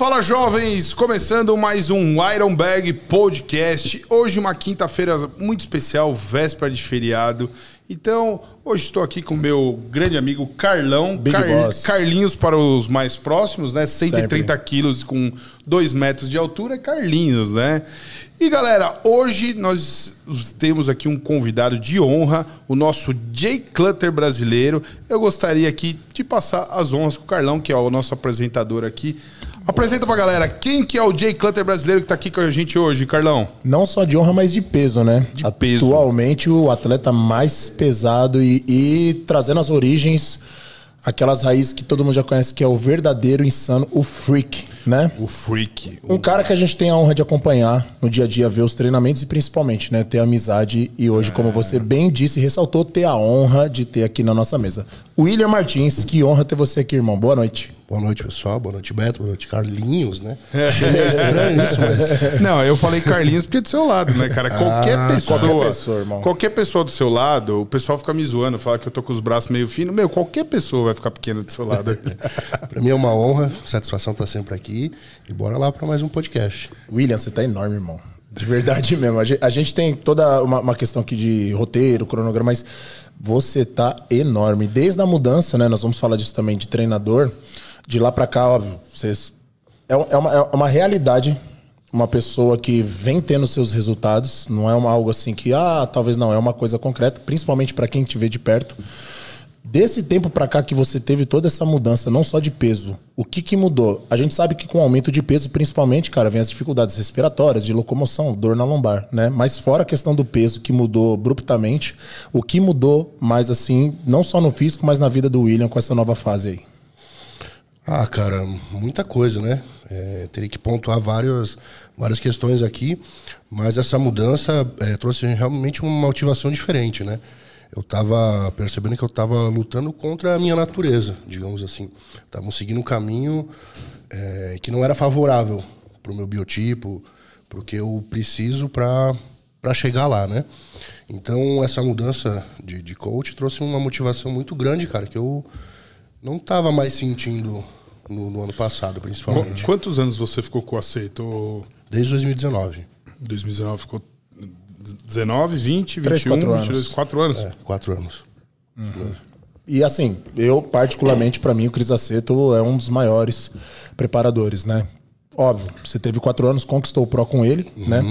Fala jovens, começando mais um Ironberg Podcast. Hoje uma quinta-feira muito especial, véspera de feriado. Então, hoje estou aqui com o meu grande amigo Carlão. Carlinhos para os mais próximos, né? 130 quilos com 2 metros de altura, é Carlinhos, né? E galera, hoje nós temos aqui um convidado de honra, o nosso Jay Clutter brasileiro. Eu gostaria aqui de passar as honras com o Carlão, que é o nosso apresentador aqui. Apresenta pra galera, quem que é o Jay Clutter brasileiro que tá aqui com a gente hoje, Carlão? Não só de honra, mas de peso, né? De peso. Atualmente o atleta mais pesado e trazendo as origens, aquelas raízes que todo mundo já conhece, que é o verdadeiro insano, o Freak, né? O Freak. Um cara que a gente tem a honra de acompanhar no dia a dia, ver os treinamentos e principalmente, né, ter amizade. E hoje, como você bem disse e ressaltou, ter a honra de ter aqui na nossa mesa. William Martins, que honra ter você aqui, irmão. Boa noite. Boa noite, pessoal. Boa noite, Beto. Boa noite, Carlinhos, né? Achei meio estranho isso, mas... Não, eu falei Carlinhos porque é do seu lado, né, cara? Qualquer pessoa, irmão. Qualquer pessoa do seu lado, o pessoal fica me zoando, fala que eu tô com os braços meio finos. Meu, qualquer pessoa vai ficar pequena do seu lado. Pra mim é uma honra, satisfação estar sempre aqui. E bora lá pra mais um podcast. William, você tá enorme, irmão. De verdade mesmo. A gente tem toda uma questão aqui de roteiro, cronograma, mas você tá enorme. Desde a mudança, né? Nós vamos falar disso também, de treinador. De lá pra cá, óbvio, vocês... é uma realidade, uma pessoa que vem tendo seus resultados, não é algo assim que, talvez não, é uma coisa concreta, principalmente pra quem te vê de perto. Desse tempo pra cá que você teve toda essa mudança, não só de peso, o que mudou? A gente sabe que com o aumento de peso, principalmente, cara, vem as dificuldades respiratórias, de locomoção, dor na lombar, né? Mas fora a questão do peso, que mudou abruptamente, o que mudou mais assim, não só no físico, mas na vida do William com essa nova fase aí? Cara, muita coisa, né? Teria que pontuar várias questões aqui, mas essa mudança trouxe realmente uma motivação diferente, né? Eu tava percebendo que eu tava lutando contra a minha natureza, digamos assim. Tava seguindo um caminho que não era favorável pro meu biotipo, pro que eu preciso para chegar lá, né? Então, essa mudança de coach trouxe uma motivação muito grande, cara, que eu não estava mais sentindo no ano passado, principalmente. Quantos anos você ficou com o aceito? Desde 2019. 2019 ficou 19, 20, 3, 21, 4 22, 4 anos. 4 anos. E assim, eu particularmente, pra mim, o Cris Aceto é um dos maiores preparadores, né? Óbvio, você teve 4 anos, conquistou o Pro com ele, né?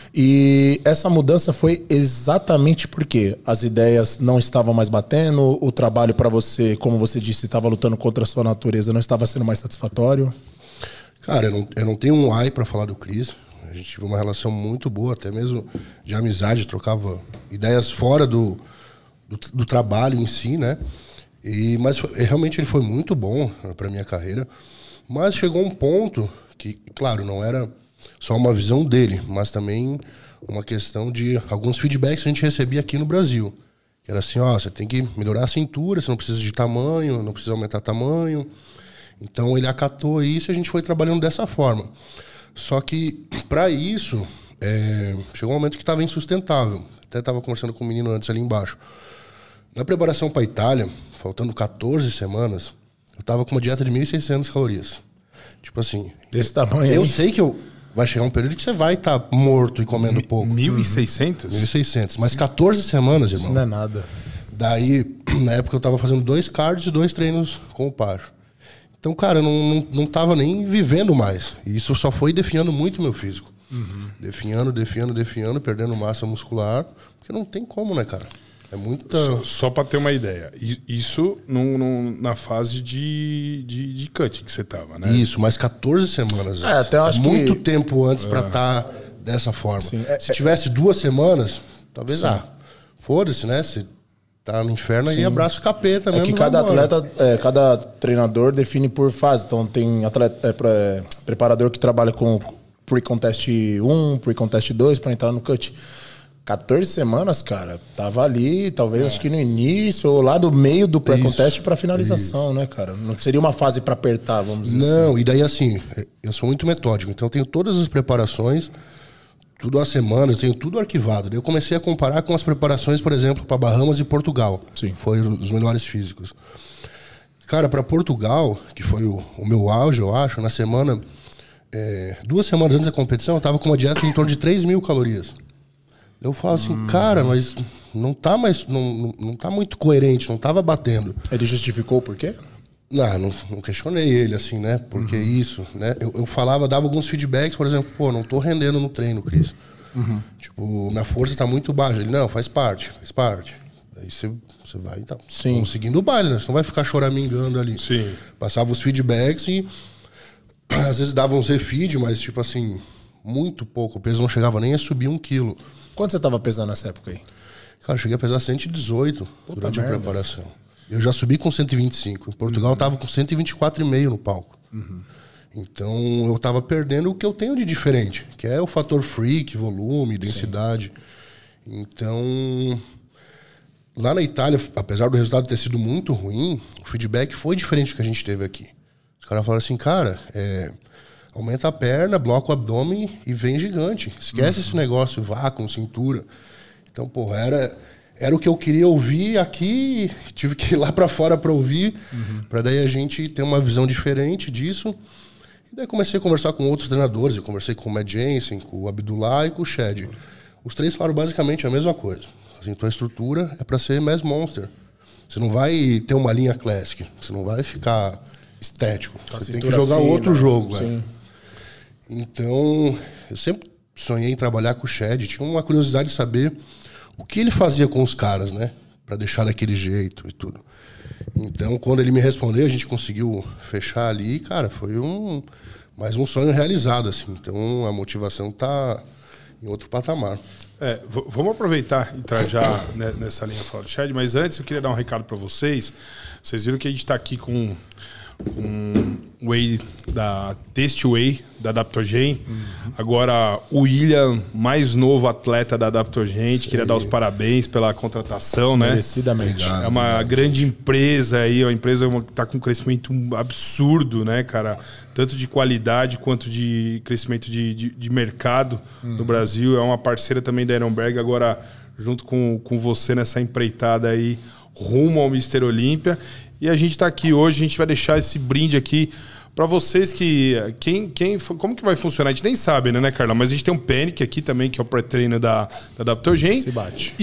E essa mudança foi exatamente porque as ideias não estavam mais batendo, o trabalho pra você, como você disse, estava lutando contra a sua natureza, não estava sendo mais satisfatório. Cara, eu não tenho um ai pra falar do Cris. A gente tive uma relação muito boa, até mesmo de amizade, trocava ideias fora do trabalho em si, né? Mas realmente ele foi muito bom pra minha carreira. Mas chegou um ponto que, claro, não era só uma visão dele, mas também uma questão de alguns feedbacks que a gente recebia aqui no Brasil. Que era assim, você tem que melhorar a cintura, você não precisa de tamanho, não precisa aumentar tamanho. Então ele acatou isso e a gente foi trabalhando dessa forma. Só que, para isso, chegou um momento que estava insustentável. Até estava conversando com o menino antes ali embaixo. Na preparação para a Itália, faltando 14 semanas, eu estava com uma dieta de 1.600 calorias. Tipo assim... Desse tamanho eu aí? sei que vai chegar um período que você vai estar morto e comendo pouco. 1.600? 1.600. Mas 14 semanas, irmão. Isso não é nada. Daí, na época, eu estava fazendo 2 cards e 2 treinos com o Pacho. Então, cara, eu não tava nem vivendo mais. E isso só foi definhando muito o meu físico. Definhando, perdendo massa muscular. Porque não tem como, né, cara? É muita... Só pra ter uma ideia. Isso na fase de cut que você tava, né? Isso, mas 14 semanas antes. Até eu acho muito que... tempo antes pra estar dessa forma. Sim, Se tivesse 2 semanas, talvez, foda-se, né? Se tá no inferno, aí abraça o capeta mesmo. É que cada atleta, cada treinador define por fase. Então tem preparador que trabalha com pre-contest 1, pre-contest 2 para entrar no cut. 14 semanas, cara, tava ali, talvez acho que no início, ou lá do meio do pré-contest pra finalização, né, cara? Não seria uma fase pra apertar, vamos dizer assim. Não, e daí assim, eu sou muito metódico, então eu tenho todas as preparações, tudo há semana, eu tenho tudo arquivado. Daí eu comecei a comparar com as preparações, por exemplo, para Bahamas e Portugal. Sim. Foi os melhores físicos. Cara, para Portugal, que foi o meu auge, eu acho, na semana 2 semanas antes da competição, eu tava com uma dieta em torno de 3.000 calorias. Eu falava assim, cara, mas não tá mais, não tá muito coerente, não tava batendo. Ele justificou por quê? Não questionei ele, assim, né? Porque isso, né? Eu falava, dava alguns feedbacks, por exemplo, pô, não tô rendendo no treino, Cris. Tipo, minha força tá muito baixa. Ele, não, faz parte. Aí você vai, tá, seguindo o baile, né? Você não vai ficar choramingando ali. Sim. Passava os feedbacks e às vezes dava uns refeed, mas tipo assim, muito pouco. O peso não chegava nem a subir 1 quilo. Quanto você tava pesando nessa época aí? Cara, eu cheguei a pesar 118 durante a preparação. Eu já subi com 125. Em Portugal eu tava com 124,5 no palco. Então eu tava perdendo o que eu tenho de diferente, que é o fator freak, volume, densidade. Então, lá na Itália, apesar do resultado ter sido muito ruim, o feedback foi diferente do que a gente teve aqui. Os caras falaram assim, cara, aumenta a perna, bloca o abdômen e vem gigante. Esquece esse negócio, vácuo, cintura. Então, porra, era o que eu queria ouvir aqui, tive que ir lá pra fora pra ouvir, pra daí a gente ter uma visão diferente disso. E daí comecei a conversar com outros treinadores, eu conversei com o Matt Jensen, com o Abdullah e com o Shed. Os 3 falaram basicamente a mesma coisa. Assim, tua estrutura é pra ser mass monster. Você não vai ter uma linha classic, você não vai ficar estético. Você tem que jogar outro jogo. Então, eu sempre sonhei em trabalhar com o Shed, tinha uma curiosidade de saber o que ele fazia com os caras, né? Pra deixar daquele jeito e tudo. Então, quando ele me respondeu, a gente conseguiu fechar ali, cara, foi mais um sonho realizado, assim. Então, a motivação tá em outro patamar. Vamos aproveitar e entrar já nessa linha falar do Shed, mas antes eu queria dar um recado para vocês. Vocês viram que a gente está aqui com whey da Taste Whey da Adaptogen. Agora o William, mais novo atleta da Adaptogen, queria dar os parabéns pela contratação, né? Merecidamente. É uma grande empresa aí, uma empresa que está com um crescimento absurdo, né, cara? Tanto de qualidade quanto de crescimento de mercado no Brasil. É uma parceira também da Ironberg, agora junto com você nessa empreitada aí rumo ao Mr. Olímpia. E a gente está aqui hoje, a gente vai deixar esse brinde aqui para vocês que... como que vai funcionar? A gente nem sabe, né, Carla? Mas a gente tem um Panic aqui também, que é o pré-treino da Adaptogen. Se bate.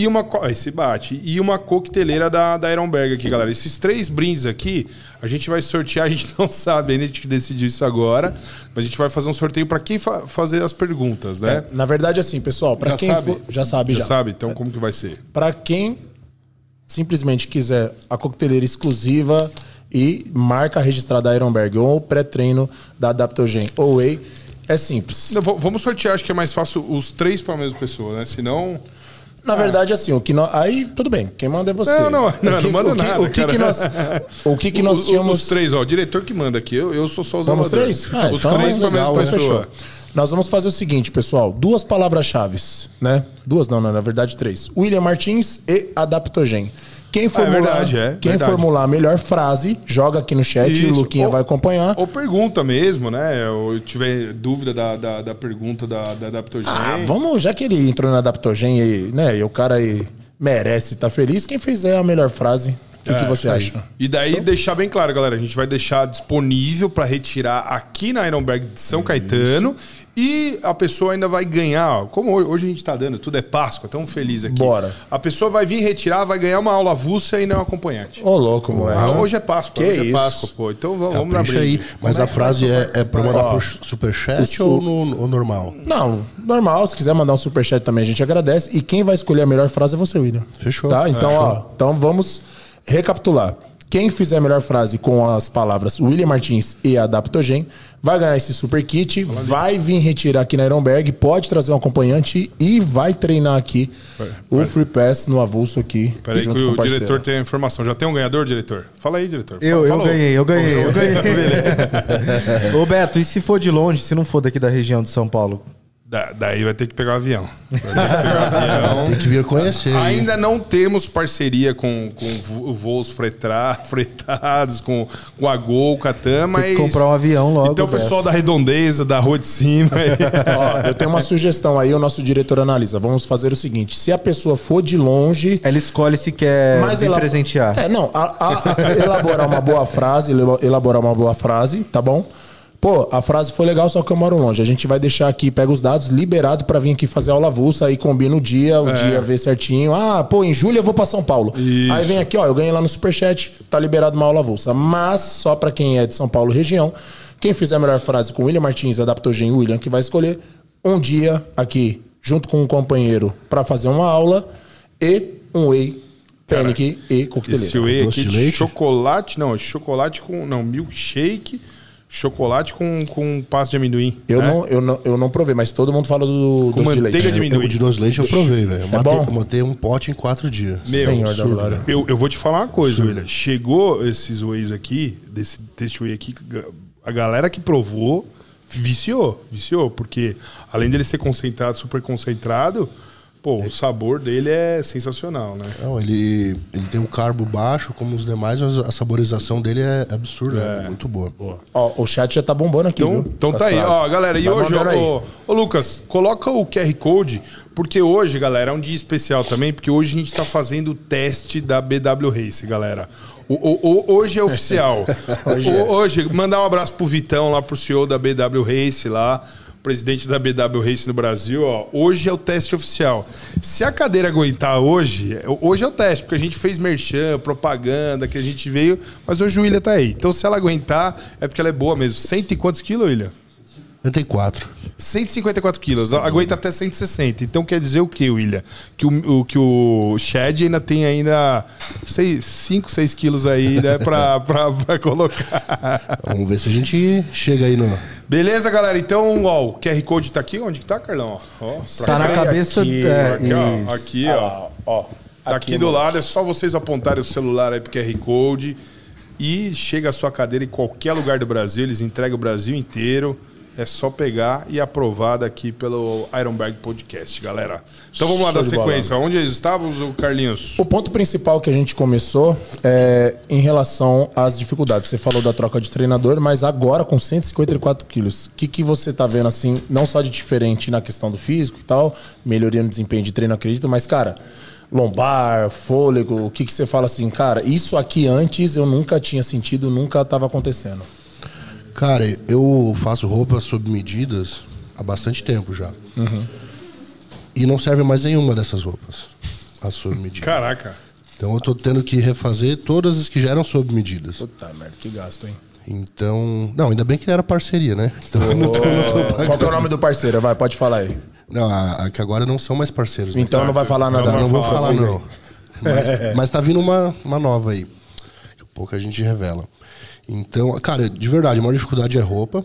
E uma coqueteleira da Ironberg aqui, galera. Esses 3 brindes aqui, a gente vai sortear, a gente não sabe ainda, a gente decidiu isso agora, mas a gente vai fazer um sorteio para quem fazer as perguntas, né? Na verdade, assim, pessoal, para quem já sabe. Já sabe, então como que vai ser? Para quem simplesmente quiser a coqueteleira exclusiva e marca registrada da Ironberg ou o pré-treino da Adaptogen ou Whey, é simples. Vamos sortear, acho que é mais fácil os 3 para a mesma pessoa, né? Senão... Na verdade, assim, aí tudo bem, quem manda é você. Não manda nada, O que nós tínhamos... Os 3, ó, o diretor que manda aqui, eu sou só os amadores. Vamos 3? Os 3 para a mesma pessoa. Nós vamos fazer o seguinte, pessoal. 2 palavras-chave, né? 2 não, na verdade 3. William Martins e Adaptogen. Quem formular a melhor frase, joga aqui no chat e o Luquinha vai acompanhar. Ou pergunta mesmo, né? Ou tiver dúvida da pergunta da Adaptogen. Vamos, já que ele entrou na Adaptogen e, né, e o cara aí merece estar feliz, quem fizer a melhor frase... O que você acha? E daí deixar bem claro, galera, a gente vai deixar disponível para retirar aqui na Ironberg de São Caetano e a pessoa ainda vai ganhar, ó, como hoje a gente tá dando, tudo é Páscoa, tão feliz aqui. Bora. A pessoa vai vir retirar, vai ganhar uma aula avulsa e não acompanhante. Ô, louco, moleque. Hoje é Páscoa, hoje é Páscoa, pô. Então vamos na briga. Aí. Mas a frase é pra mandar pro superchat ou normal? Não, normal. Se quiser mandar um superchat também, a gente agradece. E quem vai escolher a melhor frase é você, William. Fechou. Tá? Então, então vamos recapitular. Quem fizer a melhor frase com as palavras William Martins e Adaptogen vai ganhar esse super kit, vai vir retirar aqui na Ironberg, pode trazer um acompanhante e vai treinar aqui o Free Pass no avulso aqui. Peraí que o diretor tem a informação. Já tem um ganhador, diretor? Fala aí, diretor. Eu ganhei. Ô Beto, e se for de longe, se não for daqui da região de São Paulo? Daí vai ter que pegar o avião. Tem que vir conhecer. Ainda não temos parceria com voos fretados, com a Gol, com a TAM, mas... Tem que comprar um avião logo. Então o pessoal da Redondeza, da Rua de Cima... Ó, eu tenho uma sugestão aí, o nosso diretor analisa. Vamos fazer o seguinte, se a pessoa for de longe... Ela escolhe se quer vir presentear. Elaborar uma boa frase, tá bom? Pô, a frase foi legal, só que eu moro longe. A gente vai deixar aqui, pega os dados, liberado pra vir aqui fazer aula avulsa, aí combina o dia vê certinho. Ah, pô, em julho eu vou pra São Paulo. Isso. Aí vem aqui, ó, eu ganhei lá no Superchat, tá liberado uma aula avulsa. Mas, só pra quem é de São Paulo região, quem fizer a melhor frase com o William Martins, Adaptogen William, que vai escolher um dia aqui, junto com um companheiro, pra fazer uma aula e um whey, panic e coqueteleiro. Esse whey Doce aqui de de leite? chocolate, não, chocolate com, não, milkshake, chocolate com pasta de amendoim. Eu, né? eu não provei, mas todo mundo fala do Com doce de manteiga leite. de amendoim. O de doce de leite eu provei, velho. bom? Eu matei um pote em 4 dias. Meu, Senhor da absurdo, glória. velho. Eu vou te falar uma coisa, William. Chegou esses wheys aqui, desse whey aqui, a galera que provou viciou, porque além dele ser concentrado, super concentrado, pô, o sabor dele é sensacional, né? Não, ele tem um carbo baixo, como os demais, mas a saborização dele é absurda, é muito boa. Ó, o chat já tá bombando aqui, viu? Então Com tá as aí, frases. ó, galera. E Vai hoje, mandando aí. ô Lucas, coloca o QR Code, porque hoje, galera, é um dia especial também, porque hoje a gente tá fazendo o teste da BW Race, galera. Hoje é oficial. Hoje, mandar um abraço pro Vitão lá, pro CEO da BW Race lá, presidente da BW Race no Brasil, ó. Hoje é o teste oficial. Se a cadeira aguentar hoje é o teste, porque a gente fez merchan, propaganda, que a gente veio, mas hoje o William tá aí. Então se ela aguentar, é porque ela é boa mesmo. Cento e quantos quilos, William? 54. 154 quilos, aguenta até 160. Então quer dizer o que, William? Que o Shed ainda tem 5, 6 quilos aí, né, pra colocar. Vamos ver se a gente chega aí no... Beleza, galera? Então, ó, o QR Code tá aqui. Onde que tá, Carlão? Ó, Tá na cabeça... aqui, aqui, ó. isso. Aqui, ó. Ó, Tá aqui do lado, é só vocês apontarem o celular aí pro QR Code e chega a sua cadeira em qualquer lugar do Brasil, eles entregam o Brasil inteiro. É só pegar e aprovado aqui pelo Ironberg Podcast, galera. Então vamos lá Show da de bola. sequência. Onde eles estavam, o Carlinhos? O ponto principal que a gente começou é em relação às dificuldades. Você falou da troca de treinador, mas agora com 154 quilos, o que você tá vendo assim, não só de diferente na questão do físico e tal, melhoria no desempenho de treino, acredito, mas, cara, lombar, fôlego, o que você fala assim, cara, isso aqui antes eu nunca tinha sentido, nunca tava acontecendo. Cara, eu faço roupas sob medidas há bastante tempo já. E não serve mais nenhuma dessas roupas, as sob medidas. Caraca. Então eu tô tendo que refazer todas as que já eram sob medidas. Puta merda, que gasto, hein? Então... Não, ainda bem que era parceria, né? Então eu não tô pagando. Qual que é o nome do parceiro? Vai, pode falar aí. Não, a que agora não são mais parceiros. né? Então não vai falar nada. Não vou falar, Prossiga aí. não. Mas tá vindo uma nova aí. Daqui a pouco a gente revela. Então, cara, de verdade, a maior dificuldade é roupa.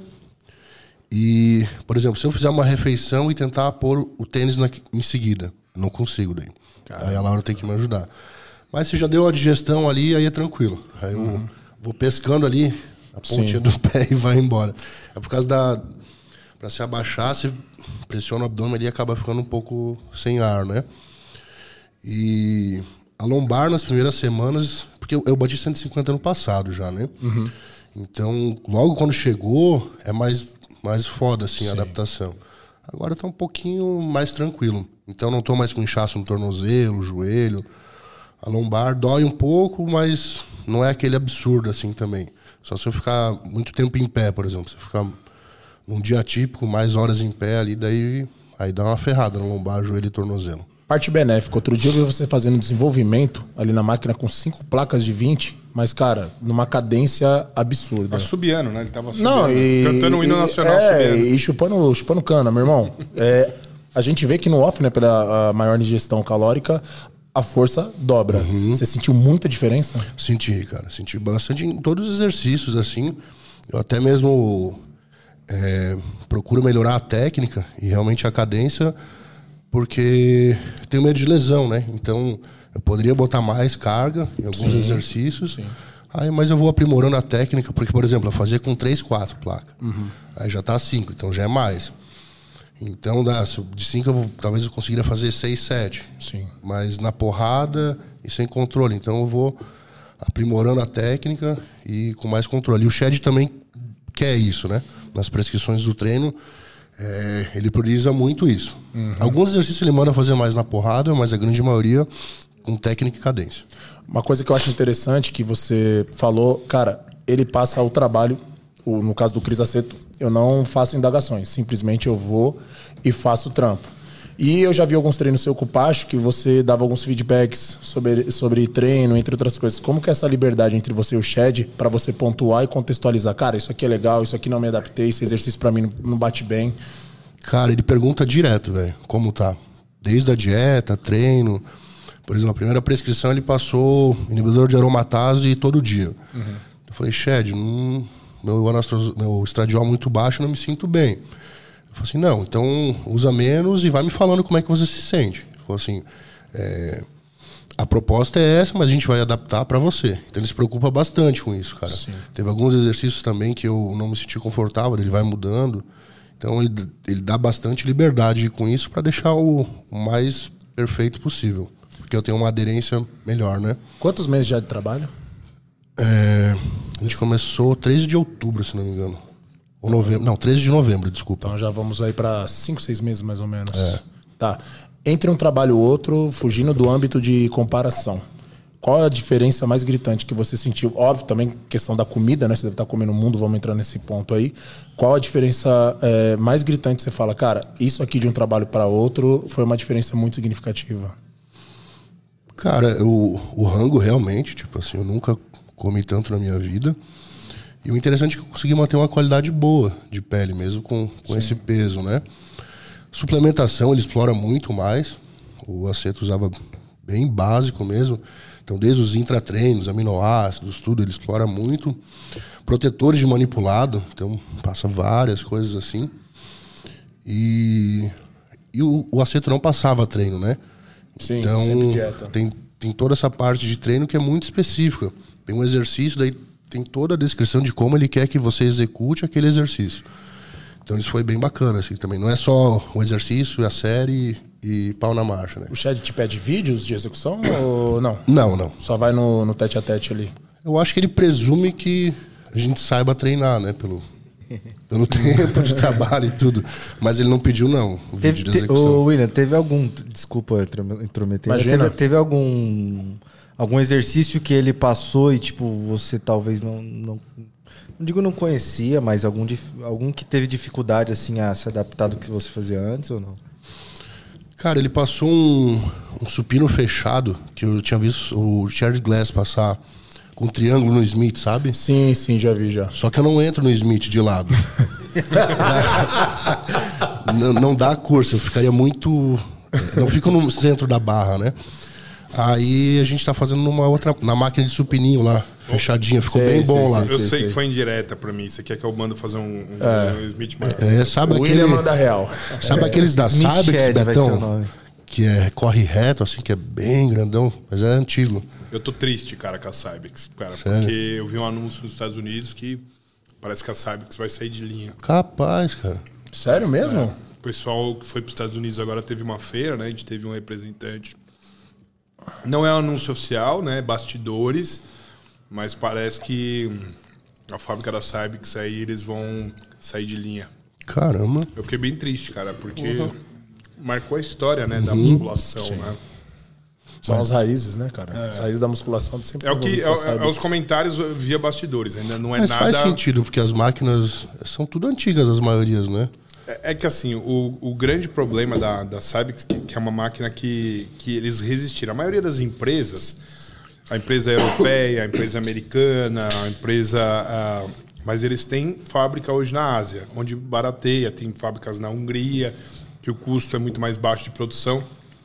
E, por exemplo, se eu fizer uma refeição e tentar pôr o tênis em seguida, não consigo daí. Aí a Laura tem que me ajudar. Mas se já deu a digestão ali, aí é tranquilo. Aí eu vou pescando ali a pontinha do pé e vai embora. É por causa da... Pra se abaixar, você pressiona o abdômen ali e acaba ficando um pouco sem ar, né? E a lombar nas primeiras semanas... Porque eu bati 150 ano passado já, né? Então, logo quando chegou, é mais foda, assim, a adaptação. Agora tá um pouquinho mais tranquilo. Então, não tô mais com inchaço no tornozelo, joelho. A lombar dói um pouco, mas não é aquele absurdo, assim, também. Só se eu ficar muito tempo em pé, por exemplo. Se eu ficar num dia típico, mais horas em pé ali, daí aí dá uma ferrada no lombar, joelho e tornozelo. Parte benéfica. Outro dia eu vi você fazendo desenvolvimento ali na máquina com 5 placas de 20, mas, cara, numa cadência absurda. Tá subiando, né? Ele tava subindo. Não, e... Cantando o hino nacional subindo. E chupando cana, meu irmão. A gente vê que no off, né, pela maior ingestão calórica, a força dobra. Você sentiu muita diferença? Senti, cara. Senti bastante em todos os exercícios, assim. Eu até mesmo procuro melhorar a técnica e realmente a cadência, porque tenho medo de lesão, né? Então, eu poderia botar mais carga em alguns exercícios. Aí, mas eu vou aprimorando a técnica, porque, por exemplo, eu fazia com 3, 4 placas. Aí já tá 5, então já é mais. Então, de 5, talvez eu conseguiria fazer 6, 7. Sim. Mas na porrada e sem controle. Então, eu vou aprimorando a técnica e com mais controle. E o Shed também quer isso, né? Nas prescrições do treino, ele prioriza muito isso. Alguns exercícios ele manda fazer mais na porrada, mas a grande maioria com técnica e cadência. Uma coisa que eu acho interessante que você falou, cara, ele passa o trabalho, no caso do Cris Aceto, eu não faço indagações. Simplesmente eu vou e faço o trampo. E eu já vi alguns treinos seu com o Pacho que você dava alguns feedbacks sobre treino, entre outras coisas. Como que é essa liberdade entre você e o Shed para você pontuar e contextualizar? Cara, isso aqui é legal, isso aqui não me adaptei, esse exercício para mim não bate bem. Cara, ele pergunta direto, velho, como tá. Desde a dieta, treino. Por exemplo, a primeira prescrição ele passou inibidor de aromatase todo dia. Eu falei, Shed, meu estradiol muito baixo, eu não me sinto bem. Eu falei assim, não, então usa menos e vai me falando como é que você se sente. Ele falou assim, a proposta é essa, mas a gente vai adaptar para você. Então ele se preocupa bastante com isso, cara. Sim. Teve alguns exercícios também que eu não me senti confortável, ele vai mudando. Então ele dá bastante liberdade com isso para deixar o mais perfeito possível. Porque eu tenho uma aderência melhor, né? Quantos meses já de trabalho? A gente começou 13 de outubro, se não me engano. Ou novembro. Não, 13 de novembro, desculpa. Então já vamos aí para 5, 6 meses mais ou menos. Tá. Entre um trabalho e outro, fugindo do âmbito de comparação, qual é a diferença mais gritante que você sentiu? Óbvio, também questão da comida, né? Você deve estar comendo o mundo, vamos entrar nesse ponto aí. Qual a diferença mais gritante que você fala, cara, isso aqui de um trabalho para outro foi uma diferença muito significativa? Cara, o rango realmente, tipo assim, eu nunca comi tanto na minha vida. E o interessante é que eu consegui manter uma qualidade boa de pele, mesmo com esse peso, né? Suplementação, ele explora muito mais. O Aceto usava bem básico mesmo. Então, desde os intratreinos, aminoácidos, tudo, ele explora muito. Protetores de manipulado, então passa várias coisas assim. E o Aceto não passava treino, né? Sim, então, sempre dieta. Tem toda essa parte de treino que é muito específica. Tem um exercício, daí tem toda a descrição de como ele quer que você execute aquele exercício. Então isso foi bem bacana, assim, também. Não é só o exercício, a série e pau na marcha, né? O Shed te pede vídeos de execução ou não? Não. Só vai no tete a tete ali? Eu acho que ele presume que a gente saiba treinar, né? Pelo tempo de trabalho e tudo. Mas ele não pediu, não, o vídeo de execução. William, teve algum... Desculpa intrometer. Imagina. Teve algum exercício que ele passou e, tipo, você talvez não digo não conhecia, mas algum que teve dificuldade, assim, a se adaptar do que você fazia antes ou não? Cara, ele passou um supino fechado, que eu tinha visto o Charles Glass passar com um triângulo no Smith, sabe? Sim, já vi já. Só que eu não entro no Smith de lado. não dá a cursa, eu ficaria muito... Não fico no centro da barra, né? Aí a gente tá fazendo na máquina de supininho lá, fechadinha, ficou bem bom lá. Eu sei que foi indireta pra mim. Você quer que eu mando fazer um Smith? Sabe o William manda real. Sabe aqueles da Cybex, Betão? Que corre reto, assim, que é bem grandão, mas é antigo. Eu tô triste, cara, com a Cybex, cara. Sério? Porque eu vi um anúncio nos Estados Unidos que parece que a Cybex vai sair de linha. Capaz, cara. Sério mesmo? O pessoal que foi pros Estados Unidos agora teve uma feira, né? A gente teve um representante. Não é um anúncio oficial, né? Bastidores. Mas parece que a fábrica da Cybex aí, eles vão sair de linha. Caramba. Eu fiquei bem triste, cara, porque marcou a história, né? Da musculação, né? São as raízes, né, cara? As raízes da musculação sempre os comentários via bastidores, ainda não é mas nada... faz sentido, porque as máquinas são tudo antigas, as maiorias, né? É que assim, o grande problema da Cybex, que é uma máquina que eles resistiram. A maioria das empresas, a empresa europeia, a empresa americana, a empresa... mas eles têm fábrica hoje na Ásia, onde barateia, tem fábricas na Hungria, que o custo é muito mais baixo de produção.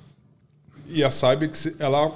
E a Cybex, ela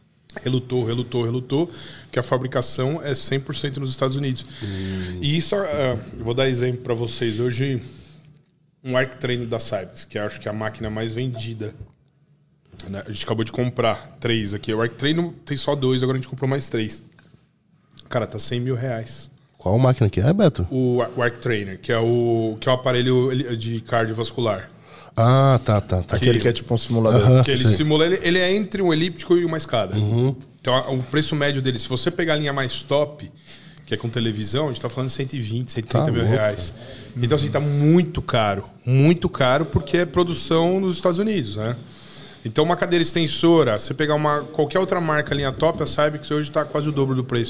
relutou, que a fabricação é 100% nos Estados Unidos. E isso, eu vou dar exemplo para vocês. Hoje, um Arc Trainer da Cybex, que acho que é a máquina mais vendida. Né? A gente acabou de comprar 3 aqui. O Arc Trainer tem só 2, agora a gente comprou mais 3. Cara, tá R$100 mil. Qual máquina que é, Beto? O Arc Trainer, que é o aparelho de cardiovascular. Ah, tá. Aquele que é tipo um simulador. Que ele simula, ele é entre um elíptico e uma escada. Então, o preço médio dele, se você pegar a linha mais top, que é com televisão, a gente tá falando de 120, 130 mil reais. Então, assim, tá muito caro, porque é produção nos Estados Unidos, né? Então, uma cadeira extensora, você pegar qualquer outra marca linha top, a Cybex hoje tá quase o dobro do preço.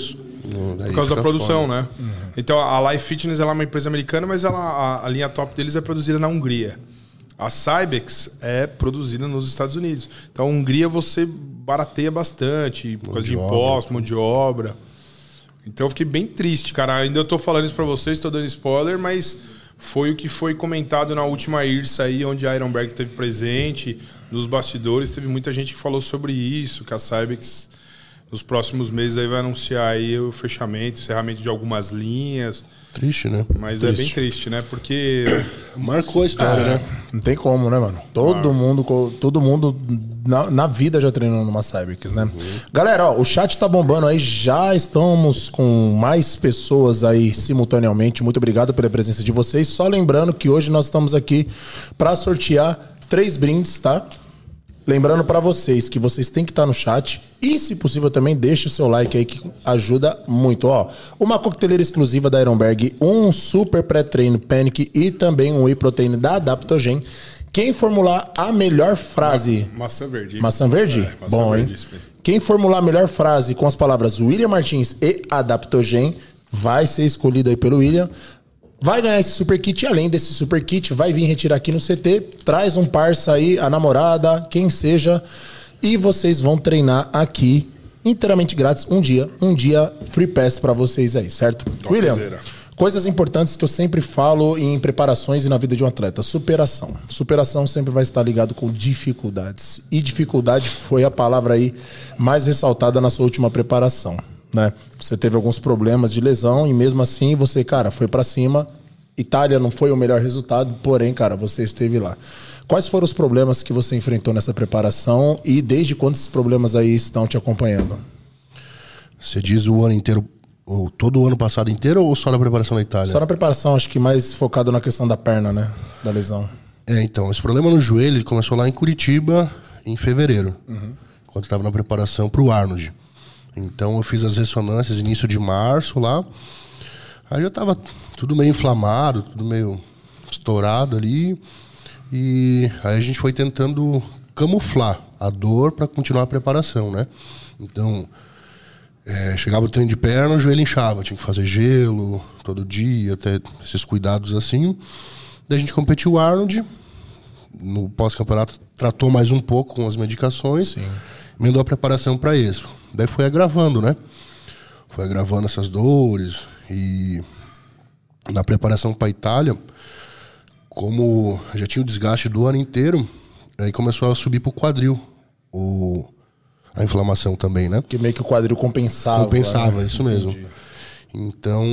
Por causa da produção, né? Então a Life Fitness ela é uma empresa americana, mas a linha top deles é produzida na Hungria. A Cybex é produzida nos Estados Unidos. Então a Hungria você barateia bastante, por causa de imposto, mão de obra. Então eu fiquei bem triste, cara. Ainda eu tô falando isso pra vocês, tô dando spoiler, mas foi o que foi comentado na última IRSA aí, onde a Ironberg esteve presente. Nos bastidores teve muita gente que falou sobre isso, que a Cybex nos próximos meses aí vai anunciar aí o fechamento, encerramento de algumas linhas. Triste, né? Mas triste. É bem triste, né? Porque marcou a história, né? Não tem como, né, mano? Todo mundo na vida já treinou numa Cybex, né? Galera, ó, o chat tá bombando aí. Já estamos com mais pessoas aí simultaneamente. Muito obrigado pela presença de vocês. Só lembrando que hoje nós estamos aqui para sortear 3 brindes, tá? Lembrando pra vocês que vocês têm que estar no chat e, se possível, também deixe o seu like aí que ajuda muito. Ó, uma coqueteleira exclusiva da Ironberg, um super pré-treino Panic e também um whey protein da Adaptogen. Quem formular a melhor frase... Maçã verde. Maçã verde? Maçã bom, verde, hein? Quem formular a melhor frase com as palavras William Martins e Adaptogen vai ser escolhido aí pelo William. Vai ganhar esse super kit e além desse super kit, vai vir retirar aqui no CT, traz um parça aí, a namorada, quem seja, e vocês vão treinar aqui inteiramente grátis um dia free pass pra vocês aí, certo? William, coisas importantes que eu sempre falo em preparações e na vida de um atleta, superação. Superação sempre vai estar ligado com dificuldades. E dificuldade foi a palavra aí mais ressaltada na sua última preparação. Né? Você teve alguns problemas de lesão e mesmo assim você, cara, foi pra cima. Itália não foi o melhor resultado, porém, cara, você esteve lá. Quais foram os problemas que você enfrentou nessa preparação e desde quando esses problemas aí estão te acompanhando? Você diz o ano inteiro, ou todo o ano passado inteiro ou só na preparação da Itália? Só na preparação, acho que mais focado na questão da perna, né? Da lesão. Então, esse problema no joelho ele começou lá em Curitiba em fevereiro, quando eu estava na preparação pro Arnold. Então eu fiz as ressonâncias início de março lá. Aí já tava tudo meio inflamado, tudo meio estourado ali. E aí a gente foi tentando camuflar a dor para continuar a preparação, né? Então, chegava o treino de perna, o joelho inchava. Tinha que fazer gelo todo dia, até esses cuidados assim. Daí a gente competiu o Arnold. No pós-campeonato tratou mais um pouco com as medicações. Sim. Emendou a preparação para isso. Daí foi agravando, né? Foi agravando essas dores. E na preparação para a Itália, como já tinha o desgaste do ano inteiro, aí começou a subir pro quadril a inflamação também, né? Que meio que o quadril compensava. Compensava, isso mesmo. Entendi. Então,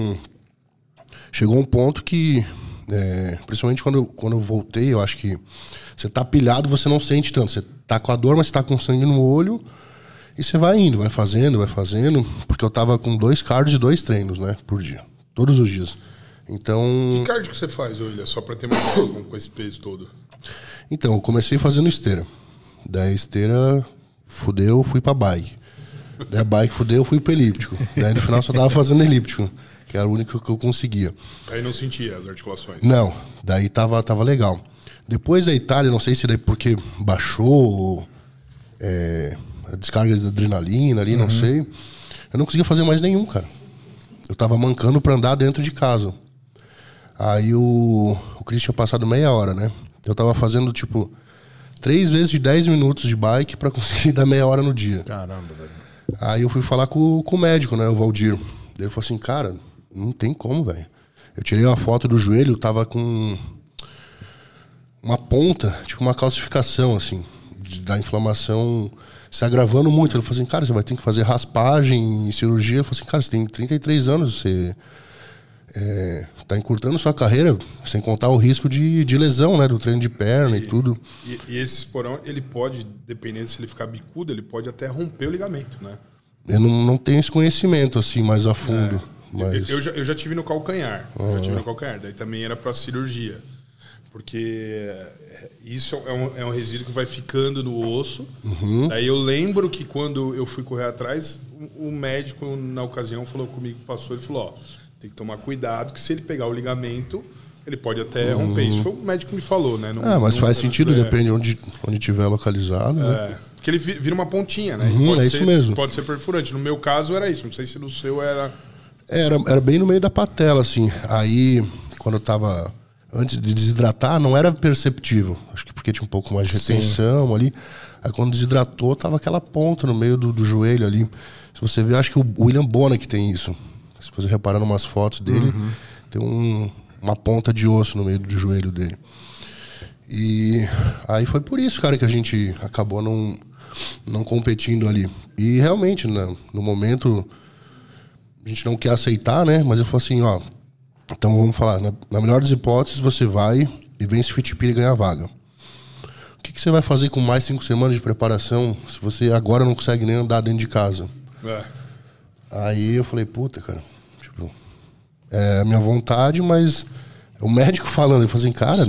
chegou um ponto que, principalmente quando eu voltei, eu acho que você tá pilhado, você não sente tanto. Você tá com a dor, mas você tá com sangue no olho. E você vai indo, vai fazendo, porque eu tava com 2 cardios e 2 treinos, né, por dia, todos os dias. Então... Que cardio que você faz, William, só pra ter uma noção com esse peso todo? Então, eu comecei fazendo esteira. Daí esteira, fudeu, fui pra bike. Daí a bike fudeu, fui pro elíptico. Daí no final só tava fazendo elíptico, que era o único que eu conseguia. Aí não sentia as articulações? Não, daí tava legal. Depois da Itália, não sei se daí porque baixou... a descarga de adrenalina ali, não sei. Eu não conseguia fazer mais nenhum, cara. Eu tava mancando pra andar dentro de casa. Aí o Chris tinha passado meia hora, né? Eu tava fazendo, 3 vezes de 10 minutos de bike pra conseguir dar meia hora no dia. Caramba, velho. Aí eu fui falar com o médico, né? O Valdir. Ele falou assim, cara, não tem como, velho. Eu tirei uma foto do joelho, tava com uma ponta, uma calcificação, assim, da inflamação... se agravando muito. Ele falou assim, cara, você vai ter que fazer raspagem e cirurgia. Eu falei assim, cara, você tem 33 anos, você tá encurtando sua carreira, sem contar o risco de lesão, né, do treino de perna e tudo. E esse esporão, ele pode, dependendo se ele ficar bicudo, ele pode até romper o ligamento, né? Eu não tenho esse conhecimento, assim, mais a fundo. Mas... Eu já tive no calcanhar. Daí também era para cirurgia. Porque isso é um resíduo que vai ficando no osso. Daí eu lembro que quando eu fui correr atrás, o médico, na ocasião, falou comigo, passou, ele falou, tem que tomar cuidado, que se ele pegar o ligamento, ele pode até romper. Isso foi o médico que me falou, né? Mas faz sentido, depende onde tiver localizado. Né? Porque ele vira uma pontinha, né? Isso mesmo. Pode ser perfurante. No meu caso era isso. Não sei se no seu era... Era bem no meio da patela, assim. Aí, quando eu tava... Antes de desidratar, não era perceptível. Acho que porque tinha um pouco mais de retenção ali. Aí quando desidratou, tava aquela ponta no meio do joelho ali. Se você ver, acho que o William Bonner que tem isso. Se você reparar em umas fotos dele, tem uma ponta de osso no meio do joelho dele. E aí foi por isso, cara, que a gente acabou não competindo ali. E realmente, no momento, a gente não quer aceitar, né? Mas eu falei assim, ó, então vamos falar, na melhor das hipóteses, você vai e vence Fittipaldi e ganha a vaga. O que você vai fazer com mais 5 semanas de preparação se você agora não consegue nem andar dentro de casa? Aí eu falei, puta, cara, tipo, é a minha vontade, mas o médico falando, ele falou assim, cara,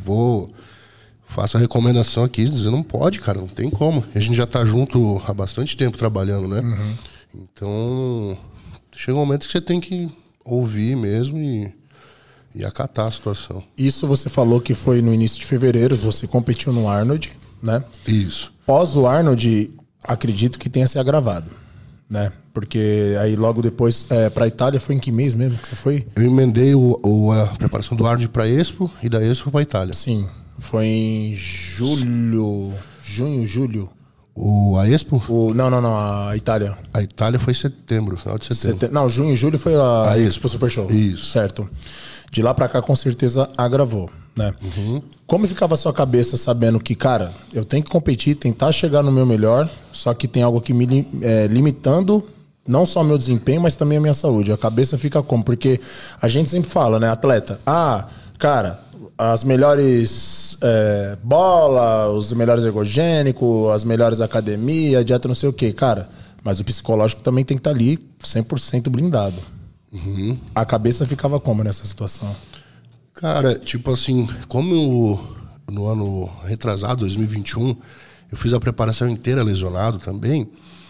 faço a recomendação aqui, dizer, não pode, cara, não tem como. E a gente já tá junto há bastante tempo trabalhando, né? Então, chega um momento que você tem que ouvir mesmo e acatar a situação. Isso você falou que foi no início de fevereiro, você competiu no Arnold, né? Isso. Pós o Arnold, acredito que tenha se agravado, né? Porque aí logo depois, pra Itália, foi em que mês mesmo que você foi? Eu emendei a preparação do Arnold pra Expo e da Expo pra Itália. Sim, foi em junho, julho. A Expo? Não, a Itália. A Itália foi setembro, final de setembro. Não, junho e julho foi a Expo Super Show. Isso. Certo. De lá pra cá, com certeza, agravou, né? Como ficava a sua cabeça sabendo que, cara, eu tenho que competir, tentar chegar no meu melhor, só que tem algo que me limitando, não só meu desempenho, mas também a minha saúde. A cabeça fica como? Porque a gente sempre fala, né, atleta? Cara, as melhores bola, os melhores ergogênicos, as melhores academia, dieta não sei o quê. Cara, mas o psicológico também tem que estar ali 100% blindado. A cabeça ficava como nessa situação? Cara, tipo assim, como no ano retrasado, 2021, eu fiz a preparação inteira lesionado também,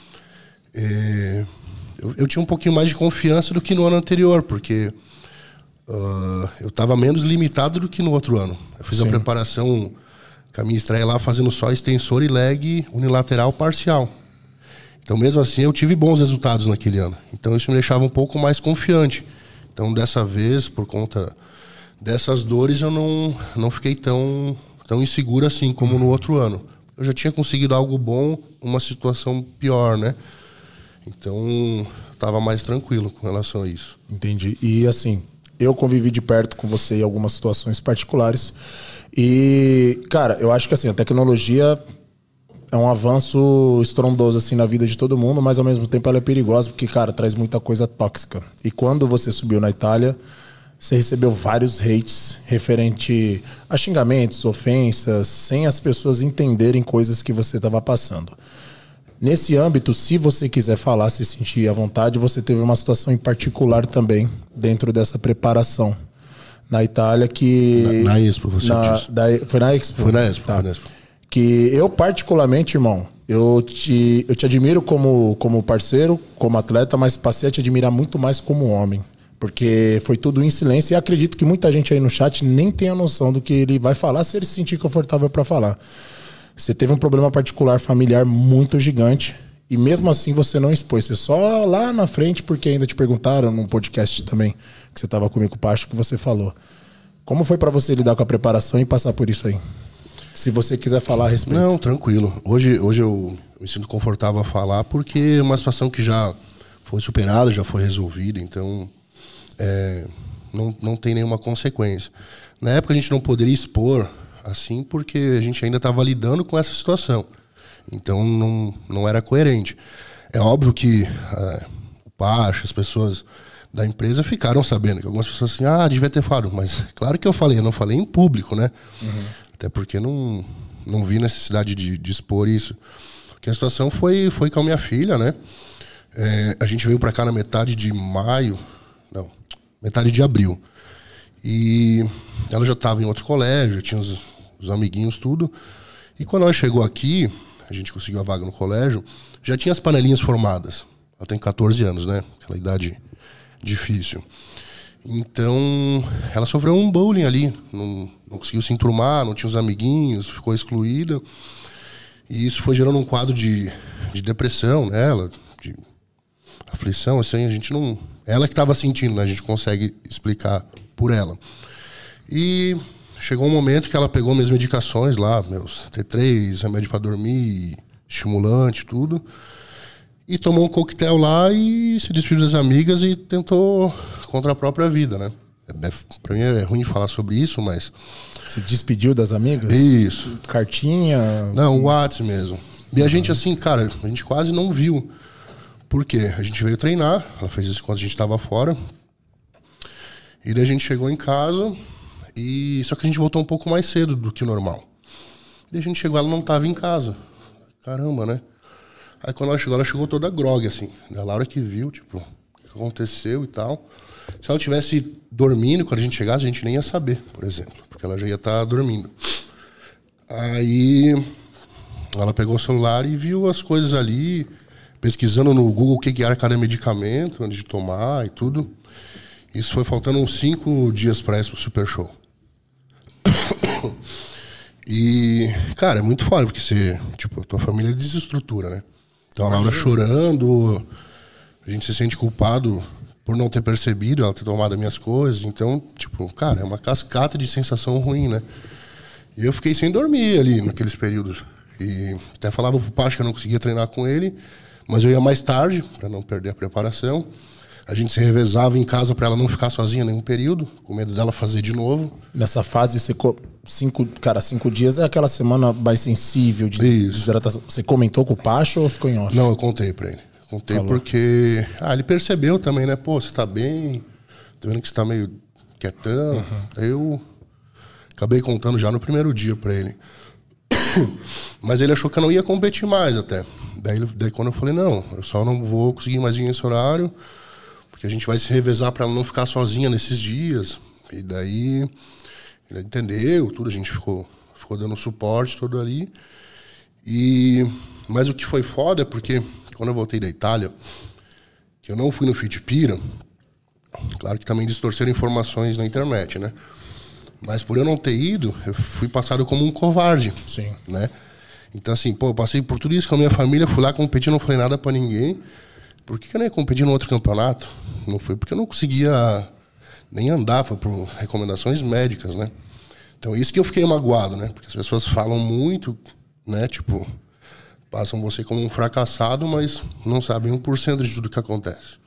eu tinha um pouquinho mais de confiança do que no ano anterior, porque eu estava menos limitado do que no outro ano. Eu fiz a preparação com a minha estreia lá fazendo só extensor e leg unilateral parcial. Então, mesmo assim, eu tive bons resultados naquele ano. Então, isso me deixava um pouco mais confiante. Então, dessa vez, por conta dessas dores, eu não fiquei tão inseguro assim como no outro ano. Eu já tinha conseguido algo bom, uma situação pior, né? Então, eu estava mais tranquilo com relação a isso. Entendi. E, assim, eu convivi de perto com você em algumas situações particulares. E, cara, eu acho que, assim, a tecnologia é um avanço estrondoso assim na vida de todo mundo, mas ao mesmo tempo ela é perigosa porque, cara, traz muita coisa tóxica. E quando você subiu na Itália, você recebeu vários hates referente a xingamentos, ofensas, sem as pessoas entenderem coisas que você estava passando. Nesse âmbito, se você quiser falar, se sentir à vontade, você teve uma situação em particular também dentro dessa preparação na Itália que... Na Expo, você disse. Foi na Expo? Foi na Expo, tá. Foi na Expo. Que eu particularmente, irmão, eu te admiro como parceiro, como atleta, mas passei a te admirar muito mais como homem. Porque foi tudo em silêncio e acredito que muita gente aí no chat nem tem a noção do que ele vai falar se ele se sentir confortável para falar. Você teve um problema particular familiar muito gigante e mesmo assim você não expôs. Você só lá na frente, porque ainda te perguntaram num podcast também, que você estava comigo com o Pacho, que você falou. Como foi para você lidar com a preparação e passar por isso aí? Se você quiser falar a respeito. Não, tranquilo. Hoje eu me sinto confortável a falar porque é uma situação que já foi superada, já foi resolvida, então não tem nenhuma consequência. Na época a gente não poderia expor assim porque a gente ainda estava lidando com essa situação. Então não era coerente. É óbvio que o Pacho, as pessoas da empresa ficaram sabendo, que algumas pessoas assim, devia ter falado, mas claro que eu não falei em público, né? Até porque não vi necessidade de expor isso. Porque a situação foi com a minha filha, né? A gente veio pra cá na metade de abril. E ela já estava em outro colégio, já tinha os amiguinhos, tudo. E quando ela chegou aqui, a gente conseguiu a vaga no colégio, já tinha as panelinhas formadas. Ela tem 14 anos, né? Aquela idade difícil. Então, ela sofreu um bullying ali. Não conseguiu se enturmar, não tinha os amiguinhos, ficou excluída. E isso foi gerando um quadro de depressão nela, de aflição. Assim, a gente não... Ela que estava sentindo, né? A gente consegue explicar por ela. E chegou um momento que ela pegou minhas medicações lá, meus T3, remédio para dormir, estimulante, tudo. E tomou um coquetel lá e se despediu das amigas e tentou contra a própria vida, né? Pra mim é ruim falar sobre isso, mas... Se despediu das amigas? Isso. Cartinha? Não, o WhatsApp mesmo. E a gente, assim, cara, a gente quase não viu. Por quê? A gente veio treinar, ela fez isso quando a gente tava fora. E daí a gente chegou em casa, só que a gente voltou um pouco mais cedo do que o normal. E daí a gente chegou, ela não tava em casa. Caramba, né? Aí quando ela chegou toda grogue, assim. A Laura que viu, tipo, o que aconteceu e tal. Se ela tivesse dormindo, quando a gente chegasse, a gente nem ia saber, por exemplo. Porque ela já ia estar dormindo. Aí ela pegou o celular e viu as coisas ali, pesquisando no Google o que era cada medicamento, antes de tomar e tudo. Isso foi faltando uns 5 dias para esse Super Show. E, cara, é muito foda, porque você, tipo, a tua família desestrutura, né? Então a Laura chorando, a gente se sente culpado por não ter percebido ela ter tomado as minhas coisas. Então, tipo, cara, é uma cascata de sensação ruim, né? E eu fiquei sem dormir ali naqueles períodos. E até falava pro Pacho que eu não conseguia treinar com ele, mas eu ia mais tarde, para não perder a preparação. A gente se revezava em casa para ela não ficar sozinha nenhum período, com medo dela fazer de novo. Nessa fase, 5 dias é aquela semana mais sensível de desidratação. Você comentou com o Pacho ou ficou em off? Não, eu contei pra ele. Contei Falou. Porque... ele percebeu também, né? Pô, você tá bem, tô vendo que você tá meio quietão. Uhum. Aí eu acabei contando já no primeiro dia pra ele. Mas ele achou que eu não ia competir mais até. Daí quando eu falei, não, eu só não vou conseguir mais ir nesse horário, porque a gente vai se revezar pra ela não ficar sozinha nesses dias. E daí ele entendeu tudo, a gente ficou dando suporte todo ali. Mas o que foi foda é porque quando eu voltei da Itália, que eu não fui no Fitpira, claro que também distorceram informações na internet, né? Mas por eu não ter ido, eu fui passado como um covarde. Sim. Né? Então assim, pô, eu passei por tudo isso com a minha família, fui lá competir, não falei nada pra ninguém. Por que eu não ia competir no outro campeonato? Não foi porque eu não conseguia nem andar, foi por recomendações médicas, né? Então isso que eu fiquei magoado, né? Porque as pessoas falam muito, né? Tipo, passam você como um fracassado, mas não sabem 1% de tudo que acontece.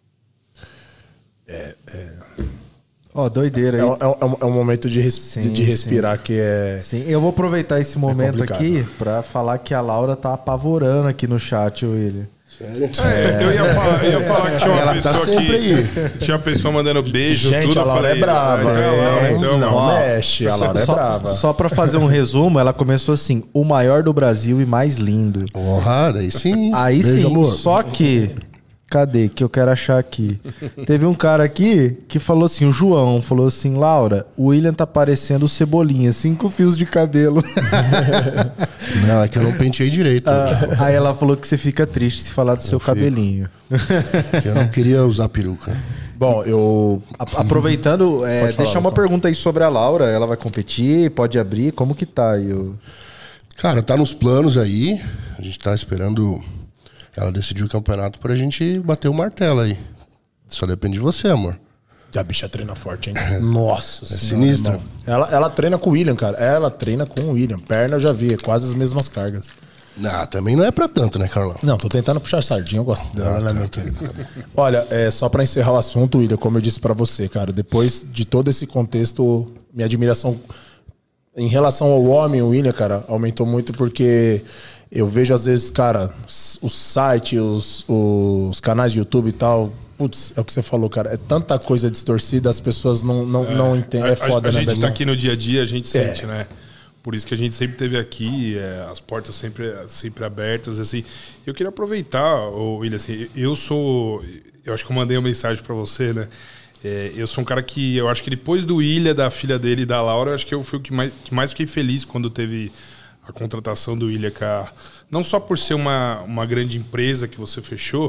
Doideira aí. É um momento de respirar que é... Sim, eu vou aproveitar esse momento aqui pra falar que a Laura tá apavorando aqui no chat, William. Sério? Eu ia falar que tinha uma ela pessoa tá sempre aqui. aí. Tinha uma pessoa mandando beijo, Gente, tudo. a Laura é brava. Não mexe, a Laura é brava. Só pra fazer um resumo, ela começou assim: o maior do Brasil e mais lindo. Porra, aí sim. Aí beijo, sim, amor. só que... Cadê? Que eu quero achar aqui. Teve um cara aqui que falou assim, o João, falou assim, Laura, o William tá parecendo o Cebolinha, 5 fios de cabelo. Não, é que eu não penteei direito. Aí ela falou que você fica triste se falar do seu cabelinho. Que eu não queria usar peruca. Bom, eu... Aproveitando, deixar uma pergunta aí sobre a Laura. Ela vai competir? Pode abrir? Como que tá aí? Cara, tá nos planos aí. A gente tá esperando... Ela decidiu o campeonato pra gente bater o martelo aí. Só depende de você, amor. A bicha treina forte, hein? Nossa senhora, sinistra. Ela treina com o William, cara. Ela treina com o William. Perna eu já vi, é quase as mesmas cargas. Não, também não é pra tanto, né, Carlão? Não, tô tentando puxar sardinha, eu gosto dela, né, meu querido? Olha, só pra encerrar o assunto, William, como eu disse pra você, cara, depois de todo esse contexto, minha admiração em relação ao homem, o William, cara, aumentou muito porque... Eu vejo, às vezes, cara, o site, os canais de YouTube e tal. Putz, é o que você falou, cara. É tanta coisa distorcida, as pessoas não entendem. É foda, né? A gente tá aqui no dia a dia, a gente sente, né? Por isso que a gente sempre esteve aqui, as portas sempre abertas, assim. Eu queria aproveitar, William, assim, eu acho que eu mandei uma mensagem pra você, né? Eu sou um cara que, eu acho que depois do William, da filha dele e da Laura, eu acho que eu fui o que mais fiquei feliz quando teve... a contratação do William, não só por ser uma grande empresa que você fechou,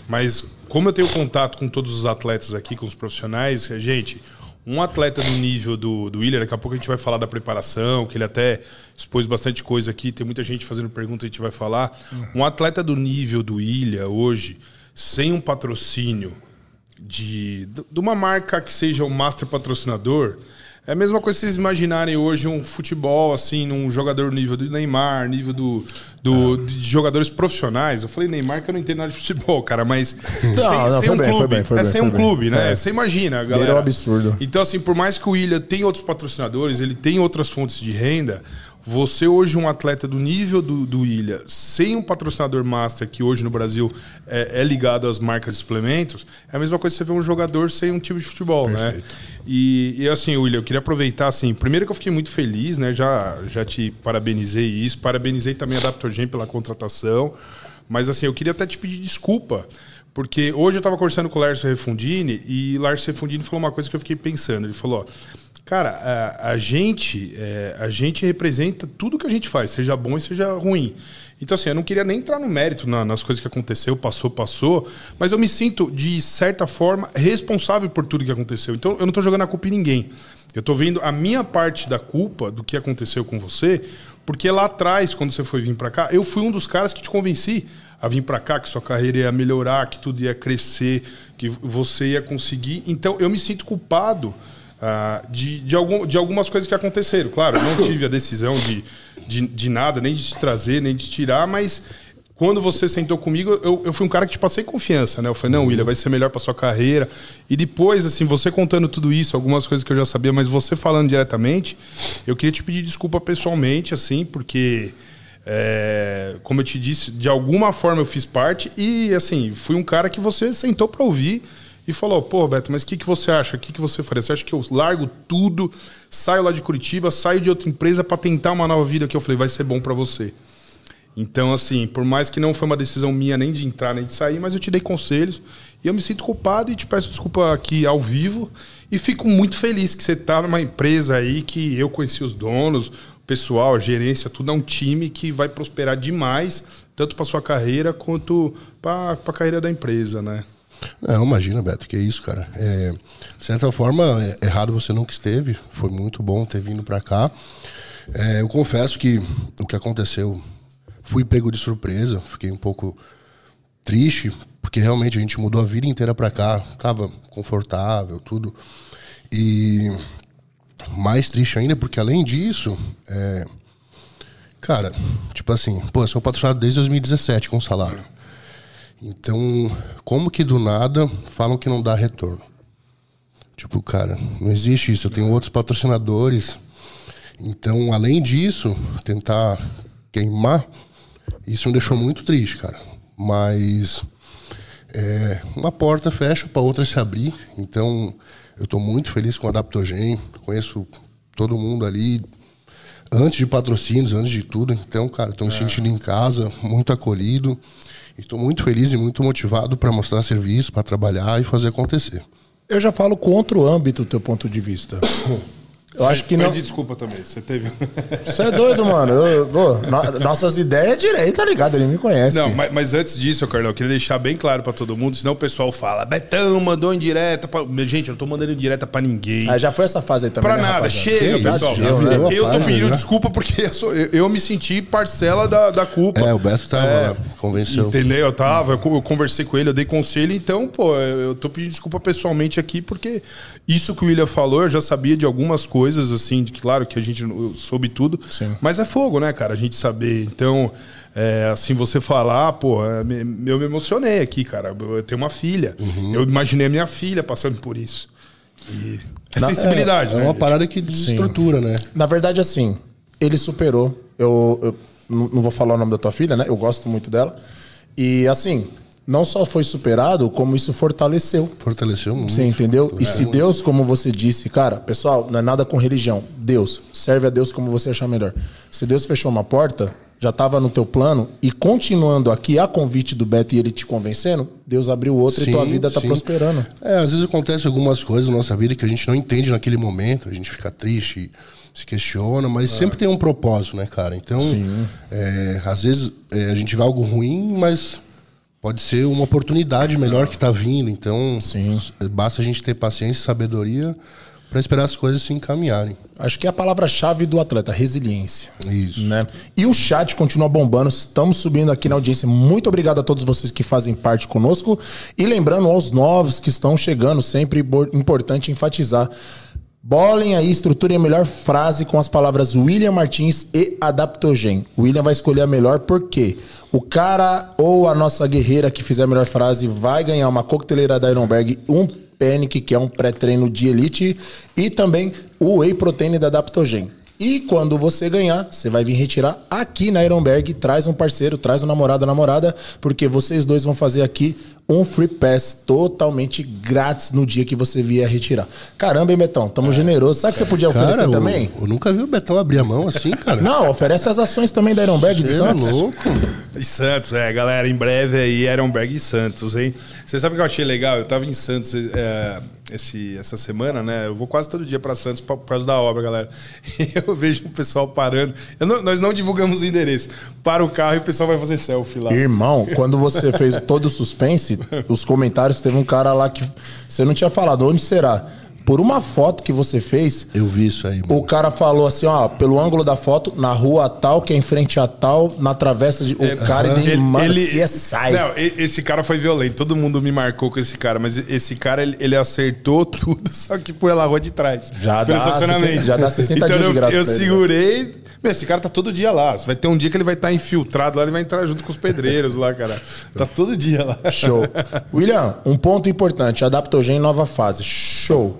Mas como eu tenho contato com todos os atletas aqui, com os profissionais, gente, um atleta do nível do Willian, daqui a pouco a gente vai falar da preparação, que ele até expôs bastante coisa aqui, tem muita gente fazendo pergunta, a gente vai falar. Um atleta do nível do Willian hoje, sem um patrocínio de uma marca que seja o master patrocinador, é a mesma coisa que vocês imaginarem hoje um futebol, assim, num jogador nível do Neymar, nível de jogadores profissionais. Eu falei Neymar que eu não entendo nada de futebol, cara, mas sem um clube. Sem um clube, né? Você imagina, galera. É um absurdo. Então, assim, por mais que o Willian tenha outros patrocinadores, ele tem outras fontes de renda, você hoje, um atleta do nível do Willian, sem um patrocinador master, que hoje no Brasil é ligado às marcas de suplementos, é a mesma coisa que você ver um jogador sem um time de futebol, perfeito, né? E assim, Willian, eu queria aproveitar, assim, primeiro que eu fiquei muito feliz, né? Já te parabenizei isso, parabenizei também a Adaptogen pela contratação, mas assim, eu queria até te pedir desculpa, porque hoje eu estava conversando com o Lárcio Refundini, e o Lárcio Refundini falou uma coisa que eu fiquei pensando, ele falou, ó, cara, a gente representa tudo que a gente faz, seja bom e seja ruim. Então, assim, eu não queria nem entrar no mérito nas coisas que aconteceu, passou, mas eu me sinto, de certa forma, responsável por tudo que aconteceu. Então, eu não estou jogando a culpa em ninguém. Eu estou vendo a minha parte da culpa do que aconteceu com você, porque lá atrás, quando você foi vir para cá, eu fui um dos caras que te convenci a vir para cá, que sua carreira ia melhorar, que tudo ia crescer, que você ia conseguir. Então, eu me sinto culpado de algumas coisas que aconteceram. Claro, eu não tive a decisão de nada, nem de te trazer, nem de tirar, mas quando você sentou comigo, eu fui um cara que te passei confiança, né? Eu falei, não, Willian, vai ser melhor para sua carreira. E depois, assim, você contando tudo isso, algumas coisas que eu já sabia, mas você falando diretamente, eu queria te pedir desculpa pessoalmente, assim, porque, como eu te disse, de alguma forma eu fiz parte e, assim, fui um cara que você sentou para ouvir e falou, pô, Beto, mas o que você acha? O que você faria? Você acha que eu largo tudo, saio lá de Curitiba, saio de outra empresa para tentar uma nova vida? Que eu falei, vai ser bom para você. Então, assim, por mais que não foi uma decisão minha nem de entrar nem de sair, mas eu te dei conselhos e eu me sinto culpado e te peço desculpa aqui ao vivo e fico muito feliz que você tá numa empresa aí que eu conheci os donos, o pessoal, a gerência, tudo é um time que vai prosperar demais, tanto para sua carreira quanto para a carreira da empresa, né? Não, imagina, Beto, que é isso, cara. De certa forma, errado você nunca esteve. Foi muito bom ter vindo pra cá. Eu confesso que o que aconteceu, fui pego de surpresa. Fiquei um pouco triste, porque realmente a gente mudou a vida inteira pra cá. Tava confortável, tudo. E mais triste ainda, porque além disso, cara, tipo assim, pô, eu sou patrocinado desde 2017 com salário. Então, como que do nada falam que não dá retorno? Tipo, cara, não existe isso. Eu tenho outros patrocinadores. Então, além disso, tentar queimar, isso me deixou muito triste, cara. Mas uma porta fecha para outra se abrir. Então, eu estou muito feliz com a Adaptogen. Conheço todo mundo ali, antes de patrocínios, antes de tudo. Então, cara, estou me sentindo em casa, muito acolhido. Estou muito feliz e muito motivado para mostrar serviço, para trabalhar e fazer acontecer. Eu já falo contra o âmbito do teu ponto de vista. Eu acho que não. Pede desculpa também, você teve. Você é doido, mano. Nossas ideias é direito, tá ligado? Ele me conhece. Não, mas antes disso, Carlão, eu queria deixar bem claro pra todo mundo, senão o pessoal fala, Betão mandou indireta pra... Gente, eu não tô mandando indireta pra ninguém. Já foi essa fase aí também. Pra né, nada, rapaziada? chega, pessoal. Eu tô pedindo desculpa porque eu me senti parcela da culpa. O Beto tava lá, convenceu. Entendeu? Eu conversei com ele, eu dei conselho, então, pô, eu tô pedindo desculpa pessoalmente aqui, porque isso que o Willian falou, eu já sabia de algumas coisas, assim, claro que a gente soube tudo, sim, mas é fogo, né, cara, a gente saber. Então, assim, você falar, pô, eu me emocionei aqui, cara. Eu tenho uma filha, eu imaginei a minha filha passando por isso. E sensibilidade, né? É uma parada que desestrutura, né? Na verdade, assim, ele superou. Eu não vou falar o nome da tua filha, né? Eu gosto muito dela. E, assim, não só foi superado, como isso fortaleceu. Fortaleceu muito. Você entendeu? E se Deus, como você disse, cara, pessoal, não é nada com religião. Deus, serve a Deus como você achar melhor. Se Deus fechou uma porta, já estava no teu plano, e continuando aqui a convite do Beto e ele te convencendo, Deus abriu outra e tua vida tá prosperando. Às vezes acontece algumas coisas na nossa vida que a gente não entende naquele momento, a gente fica triste, se questiona, mas sempre tem um propósito, né, cara? Então, às vezes a gente vê algo ruim, mas pode ser uma oportunidade melhor que tá vindo. Então, Sim. basta a gente ter paciência e sabedoria para esperar as coisas se encaminharem. Acho que é a palavra-chave do atleta, resiliência. Isso. Né? E o chat continua bombando, estamos subindo aqui na audiência. Muito obrigado a todos vocês que fazem parte conosco. E lembrando aos novos que estão chegando, sempre importante enfatizar. Bolem aí, estruturem a melhor frase com as palavras William Martins e Adaptogen. O William vai escolher a melhor porque o cara ou a nossa guerreira que fizer a melhor frase vai ganhar uma coqueteleira da Ironberg, um Panic, que é um pré-treino de elite, e também o Whey Protein da Adaptogen. E quando você ganhar, você vai vir retirar aqui na Ironberg, traz um parceiro, traz um namorada, porque vocês dois vão fazer aqui um free pass totalmente grátis no dia que você vier retirar. Caramba, hein, Betão? Tamo generoso. Sabe que você podia oferecer também? Eu nunca vi o Betão abrir a mão assim, cara. Não, oferece as ações também da Ironberg de Santos. Louco. E Santos, galera, em breve aí, Ironberg e Santos, hein? Você sabe o que eu achei legal? Eu tava em Santos essa semana, né? Eu vou quase todo dia pra Santos por causa da obra, galera. E eu vejo o pessoal parando. Nós não divulgamos o endereço. Para o carro e o pessoal vai fazer selfie lá. Irmão, quando você fez todo o suspense, os comentários, teve um cara lá que você não tinha falado. Onde será? Por uma foto que você fez, eu vi isso aí, mano. O cara falou assim, ó, pelo ângulo da foto, na rua tal, que é em frente a tal, na travessa de... O cara sai. Não, esse cara foi violento. Todo mundo me marcou com esse cara, mas esse cara, ele acertou tudo, só que pela rua de trás. Já dá 60 então, dias de graça. Eu segurei... Meu, esse cara tá todo dia lá. Vai ter um dia que ele vai estar infiltrado lá, ele vai entrar junto com os pedreiros lá, cara. Tá todo dia lá. Show. William, um ponto importante. Adaptogen nova fase. Show.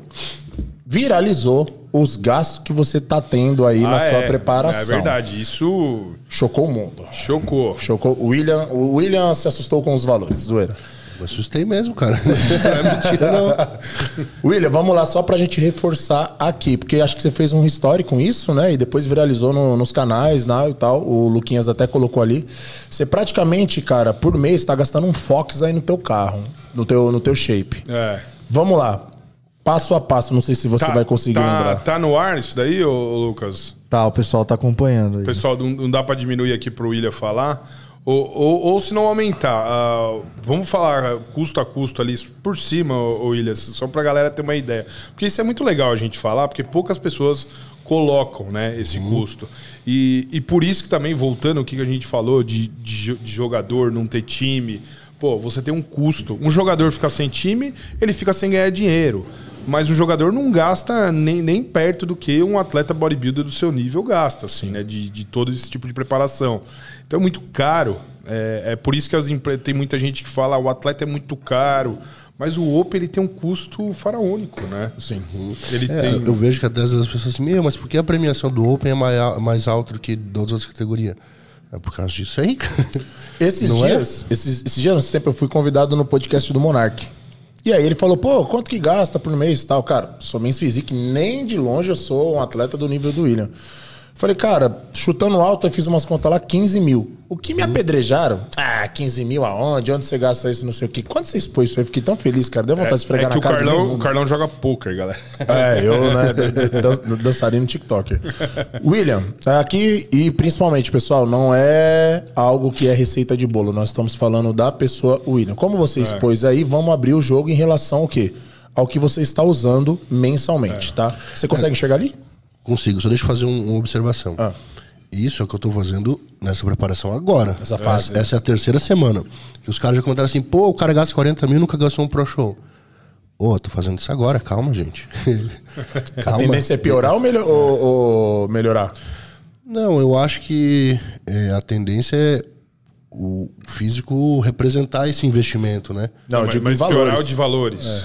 Viralizou os gastos que você tá tendo aí na sua preparação. É verdade. Isso... Chocou o mundo. Chocou. O William se assustou com os valores. Zoeira. Eu assustei mesmo, cara. Não é mentira, não. William, vamos lá, só pra gente reforçar aqui, porque acho que você fez um story com isso, né? E depois viralizou nos canais, né, e tal. O Luquinhas até colocou ali. Você praticamente, cara, por mês tá gastando um Fox aí no teu carro, no teu shape. Vamos lá. Passo a passo, não sei se você vai conseguir lembrar. Tá no ar isso daí, ô Lucas? Tá, o pessoal tá acompanhando aí. Pessoal, não dá pra diminuir aqui pro William falar. Ou se não aumentar, vamos falar custo a custo ali por cima, William, só pra galera ter uma ideia. Porque isso é muito legal a gente falar, porque poucas pessoas colocam, né, esse custo. E por isso que também, voltando ao que a gente falou de jogador não ter time, pô, você tem um custo. Um jogador fica sem time, ele fica sem ganhar dinheiro. Mas um jogador não gasta nem perto do que um atleta bodybuilder do seu nível gasta, assim, né? De todo esse tipo de preparação. Então é muito caro. É por isso que tem muita gente que fala o atleta é muito caro. Mas o Open, ele tem um custo faraônico, né? Sim. Eu vejo que até as pessoas assim, mas por que a premiação do Open é mais alta do que das outras categorias? É por causa disso aí, cara. Esses dias, nesse tempo, eu fui convidado no podcast do Monark. E aí ele falou, pô, quanto que gasta por mês e tal? Cara, sou Men's Physique, nem de longe eu sou um atleta do nível do William. Falei, cara, chutando alto, eu fiz umas contas lá, 15 mil. O que me apedrejaram? 15 mil aonde? Onde você gasta isso, não sei o quê. Quando você expôs isso aí, eu fiquei tão feliz, cara. Deu vontade de esfregar na cara. O Carlão joga poker, galera. Eu, né, dançarino TikToker. William, aqui e principalmente, pessoal, não é algo que é receita de bolo. Nós estamos falando da pessoa William. Como você expôs aí, vamos abrir o jogo em relação ao quê? Ao que você está usando mensalmente, tá? Você consegue enxergar ali? Consigo, só deixa eu fazer uma observação. Isso é o que eu tô fazendo nessa preparação agora. Essa fase. Essa é a terceira semana. E os caras já comentaram assim, pô, o cara gasta 40 mil e nunca gastou um Pro Show. Tô fazendo isso agora, calma, gente. Calma. A tendência é piorar ou melhorar? Não, eu acho que a tendência é o físico representar esse investimento, né? Não, eu digo mas valores. piorar o de valores.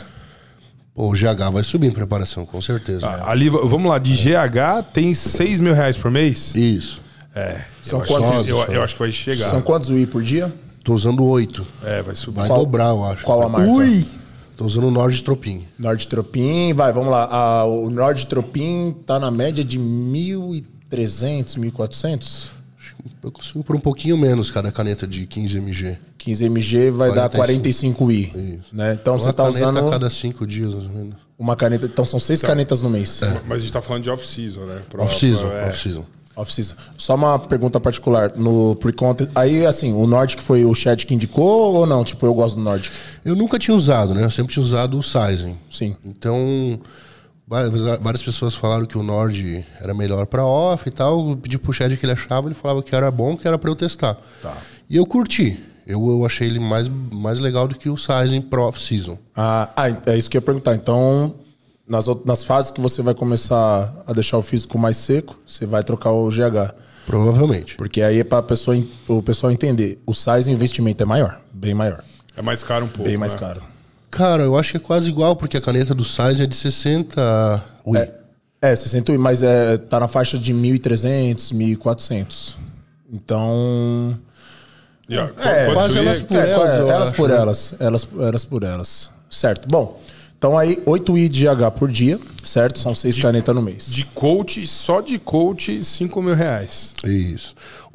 O GH vai subir em preparação, com certeza. Ali, vamos lá, de GH tem 6 mil reais por mês? Isso. São quantos? Eu acho que vai chegar. São quantos UI por dia? Tô usando 8. Vai subir. Vai dobrar, eu acho. Qual a marca? Tô usando o Nord Tropin. Nord Tropin, vamos lá. O Nord Tropin tá na média de 1.300, 1.400? Eu consigo por um pouquinho menos cada caneta de 15 mg. 15 mg vai dar 45 I. Né? Então você tá usando... a cada 5 dias, mais ou menos. Uma caneta... Então são 6 canetas no mês. Mas a gente tá falando de off-season, né? Off-season. Off-season. Só uma pergunta particular. No pre-contest, aí assim, o Nordic foi o Chad que indicou ou não? Tipo, eu gosto do Nordic. Eu nunca tinha usado, né? Eu sempre tinha usado o Sizing. Sim. Então, várias pessoas falaram que o Nord era melhor pra off e tal. Eu pedi pro Chad o que ele achava, ele falava que era bom, que era pra eu testar. Tá. E eu curti. Eu achei ele mais legal do que o Sizing pro off-season. É isso que eu ia perguntar. Então, nas fases que você vai começar a deixar o físico mais seco, você vai trocar o GH. Provavelmente. Porque aí é para o pessoal entender. O size investimento é maior, bem maior. É mais caro um pouco. Bem mais né? caro. Cara, eu acho que é quase igual, porque a caneta do Sizing é de 60 UI. 60 UI, mas tá na faixa de 1.300, 1.400. Então... quase elas por elas. Elas por elas. Certo. Bom, então aí 8 I de GH por dia, certo? São 6 canetas no mês. De coach, só de coach, R$5.000. Isso.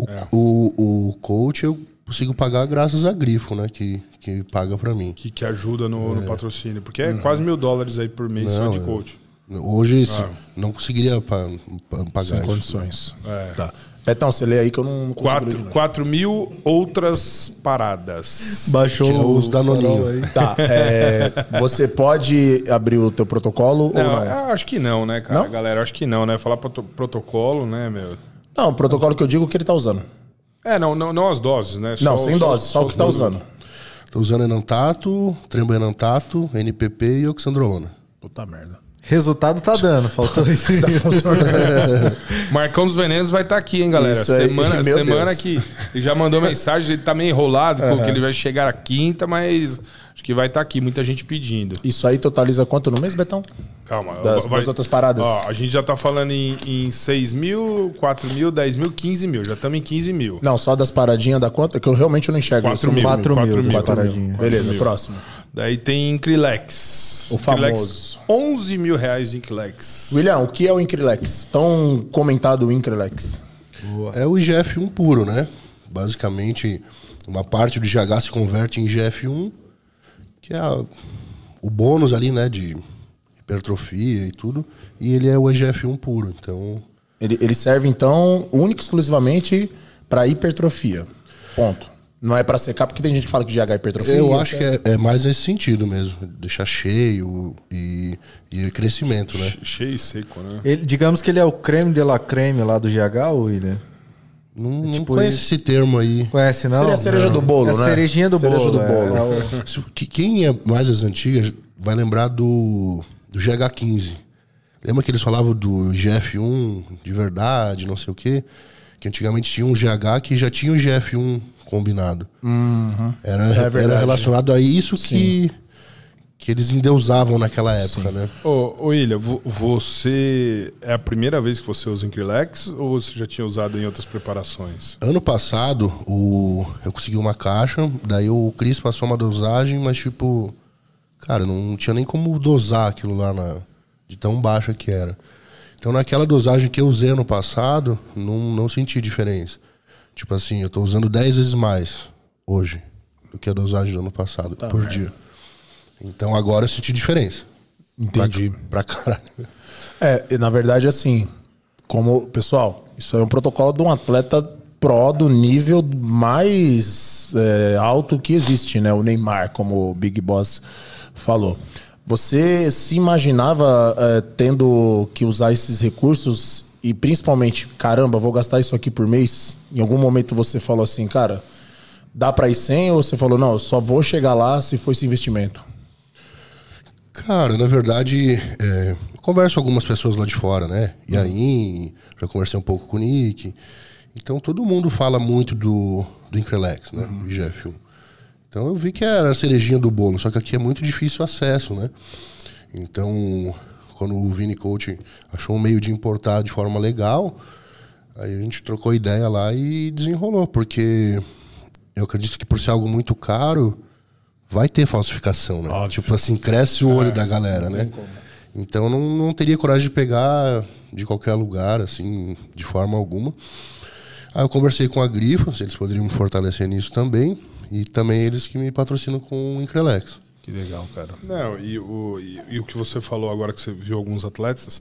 O coach eu consigo pagar graças a Grifo, né? Que paga pra mim. Que ajuda no patrocínio. Porque é quase $1.000 aí por mês só de coach. Hoje não conseguiria pagar Sem isso. condições. É. Tá. Então, você lê aí que eu não consigo ler de novo. 4.000 outras paradas. Baixou Tira os Danoninho. farol aí. Tá. Você pode abrir o teu protocolo ou Não, não? eu acho que não, né, cara? Não? Galera, eu acho que não, né? Falar protocolo, né, meu? Não, o protocolo que eu digo é o que ele tá usando. Não as doses, né? Não, sem dose, só o que tá usando. Tô usando enantato, trembenantato, NPP e oxandrolona. Puta merda. Resultado tá dando, faltou isso. Tá funcionando. Marcão dos Venenos vai estar aqui, hein, galera? Isso aí, meu semana Deus. que ele já mandou mensagem, ele tá meio enrolado, porque ele vai chegar à quinta, mas acho que vai estar aqui, muita gente pedindo. Isso aí totaliza quanto no mês, Betão? Calma. Das outras paradas. Ó, a gente já tá falando em 6 mil, 4 mil, 10 mil, 15 mil. Já estamos em 15 mil. Não, só das paradinhas da conta, que eu realmente não enxergo. 4 mil. 4 mil, 4 mil. paradinha. Beleza, mil. próximo. Daí tem Increlex. O famoso. R$11.000 de Increlex. William, o que é o Increlex? Tão comentado o Increlex. É o IGF-1 puro, né? Basicamente, uma parte do GH se converte em IGF-1, que é o bônus ali, né? De hipertrofia e tudo. E ele é o IGF-1 puro, então... Ele serve, então, único e exclusivamente para hipertrofia. Ponto. Não é para secar, porque tem gente que fala que GH é hipertrofia. Eu acho que é mais nesse sentido mesmo. Deixar cheio e crescimento, né? Cheio e seco, né? Digamos que ele é o creme de la creme lá do GH, William? Não tipo conheço esse termo aí. Conhece, não? Seria a cereja do bolo, É né? a cerejinha do Cereja bolo. do bolo. Quem é mais das antigas vai lembrar do GH15. Lembra que eles falavam do GF1 de verdade, não sei o quê? Que antigamente tinha um GH que já tinha o GF1 combinado. Uhum. Era relacionado a isso que eles endeusavam naquela época, né? Ô, William, você... É a primeira vez que você usa Increlex ou você já tinha usado em outras preparações? Ano passado, eu consegui uma caixa, daí o Cris passou uma dosagem, mas tipo... Cara, não tinha nem como dosar aquilo lá de tão baixa que era. Então naquela dosagem que eu usei ano passado, não senti diferença. Tipo assim, eu tô usando 10 vezes mais hoje do que a dosagem do ano passado por dia. Então agora eu senti diferença. Entendi. Pra caralho. Na verdade, assim, pessoal, isso é um protocolo de um atleta pro do nível mais alto que existe, né? O Neymar, como o Big Boss falou. Você se imaginava tendo que usar esses recursos e principalmente, caramba, vou gastar isso aqui por mês? Em algum momento você falou assim, cara, dá pra ir sem? Ou você falou, não, eu só vou chegar lá se for esse investimento? Cara, na verdade, eu converso com algumas pessoas lá de fora, né? E aí, já conversei um pouco com o Nick. Então, todo mundo fala muito do Increlex, né? Do IGF-1. Então, eu vi que era a cerejinha do bolo, só que aqui é muito difícil o acesso, né? Então, quando o Vini Coach achou um meio de importar de forma legal, aí a gente trocou ideia lá e desenrolou, porque eu acredito que por ser algo muito caro, vai ter falsificação, né? Óbvio. Tipo assim, cresce o olho da galera, né? Então não teria coragem de pegar de qualquer lugar, assim, de forma alguma. Aí eu conversei com a Grifo, se eles poderiam me fortalecer nisso também, e também eles que me patrocinam com o Increlex. Que legal, cara. Não, e o que você falou agora que você viu alguns atletas,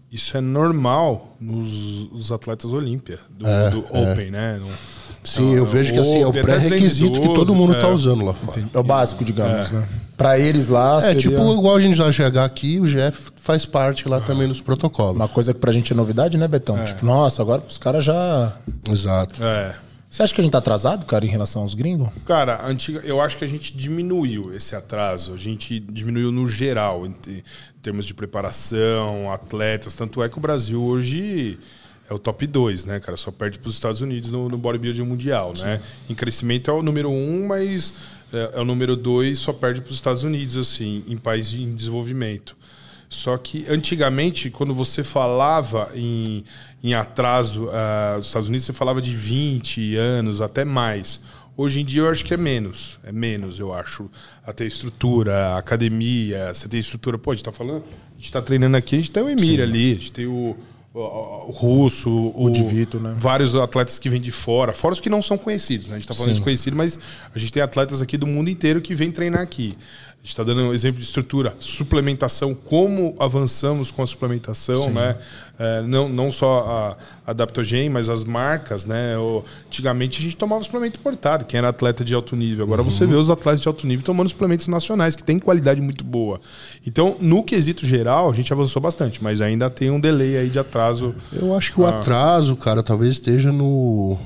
isso é normal nos atletas Olímpia, do Open, né? Sim, eu vejo que assim, é o pré-requisito que todo mundo tá usando lá fora. É o básico, digamos, né? Pra eles lá seria... tipo igual a gente da GH aqui, o GF faz parte lá também dos protocolos. Uma coisa que pra gente é novidade, né, Betão? Tipo, nossa, agora os caras já... Exato. Você acha que a gente tá atrasado, cara, em relação aos gringos? Cara, eu acho que a gente diminuiu esse atraso. A gente diminuiu no geral, em termos de preparação, atletas. Tanto é que o Brasil hoje é o top 2, né, cara? Só perde para os Estados Unidos no bodybuilding mundial, né? Em crescimento é o número 1, mas é o número 2, só perde para os Estados Unidos, assim, em país em desenvolvimento. Só que antigamente, quando você falava em atraso nos Estados Unidos, você falava de 20 anos, até mais. Hoje em dia eu acho que é menos, eu acho. Até estrutura, academia, você tem estrutura. Pô, a gente tá falando, a gente tá treinando aqui, a gente tem o Emir ali, a gente tem o Russo, o Divito, né? Vários atletas que vêm de fora os que não são conhecidos, né? A gente tá falando desconhecido, mas a gente tem atletas aqui do mundo inteiro que vêm treinar aqui. A gente está dando um exemplo de estrutura, suplementação, como avançamos com a suplementação, né? Não só a Adaptogen, mas as marcas, né? Antigamente a gente tomava suplemento importado, quem era atleta de alto nível. Agora você vê os atletas de alto nível tomando suplementos nacionais, que tem qualidade muito boa. Então, no quesito geral, a gente avançou bastante, mas ainda tem um delay aí de atraso. Eu acho que o atraso, cara, talvez esteja no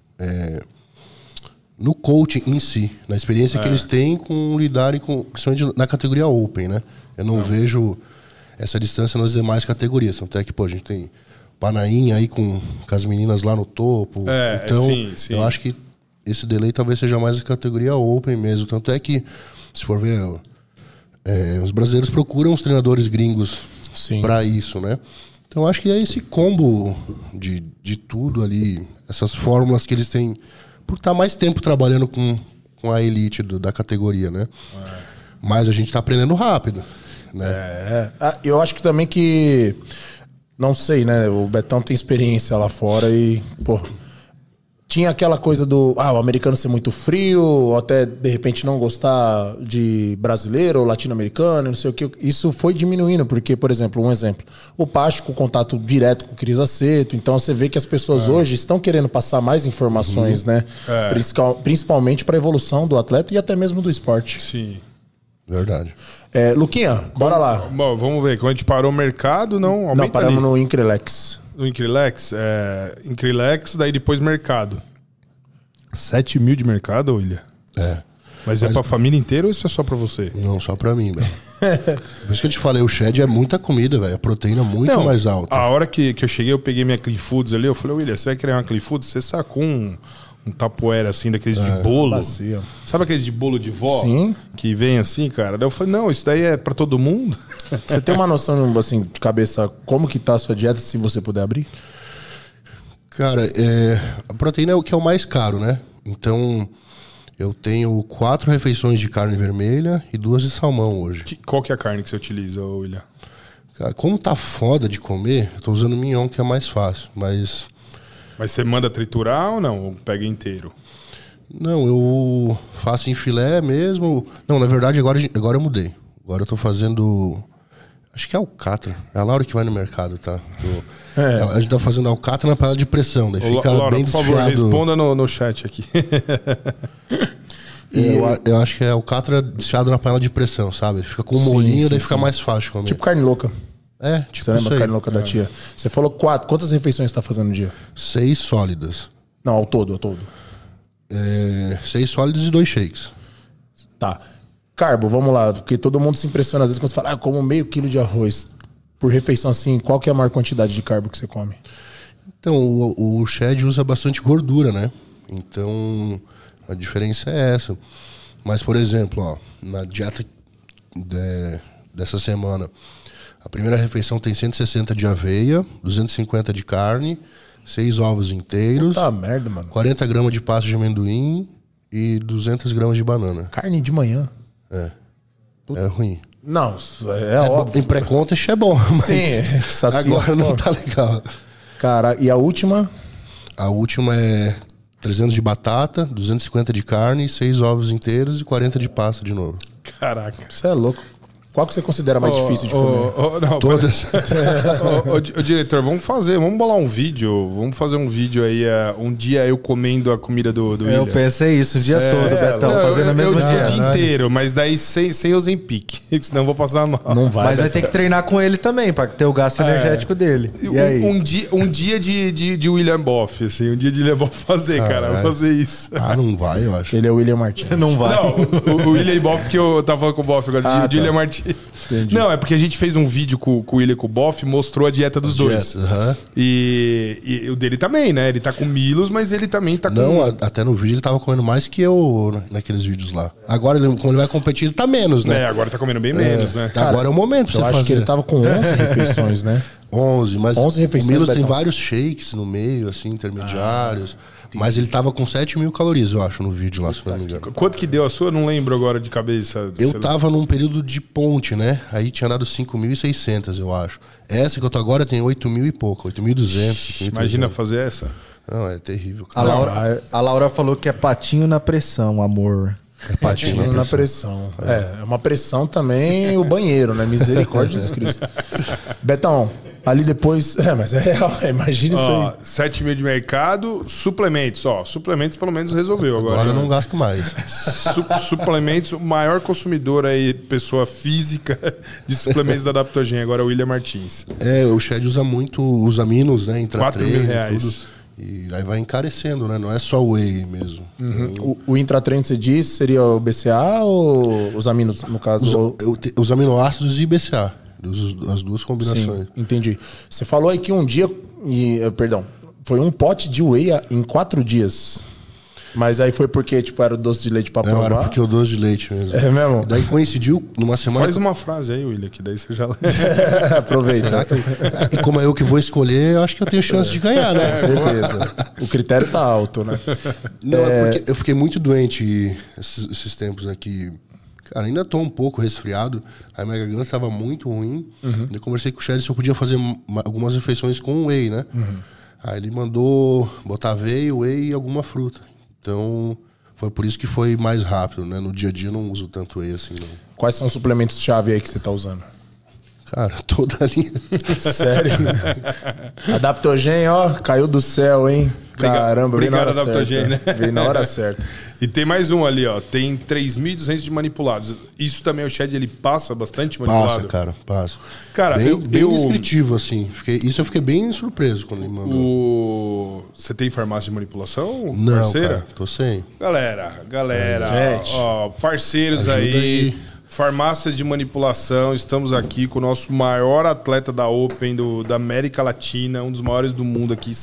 coaching em si, na experiência que eles têm com lidarem com, principalmente na categoria Open, né? Eu não vejo essa distância nas demais categorias. Tanto é que, pô, a gente tem Panaim aí com as meninas lá no topo. Então, eu acho que esse delay talvez seja mais a categoria Open mesmo. Tanto é que, se for ver, os brasileiros procuram os treinadores gringos para isso, né? Então, eu acho que é esse combo de tudo ali, essas fórmulas que eles têm, por estar mais tempo trabalhando com a elite da categoria, né? Mas a gente tá aprendendo rápido, né? Eu acho que também que... Não sei, né? O Betão tem experiência lá fora e, pô... Tinha aquela coisa do... o americano ser muito frio, ou até, de repente, não gostar de brasileiro ou latino-americano, não sei o que. Isso foi diminuindo, porque, por exemplo, um exemplo. O Pacho com contato direto com o Cris Aceto. Então, você vê que as pessoas hoje estão querendo passar mais informações, né? Principalmente para a evolução do atleta e até mesmo do esporte. Sim. Verdade. Luquinha, bora lá. Bom, vamos ver. Quando a gente parou o mercado, não aumenta. Não, paramos no Increlex. No Increlex? Increlex, daí depois mercado. 7 mil de mercado, William? Mas é pra família inteira ou isso é só pra você? Não, só pra mim, velho. Por isso que eu te falei, o shed é muita comida, velho. A proteína é muito mais alta. A hora que eu cheguei, eu peguei minha Clean Foods ali, eu falei, William, você vai querer uma Clean Foods? Você sacou um tapoeira assim, daqueles de bolo. Bacia. Sabe aqueles de bolo de vó? Sim. Que vem assim, cara? Daí eu falei, não, isso daí é pra todo mundo. Você tem uma noção, assim, de cabeça, como que tá a sua dieta, se você puder abrir? Cara, a proteína é o que é o mais caro, né? Então, eu tenho 4 refeições de carne vermelha e 2 de salmão hoje. Qual que é a carne que você utiliza, William? Cara, como tá foda de comer, eu tô usando mignon, que é mais fácil, mas... Mas você manda triturar ou não? Ou pega inteiro? Não, eu faço em filé mesmo. Não, na verdade, agora eu mudei. Agora eu tô fazendo... Acho que é alcatra. É a Laura que vai no mercado, tá? A gente tá fazendo alcatra na panela de pressão. Daí fica Laura, bem por favor, desfiado. responda no chat aqui. Eu acho que é alcatra desfiado na panela de pressão, sabe? Fica com um molhinho, daí fica mais fácil comer. Tipo carne louca. Tipo você lembra isso aí. a carne louca da tia? Você falou 4. Quantas refeições você tá fazendo no dia? 6 sólidas. Não, ao todo. 6 sólidas e 2 shakes. Tá. Carbo, vamos lá. Porque todo mundo se impressiona às vezes quando você fala, como meio quilo de arroz. Por refeição assim, qual que é a maior quantidade de carbo que você come? Então, o shed usa bastante gordura, né? Então, a diferença é essa. Mas, por exemplo, ó, na dieta dessa semana, a primeira refeição tem 160 de aveia, 250 de carne, 6 ovos inteiros. Puta merda, mano. 40 gramas de pasta de amendoim e 200 gramas de banana. Carne de manhã. É ruim. Não, é óbvio. Em pré-contest é bom, mas Sim, agora não tá legal. Cara, e a última? A última é 300 de batata, 250 de carne, 6 ovos inteiros e 40 de pasta de novo. Caraca. Você é louco. Qual que você considera mais difícil de comer? Não, Todas. Ô, diretor, vamos bolar um vídeo. Vamos fazer um vídeo aí, um dia eu comendo a comida do William. Eu pensei isso o dia todo, Betão, fazendo o mesmo dia. dia. O dia inteiro, mas daí sem Ozempic, senão eu vou passar mal. Não vai. Mas vai ter que treinar com ele também, pra ter o gasto energético dele. E aí? Um dia de William Boff, assim. Um dia de William Boff fazer, cara. Vou fazer isso. Não vai, eu acho. Ele é o William Martins. Não vai. Não, o William Boff, porque eu tava falando com o Boff agora, de William Martins. Entendi. Não, é porque a gente fez um vídeo com o William e com o Boff, mostrou a dieta dos dois. E o dele também, né? Ele tá com Milos, mas ele também tá com... Não, até no vídeo ele tava comendo mais que eu naqueles vídeos lá. Agora, como ele vai competir, ele tá menos, né? Agora tá comendo bem menos, né? Cara, agora é o momento pra eu você acho fazer. que ele tava com 11 refeições, né? 11, mas 11 refeições, o Milos tem Betão. vários shakes no meio, assim, intermediários. Mas ele tava com 7.000 calorias, eu acho, no vídeo lá, se não me engano. Quanto que deu a sua? Não lembro agora de cabeça. Eu tava num período de ponte, né? Aí tinha dado 5.600, eu acho. Essa que eu tô agora tem 8.000 e pouco, 8.200. Imagina fazer essa. Não, é terrível. A Laura falou que é patinho na pressão, amor. É patinho Na pressão. É uma pressão também o banheiro, né? Misericórdia de Cristo. Betão, ali depois... mas é real, imagina isso aí. 7 mil de mercado, suplementos. Suplementos pelo menos resolveu agora. Agora eu não gasto mais. Suplementos, o maior consumidor aí, pessoa física de suplementos da Adaptogen, agora é o William Martins. O Shed usa muito os aminos, né? R$4 mil. Tudo. E aí vai encarecendo, né? Não é só o whey mesmo. O intratreino, você disse, seria o BCA ou os aminos, no caso? Os aminoácidos e BCA. As duas combinações. Sim, entendi. Você falou aí que um dia... Perdão. Foi um pote de whey em 4 dias. Mas aí foi porque, tipo, era o doce de leite pra provar? Não, era porque o doce de leite mesmo. É mesmo? Daí coincidiu numa semana... Faz uma frase aí, William, que daí você já... Aproveita. Será que e como é eu que vou escolher, eu acho que eu tenho chance de ganhar, né? Com certeza. O critério tá alto, né? Não, é porque eu fiquei muito doente esses tempos aqui. Cara, ainda tô um pouco resfriado. A minha garganta estava muito ruim. Eu conversei com o Shed se eu podia fazer algumas refeições com whey, né? Aí ele mandou botar aveia, whey e alguma fruta. Então, foi por isso que foi mais rápido, né? No dia a dia eu não uso tanto whey assim, não. Quais são os suplementos-chave aí que você tá usando? Cara, toda a linha. Sério? Adaptogen, ó, caiu do céu, hein? Caramba, veio na hora Adaptogen, certa. Veio na hora certa. E tem mais um ali, ó. Tem 3.200 de manipulados. Isso também o Shed, ele passa bastante manipulado? Passa. Cara, bem descritivo, assim. Eu fiquei bem surpreso quando ele mandou. Você tem farmácia de manipulação, Não, parceira? cara, tô sem. Galera, Gente. ó, parceiros aí, farmácias de manipulação, estamos aqui com o nosso maior atleta da Open da América Latina, um dos maiores do mundo aqui,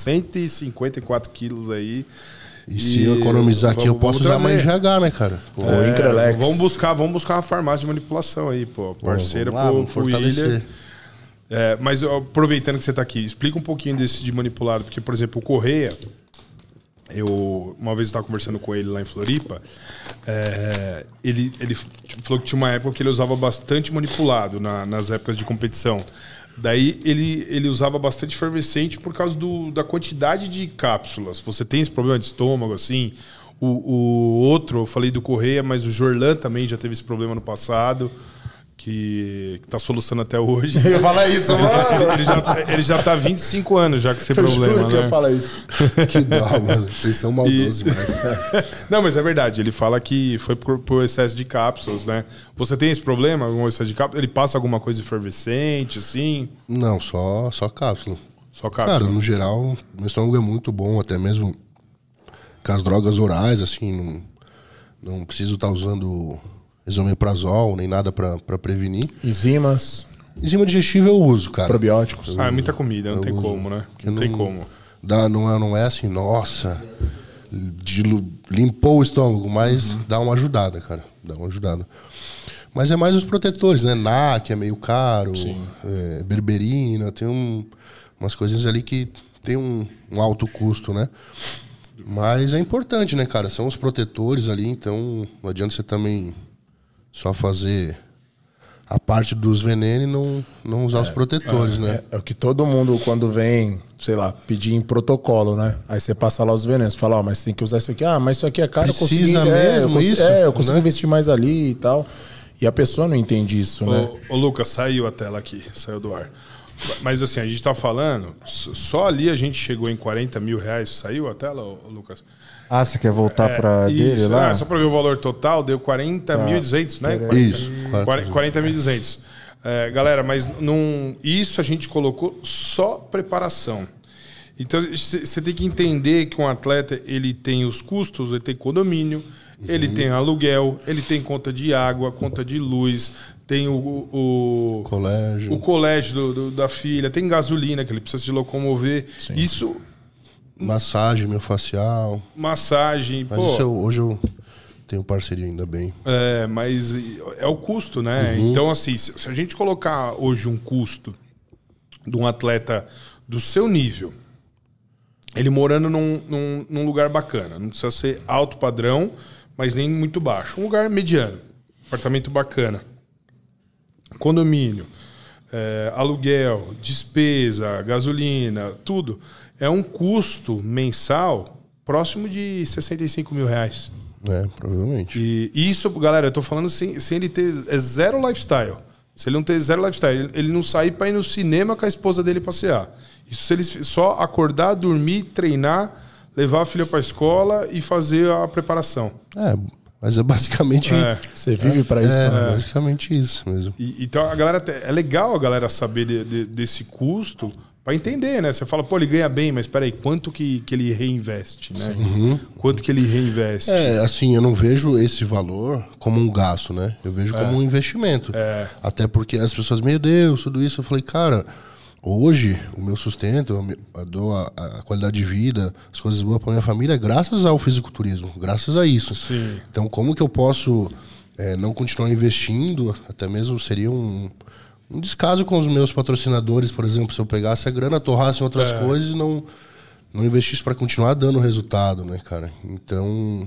154 quilos aí. E se eu economizar aqui, eu posso usar mais GH, né, cara? Pô, O Increlex. Vamos buscar uma farmácia de manipulação aí, pô. Parceira vamos pro fortalecer. William. Mas aproveitando que você tá aqui, explica um pouquinho desse de manipulado, porque, por exemplo, o Correia, uma vez eu estava conversando com ele lá em Floripa, ele falou que tinha uma época que ele usava bastante manipulado nas épocas de competição. Daí ele usava bastante efervescente por causa da quantidade de cápsulas. Você tem esse problema de estômago, assim. O outro, eu falei do Correia, mas o Jorlan também já teve esse problema no passado, que tá solucionando até hoje. Eu ia falar isso, mano. Ele já tá há 25 anos já com esse Eu problema, juro que eu né? ia falar isso. Que dó, mano. Vocês são maldosos demais. Não, mas é verdade. Ele fala que foi por excesso de cápsulas, né? Você tem esse problema, algum excesso de cápsulas? Ele passa alguma coisa efervescente, assim? Não, só cápsula. Só cápsula? Cara, no geral, meu estômago é muito bom, até mesmo com as drogas orais, assim, não preciso estar usando esomeprazol, nem nada pra prevenir. Enzimas, Enzima digestiva eu uso, cara. probióticos. É muita comida, não tem como, né? Não tem como. Não é assim, nossa, limpou o estômago, mas dá uma ajudada, cara. Dá uma ajudada. Mas é mais os protetores, né? NAC é meio caro, berberina, tem umas coisinhas ali que tem um alto custo, né? Mas é importante, né, cara? São os protetores ali, então não adianta você também só fazer a parte dos venenos e não usar os protetores, né? É o que todo mundo, quando vem, sei lá, pedir em protocolo, né? Aí você passa lá os venenos, fala, ó, mas você tem que usar isso aqui. Ah, mas isso aqui é caro, Precisa mesmo isso, eu consigo né? investir mais ali e tal. E a pessoa não entende isso, né? Ô, Lucas, saiu a tela aqui, saiu do ar. Mas assim, a gente tá falando, só ali a gente chegou em 40 mil reais. Saiu a tela, ô, Lucas? Ah, você quer voltar pra dele lá? Só para ver o valor total, deu 40.200, né? Isso. 40.200. Galera, mas isso a gente colocou só preparação. Então você tem que entender que um atleta ele tem os custos, ele tem condomínio, ele tem aluguel, ele tem conta de água, conta de luz, tem o colégio da filha, tem gasolina que ele precisa se locomover. Sim. Isso... Massagem miofascial. Massagem, mas pô... Isso hoje eu tenho parceria ainda bem. Mas é o custo, né? Então, assim, se a gente colocar hoje um custo de um atleta do seu nível, ele morando num lugar bacana, não precisa ser alto padrão, mas nem muito baixo. Um lugar mediano, apartamento bacana, condomínio, aluguel, despesa, gasolina, tudo. É um custo mensal próximo de 65 mil reais. Provavelmente. E isso, galera, eu tô falando sem ele ter zero lifestyle. Se ele não ter zero lifestyle, ele não sair pra ir no cinema com a esposa dele passear. Isso se ele só acordar, dormir, treinar, levar a filha pra escola e fazer a preparação. Mas é basicamente... Você vive pra isso, né? Basicamente isso mesmo. Então, a galera é legal a galera saber desse custo para entender, né? Você fala, pô, ele ganha bem, mas peraí, quanto que ele reinveste, né? Quanto que ele reinveste? Assim, eu não vejo esse valor como um gasto, né? Eu vejo como um investimento. Até porque as pessoas, meu Deus, tudo isso. Eu falei, cara, hoje o meu sustento, eu dou a qualidade de vida, as coisas boas para minha família, graças ao fisiculturismo, graças a isso. Sim. Então, como que eu posso não continuar investindo? Até mesmo seria um descaso com os meus patrocinadores, por exemplo, se eu pegasse a grana, torrasse em outras coisas e não investisse para continuar dando resultado, né, cara? Então,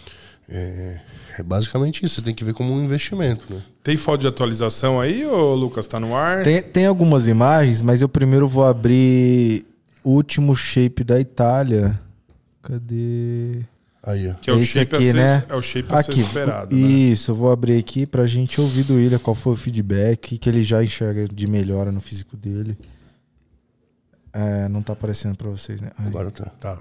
é basicamente isso. Você tem que ver como um investimento, né? Tem foto de atualização aí, ô Lucas? Tá no ar? Tem algumas imagens, mas eu primeiro vou abrir o último shape da Itália. Cadê? Aí, ó. Que é o esse shape aqui, né? É o shape a ser superado, né? Isso, eu vou abrir aqui pra gente ouvir do William qual foi o feedback, que ele já enxerga de melhora no físico dele. Não tá aparecendo pra vocês, né? Agora tá. Tá.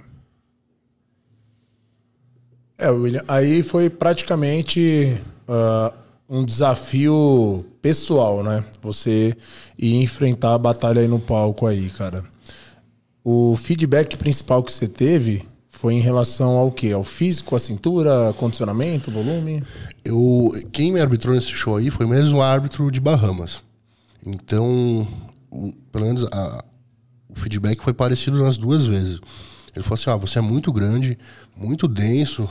William, aí foi praticamente um desafio pessoal, né? Você ir enfrentar a batalha aí no palco aí, cara. O feedback principal que você teve foi em relação ao quê? Ao físico, à cintura, condicionamento, volume? Quem me arbitrou nesse show aí foi mesmo o árbitro de Bahamas. Então, pelo menos o feedback foi parecido nas duas vezes. Ele falou assim, você é muito grande, muito denso,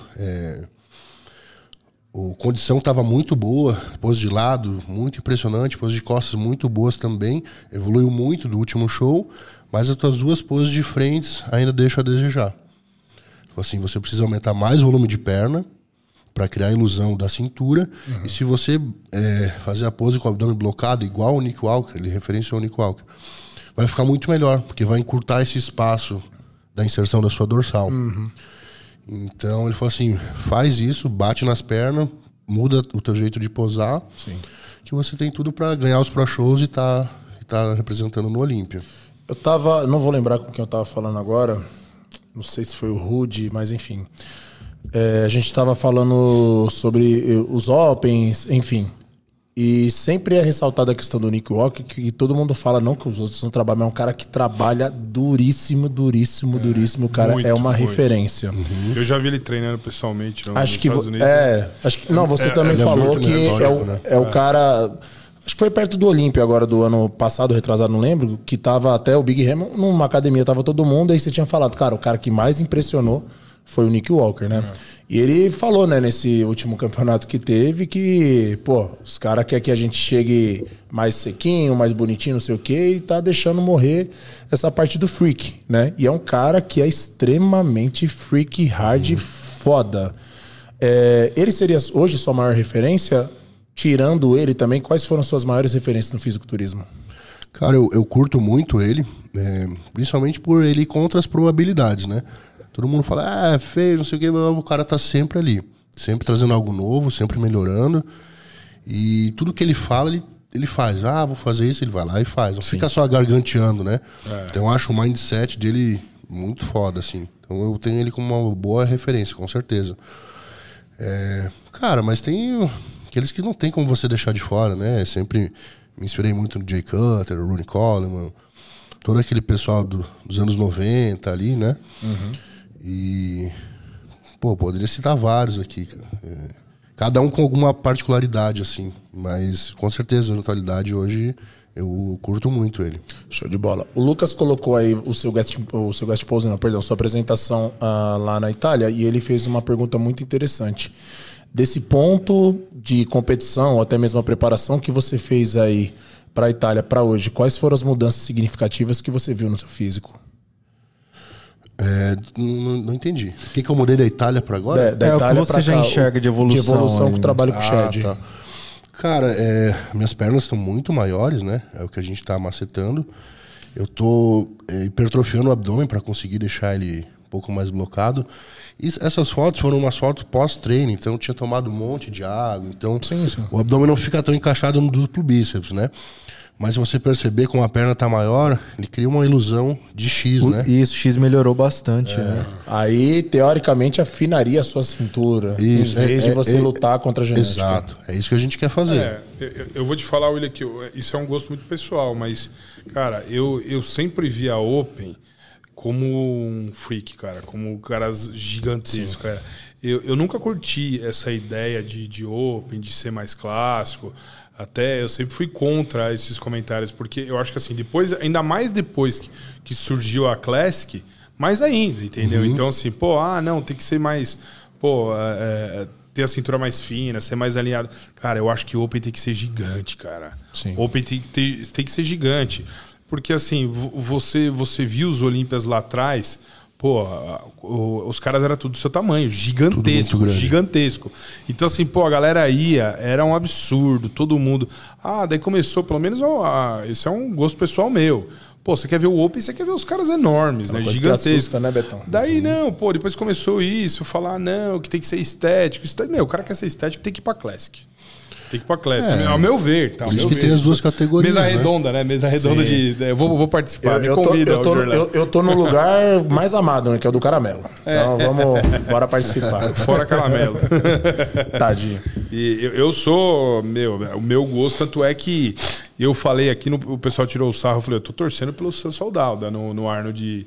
a condição estava muito boa, pose de lado, muito impressionante, pose de costas muito boas também, evoluiu muito do último show, mas as tuas duas poses de frente ainda deixam a desejar. Assim, você precisa aumentar mais o volume de perna para criar a ilusão da cintura. E se você fazer a pose com o abdômen blocado, igual o Nick Walker, ele referenciou o Nick Walker, vai ficar muito melhor, porque vai encurtar esse espaço da inserção da sua dorsal. Então ele falou assim, faz isso, bate nas pernas, muda o teu jeito de posar, que você tem tudo para ganhar os pro shows e tá representando no Olímpia. Não vou lembrar com quem eu tava falando agora, não sei se foi o Rudy, mas enfim. A gente estava falando sobre os Opens, enfim. E sempre é ressaltada a questão do Nick Walker, que todo mundo fala, não que os outros não trabalham, mas é um cara que trabalha duríssimo. O cara é uma referência. Eu já vi ele treinando pessoalmente nos Acho que Estados Unidos. Você também falou que o cara... Acho que foi perto do Olímpia agora, do ano passado, retrasado, não lembro, que tava até o Big Ham, numa academia, tava todo mundo, aí você tinha falado, cara, o cara que mais impressionou foi o Nick Walker, né? E ele falou, né, nesse último campeonato que teve, que, os caras querem que a gente chegue mais sequinho, mais bonitinho, não sei o quê, e tá deixando morrer essa parte do freak, né? E é um cara que é extremamente freak, hard, foda. Ele seria hoje sua maior referência? Tirando ele também, quais foram suas maiores referências no fisiculturismo? Cara, eu curto muito ele, principalmente por ele ir contra as probabilidades, né? Todo mundo fala, é feio, não sei o quê, mas o cara tá sempre ali. Sempre trazendo algo novo, sempre melhorando. E tudo que ele fala, ele faz. Ah, vou fazer isso, ele vai lá e faz. Não fica só garganteando, né? Então eu acho o mindset dele muito foda, assim. Então eu tenho ele como uma boa referência, com certeza. Cara, mas tem aqueles que não tem como você deixar de fora, né? Sempre me inspirei muito no Jay Cutler, o Ronnie Coleman, todo aquele pessoal dos anos 90 ali, né? E, pô, poderia citar vários aqui, cara. Cada um com alguma particularidade, assim. Mas, com certeza, na atualidade, hoje, eu curto muito ele. Show de bola. O Lucas colocou aí o seu guest pose, não, perdão, sua apresentação lá na Itália, e ele fez uma pergunta muito interessante. Desse ponto de competição, ou até mesmo a preparação que você fez aí para a Itália, para hoje, quais foram as mudanças significativas que você viu no seu físico? Não entendi. O que eu mudei da Itália para agora? Da Itália o que você já enxerga de evolução. De evolução com o trabalho com o Shed. Tá. Cara, minhas pernas estão muito maiores, né? É o que a gente tá macetando. Eu tô hipertrofiando o abdômen para conseguir deixar ele um pouco mais blocado. E essas fotos foram umas fotos pós-treino, então eu tinha tomado um monte de água. Então Sim. o abdômen não fica tão encaixado no duplo bíceps, né? Mas se você perceber como a perna tá maior, ele cria uma ilusão de X, né? Isso, X melhorou bastante, né? Aí, teoricamente, afinaria a sua cintura. Isso, em vez de você lutar contra a genética. Exato. É isso que a gente quer fazer. Eu vou te falar, William, que isso é um gosto muito pessoal, mas, cara, eu sempre vi a Open como um freak, cara, como caras gigantescos, cara. Eu nunca curti essa ideia de Open, de ser mais clássico. Até eu sempre fui contra esses comentários, porque eu acho que assim, depois, ainda mais depois que surgiu a Classic, mais ainda, entendeu? Então assim, não, tem que ser mais, ter a cintura mais fina, ser mais alinhado. Cara, eu acho que o Open tem que ser gigante, cara. Sim. O Open tem que ser gigante. Porque assim, você viu os Olímpias lá atrás, os caras eram tudo do seu tamanho, gigantesco, gigantesco. Então assim, a galera ia, era um absurdo, todo mundo. Daí começou, pelo menos, esse é um gosto pessoal meu. Você quer ver o Open, você quer ver os caras enormes, né? Gigantescos. Né, Betão? Daí não, depois começou isso, falar, não, que tem que ser estético. O cara quer ser estético, tem que ir pra Classic. Tem que ir pra Classic, ao meu ver. Tá, por isso que tem as duas categorias. Mesa redonda, né? Mesa redonda de. Eu vou participar, me convida. Eu tô no lugar mais amado, né? Que é o do caramelo. Então bora participar. Fora caramelo. Tadinho. E eu sou. O meu gosto, tanto é que eu falei aqui, o pessoal tirou o sarro, eu falei, eu tô torcendo pelo Sam Soldado no Arnold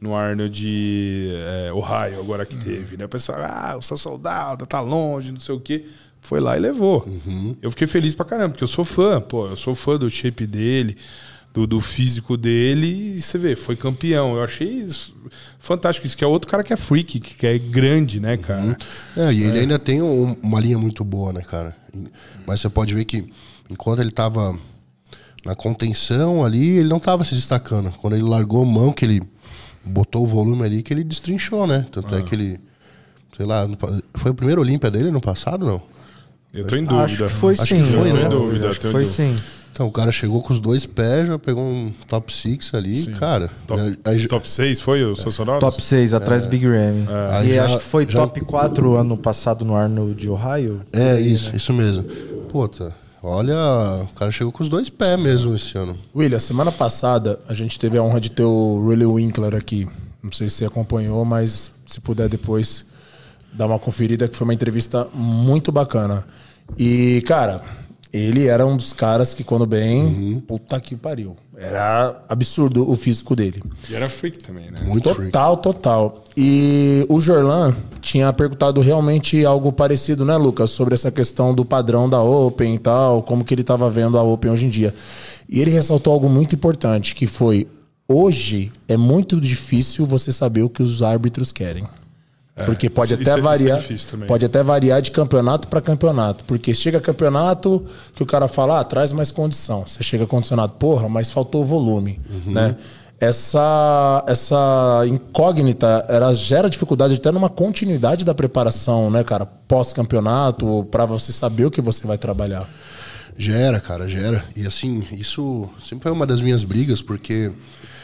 de Ohio, agora que teve, né? O pessoal, o Sam Soldado tá longe, não sei o quê. Foi lá e levou. Eu fiquei feliz pra caramba, porque eu sou fã. Eu sou fã do shape dele, do físico dele. E você vê, foi campeão. Eu achei isso fantástico. Isso que é outro cara que é freak, que é grande, né, cara? E ele ainda tem uma linha muito boa, né, cara? Mas você pode ver que enquanto ele tava na contenção ali, ele não tava se destacando. Quando ele largou a mão, que ele botou o volume ali, que ele destrinchou, né? Tanto é que ele... Sei lá, foi o primeiro Olímpia dele no passado, não? Eu tô em dúvida. Acho que foi sim. Acho que foi sim. Então o cara chegou com os dois pés, já pegou um top 6 ali, cara. Top 6 foi o seu sonoro? Top 6, atrás do Big Ram. E acho que foi top 4 ano passado no Arnold de Ohio. Isso mesmo. Olha, o cara chegou com os dois pés mesmo esse ano. William, semana passada a gente teve a honra de ter o Riley Winkler aqui. Não sei se você acompanhou, mas se puder depois dar uma conferida, que foi uma entrevista muito bacana. E, cara, ele era um dos caras que, quando bem, puta que pariu. Era absurdo o físico dele. E era freak também, né? Muito freak. Total. E o Jorlan tinha perguntado realmente algo parecido, né, Lucas? Sobre essa questão do padrão da Open e tal, como que ele estava vendo a Open hoje em dia. E ele ressaltou algo muito importante, que foi: hoje é muito difícil você saber o que os árbitros querem. Porque pode até variar, pode até variar de campeonato para campeonato. Porque chega campeonato que o cara fala, traz mais condição. Você chega condicionado, mas faltou volume, né? Essa incógnita, ela gera dificuldade até numa continuidade da preparação, né, cara? Pós-campeonato, para você saber o que você vai trabalhar. Gera, cara, gera. E assim, isso sempre foi uma das minhas brigas, porque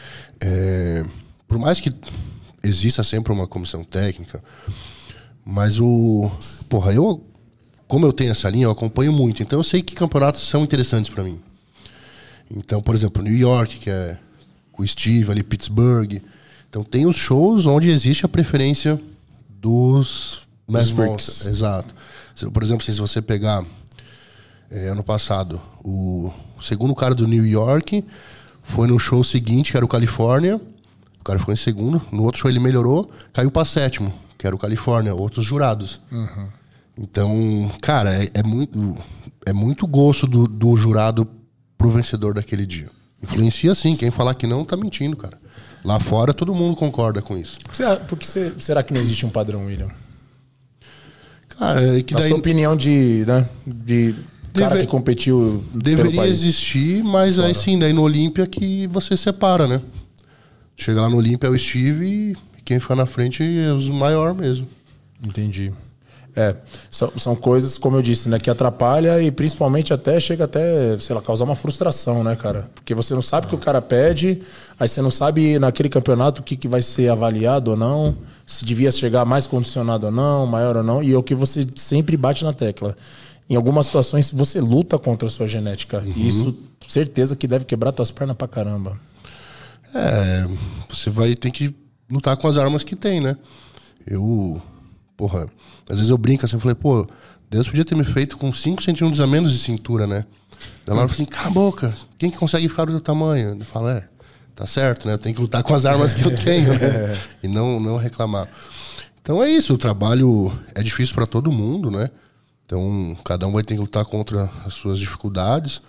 por mais que exista sempre uma comissão técnica, mas eu como eu tenho essa linha, eu acompanho muito. Então eu sei que campeonatos são interessantes para mim. Então, por exemplo, New York, que é com o Steve ali, Pittsburgh. Então tem os shows onde existe a preferência dos mass monsters. Exato. Por exemplo, se você pegar ano passado, o segundo cara do New York foi no show seguinte, que era o Califórnia. O cara ficou em segundo. No outro show ele melhorou, caiu para sétimo, que era o Califórnia, outros jurados. Uhum. Então, cara, é muito gosto do jurado pro vencedor daquele dia. Influencia sim, quem falar que não tá mentindo, cara. Lá fora todo mundo concorda com isso. Por que será que não existe um padrão, William? Cara, é que na daí... sua opinião de cara que competiu deveria existir, mas fora. Aí sim, daí no Olímpia que você separa, né? Chega lá no Olímpia é o Steve e quem fica na frente é os maiores mesmo. Entendi. São coisas, como eu disse, né, que atrapalha e principalmente chega até, sei lá, causar uma frustração, né, cara? Porque você não sabe o que o cara pede, aí você não sabe naquele campeonato o que vai ser avaliado ou não, se devia chegar mais condicionado ou não, maior ou não, e é o que você sempre bate na tecla. Em algumas situações você luta contra a sua genética, e isso, certeza que deve quebrar tuas pernas pra caramba. Você vai ter que lutar com as armas que tem, né? Às vezes eu brinco assim, eu falei, Deus podia ter me feito com 5 centímetros a menos de cintura, né? Daí ela falou assim, cala a boca, quem que consegue ficar do teu tamanho? Eu falo, tá certo, né? Eu tenho que lutar com as armas que eu tenho, né? E não reclamar. Então é isso, o trabalho é difícil para todo mundo, né? Então cada um vai ter que lutar contra as suas dificuldades,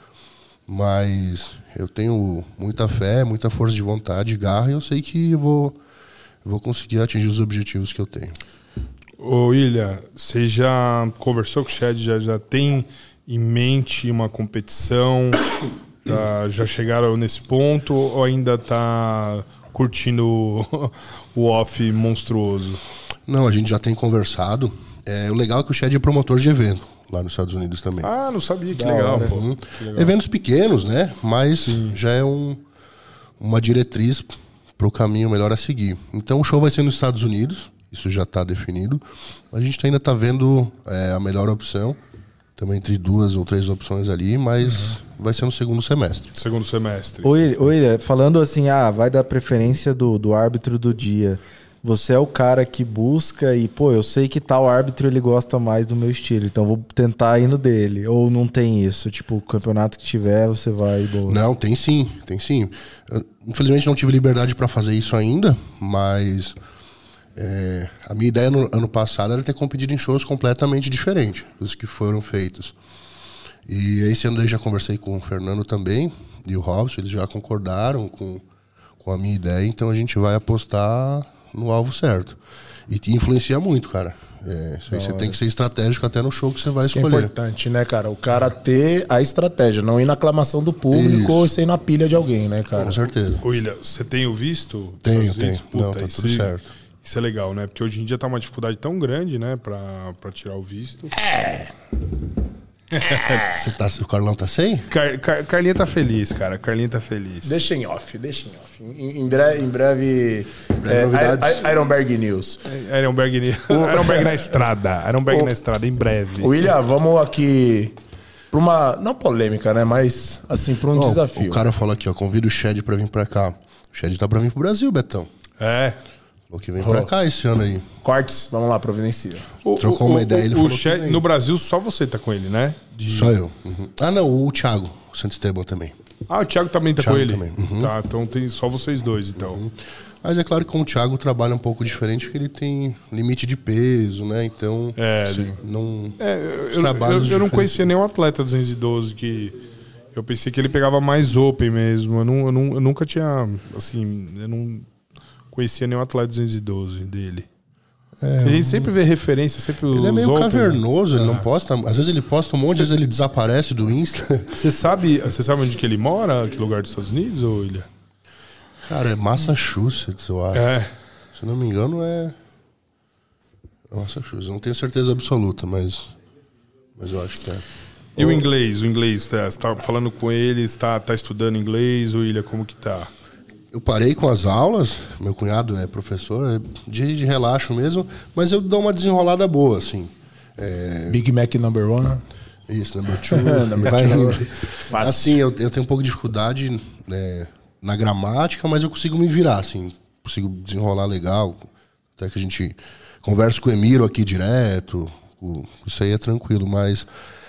mas eu tenho muita fé, muita força de vontade, garra, e eu sei que eu vou conseguir atingir os objetivos que eu tenho. Ô Ilha, você já conversou com o Chad, já tem em mente uma competição? Já chegaram nesse ponto ou ainda tá curtindo o off monstruoso? Não, a gente já tem conversado. O legal é que o Chad é promotor de evento lá nos Estados Unidos também. Ah, não sabia, que legal, pô. Que legal. Eventos pequenos, né? Mas já é uma diretriz para o caminho melhor a seguir. Então o show vai ser nos Estados Unidos. Isso já está definido. A gente ainda está vendo a melhor opção. Também entre 2 ou 3 opções ali, mas vai ser no segundo semestre. Segundo semestre. Oi, falando assim, vai dar preferência do árbitro do dia. Você é o cara que busca e, eu sei que tal árbitro ele gosta mais do meu estilo, então vou tentar ir no dele. Ou não tem isso? Tipo, o campeonato que tiver, você vai e boa. Não, tem sim. Eu, infelizmente não tive liberdade para fazer isso ainda, mas... a minha ideia no ano passado era ter competido em shows completamente diferentes dos que foram feitos. E esse ano eu já conversei com o Fernando também e o Robson, eles já concordaram com a minha ideia, então a gente vai apostar no alvo certo. E te influencia muito, cara. Isso aí você tem que ser estratégico até no show que você vai escolher. É importante, né, cara? O cara ter a estratégia, não ir na aclamação do público ou ir na pilha de alguém, né, cara? Com certeza. William, você tem o visto? Tenho. Não, tá tudo certo. Isso é legal, né? Porque hoje em dia tá uma dificuldade tão grande, né? Pra tirar o visto. O Carlão tá sem? Carlinha tá feliz, cara. Carlinha tá feliz. Deixa em off. Em breve Ironberg News. Ironberg na estrada. Ironberg na estrada, em breve. William, vamos aqui pra uma... Não polêmica, né? Mas, assim, pra um desafio. O cara falou aqui, convida o Chad pra vir pra cá. O Chad tá pra vir pro Brasil, Betão. O que vem pra cá esse ano aí. Cortes, vamos lá, providencia. Trocou uma ideia, ele falou Chad, no Brasil, só você tá com ele, né? Só eu. Ah, não, o Thiago, o Santisteban também. Ah, o Thiago também tá com ele? Também. Tá, então tem só vocês dois, então. Mas é claro que com o Thiago trabalha um pouco diferente, porque ele tem limite de peso, né? Então, eu não conhecia nenhum atleta 212 que... Eu pensei que ele pegava mais open mesmo. Eu nunca tinha, assim... Eu não conhecia nenhum atleta 212 dele. A gente sempre vê referência, sempre ele é meio open, cavernoso, ele não posta. Às vezes ele posta um monte, às vezes ele desaparece do Insta. Você sabe onde que ele mora? Que lugar dos Estados Unidos, ou Ilha? Cara, é Massachusetts, eu acho. Se não me engano, é Massachusetts. Não tenho certeza absoluta, mas eu acho que é. E o inglês? Você tá falando com ele, tá estudando inglês, ou Ilha, como que tá? Eu parei com as aulas, meu cunhado é professor, de relaxo mesmo, mas eu dou uma desenrolada boa, assim. Big Mac number 1. Isso, number 2. Vai indo. Assim, eu tenho um pouco de dificuldade na gramática, mas eu consigo me virar, assim. Consigo desenrolar legal. Até que a gente conversa com o Emiro aqui direto. Isso aí é tranquilo, mas...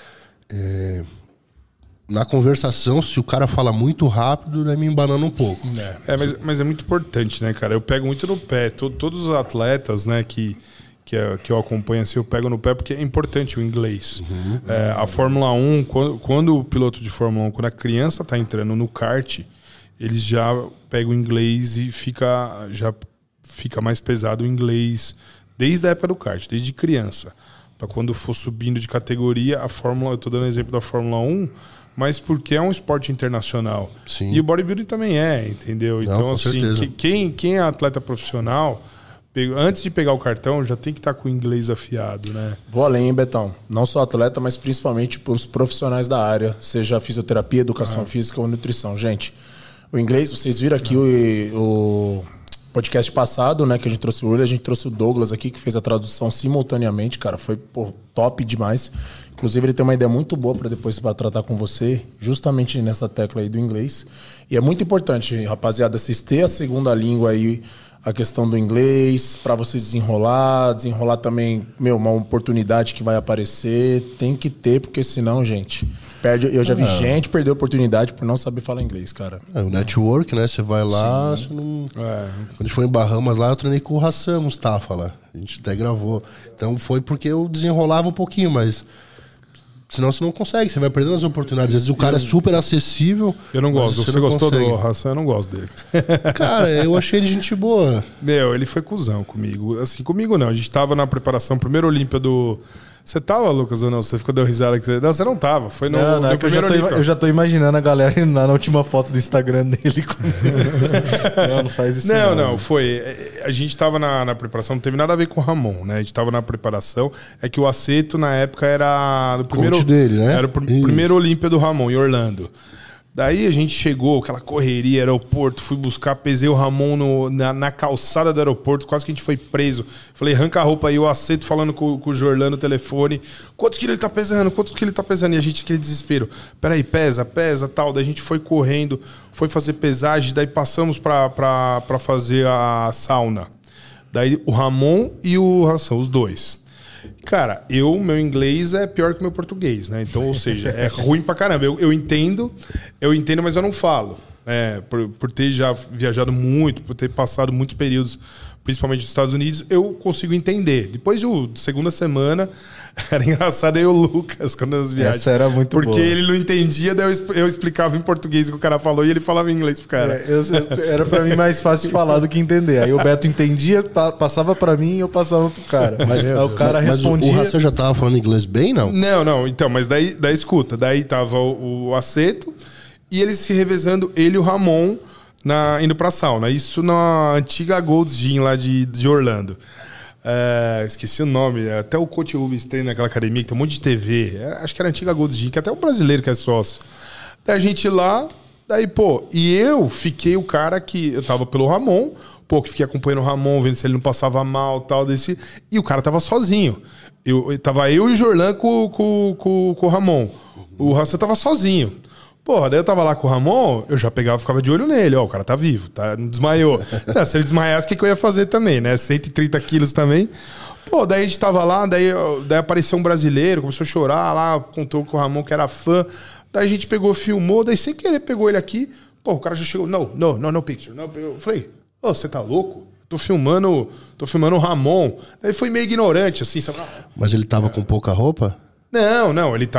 na conversação, se o cara fala muito rápido, me embanando um pouco. Mas é muito importante, né, cara? Eu pego muito no pé. Todos os atletas, né, que eu acompanho, assim, eu pego no pé porque é importante o inglês. A Fórmula 1, quando o piloto de Fórmula 1, quando a criança tá entrando no kart, eles já pegam o inglês e já fica mais pesado o inglês desde a época do kart, desde criança. Para quando for subindo de categoria, eu tô dando exemplo da Fórmula 1, mas porque é um esporte internacional. Sim. E o bodybuilding também entendeu? Não, então, com assim, certeza. quem é atleta profissional, antes de pegar o cartão, já tem que estar com o inglês afiado, né? Vou além, hein, Betão? Não só atleta, mas principalmente para os profissionais da área, seja fisioterapia, educação física ou nutrição. Gente, o inglês, vocês viram aqui o podcast passado, né, que a gente trouxe o Uri, a gente trouxe o Douglas aqui, que fez a tradução simultaneamente, cara, foi top demais. Inclusive, ele tem uma ideia muito boa para depois para tratar com você, justamente nessa tecla aí do inglês. E é muito importante, rapaziada, vocês terem a segunda língua aí, a questão do inglês, para você desenrolar também, uma oportunidade que vai aparecer, tem que ter, porque senão, gente, perde. Eu já vi gente perder oportunidade por não saber falar inglês, cara. O network, né? Você vai lá, você não... Quando a gente foi em Bahamas lá, eu treinei com o Hassan Mustafa lá. A gente até gravou. Então foi porque eu desenrolava um pouquinho, mas... Senão você não consegue, você vai perdendo as oportunidades. Às vezes o cara é super acessível. Eu não gosto. Você gostou do Hassan? Eu não gosto dele. Cara, eu achei ele gente boa. Ele foi cuzão comigo. Assim, comigo não. A gente tava na preparação, primeira Olímpia do... Você tava, Lucas, ou não? Você ficou dando risada? Não, você não tava. Foi no primeiro Olímpia. Eu já tô imaginando a galera indo na última foto do Instagram dele. Não faz isso não. Foi. A gente tava na preparação, não teve nada a ver com o Ramon, né? A gente tava na preparação. É que o Aceto, na época, era do primeiro... dele, né? Era o primeiro Olímpia do Ramon, em Orlando. Daí a gente chegou, aquela correria, aeroporto, fui buscar, pesei o Ramon na calçada do aeroporto, quase que a gente foi preso. Falei, arranca a roupa aí, eu aceito falando com o Jorlan no telefone. Quantos quilos ele tá pesando? Quantos quilos ele tá pesando? E a gente, aquele desespero. Peraí, pesa, tal. Daí a gente foi correndo, foi fazer pesagem, daí passamos pra fazer a sauna. Daí o Ramon e o Hassan, os dois. Cara, meu inglês é pior que meu português, né? Então, ou seja, é ruim pra caramba. Eu entendo, mas eu não falo. Por ter já viajado muito, por ter passado muitos períodos, principalmente nos Estados Unidos, eu consigo entender. Depois de segunda semana, era engraçado aí o Lucas, quando as viagens. Essa era muito boa. Porque ele não entendia, daí eu explicava em português o que o cara falou e ele falava em inglês pro cara. Era pra mim mais fácil falar do que entender. Aí o Beto entendia, passava pra mim e eu passava pro cara. Aí o cara respondia. O Hassan já tava falando inglês bem, não? Não. Então, mas daí escuta. Daí tava o Aceto e eles se revezando, ele e o Ramon indo pra sauna. Isso na antiga Gold's Gym lá de Orlando. Esqueci o nome. Até o Coach Rubens treina naquela academia que tem um monte de TV. Acho que era a antiga Gold's Gym, que até um brasileiro que é sócio. Daí a gente lá, e eu fiquei o cara que eu tava pelo Ramon, que fiquei acompanhando o Ramon, vendo se ele não passava mal, tal, e o cara tava sozinho. Tava eu e o Jorlan com o Ramon. O Hassan tava sozinho. Daí eu tava lá com o Ramon, eu já pegava e ficava de olho nele. O cara tá vivo, não desmaiou. Se ele desmaiasse, o que eu ia fazer também, né? 130 quilos também. Daí a gente tava lá, daí apareceu um brasileiro, começou a chorar lá, contou com o Ramon que era fã. Daí a gente pegou, filmou, daí sem querer pegou ele aqui. O cara já chegou, no picture. Não. Eu falei, você tá louco? Tô filmando o Ramon. Daí foi meio ignorante, assim. Sabe? Mas ele tava com pouca roupa? Não, ele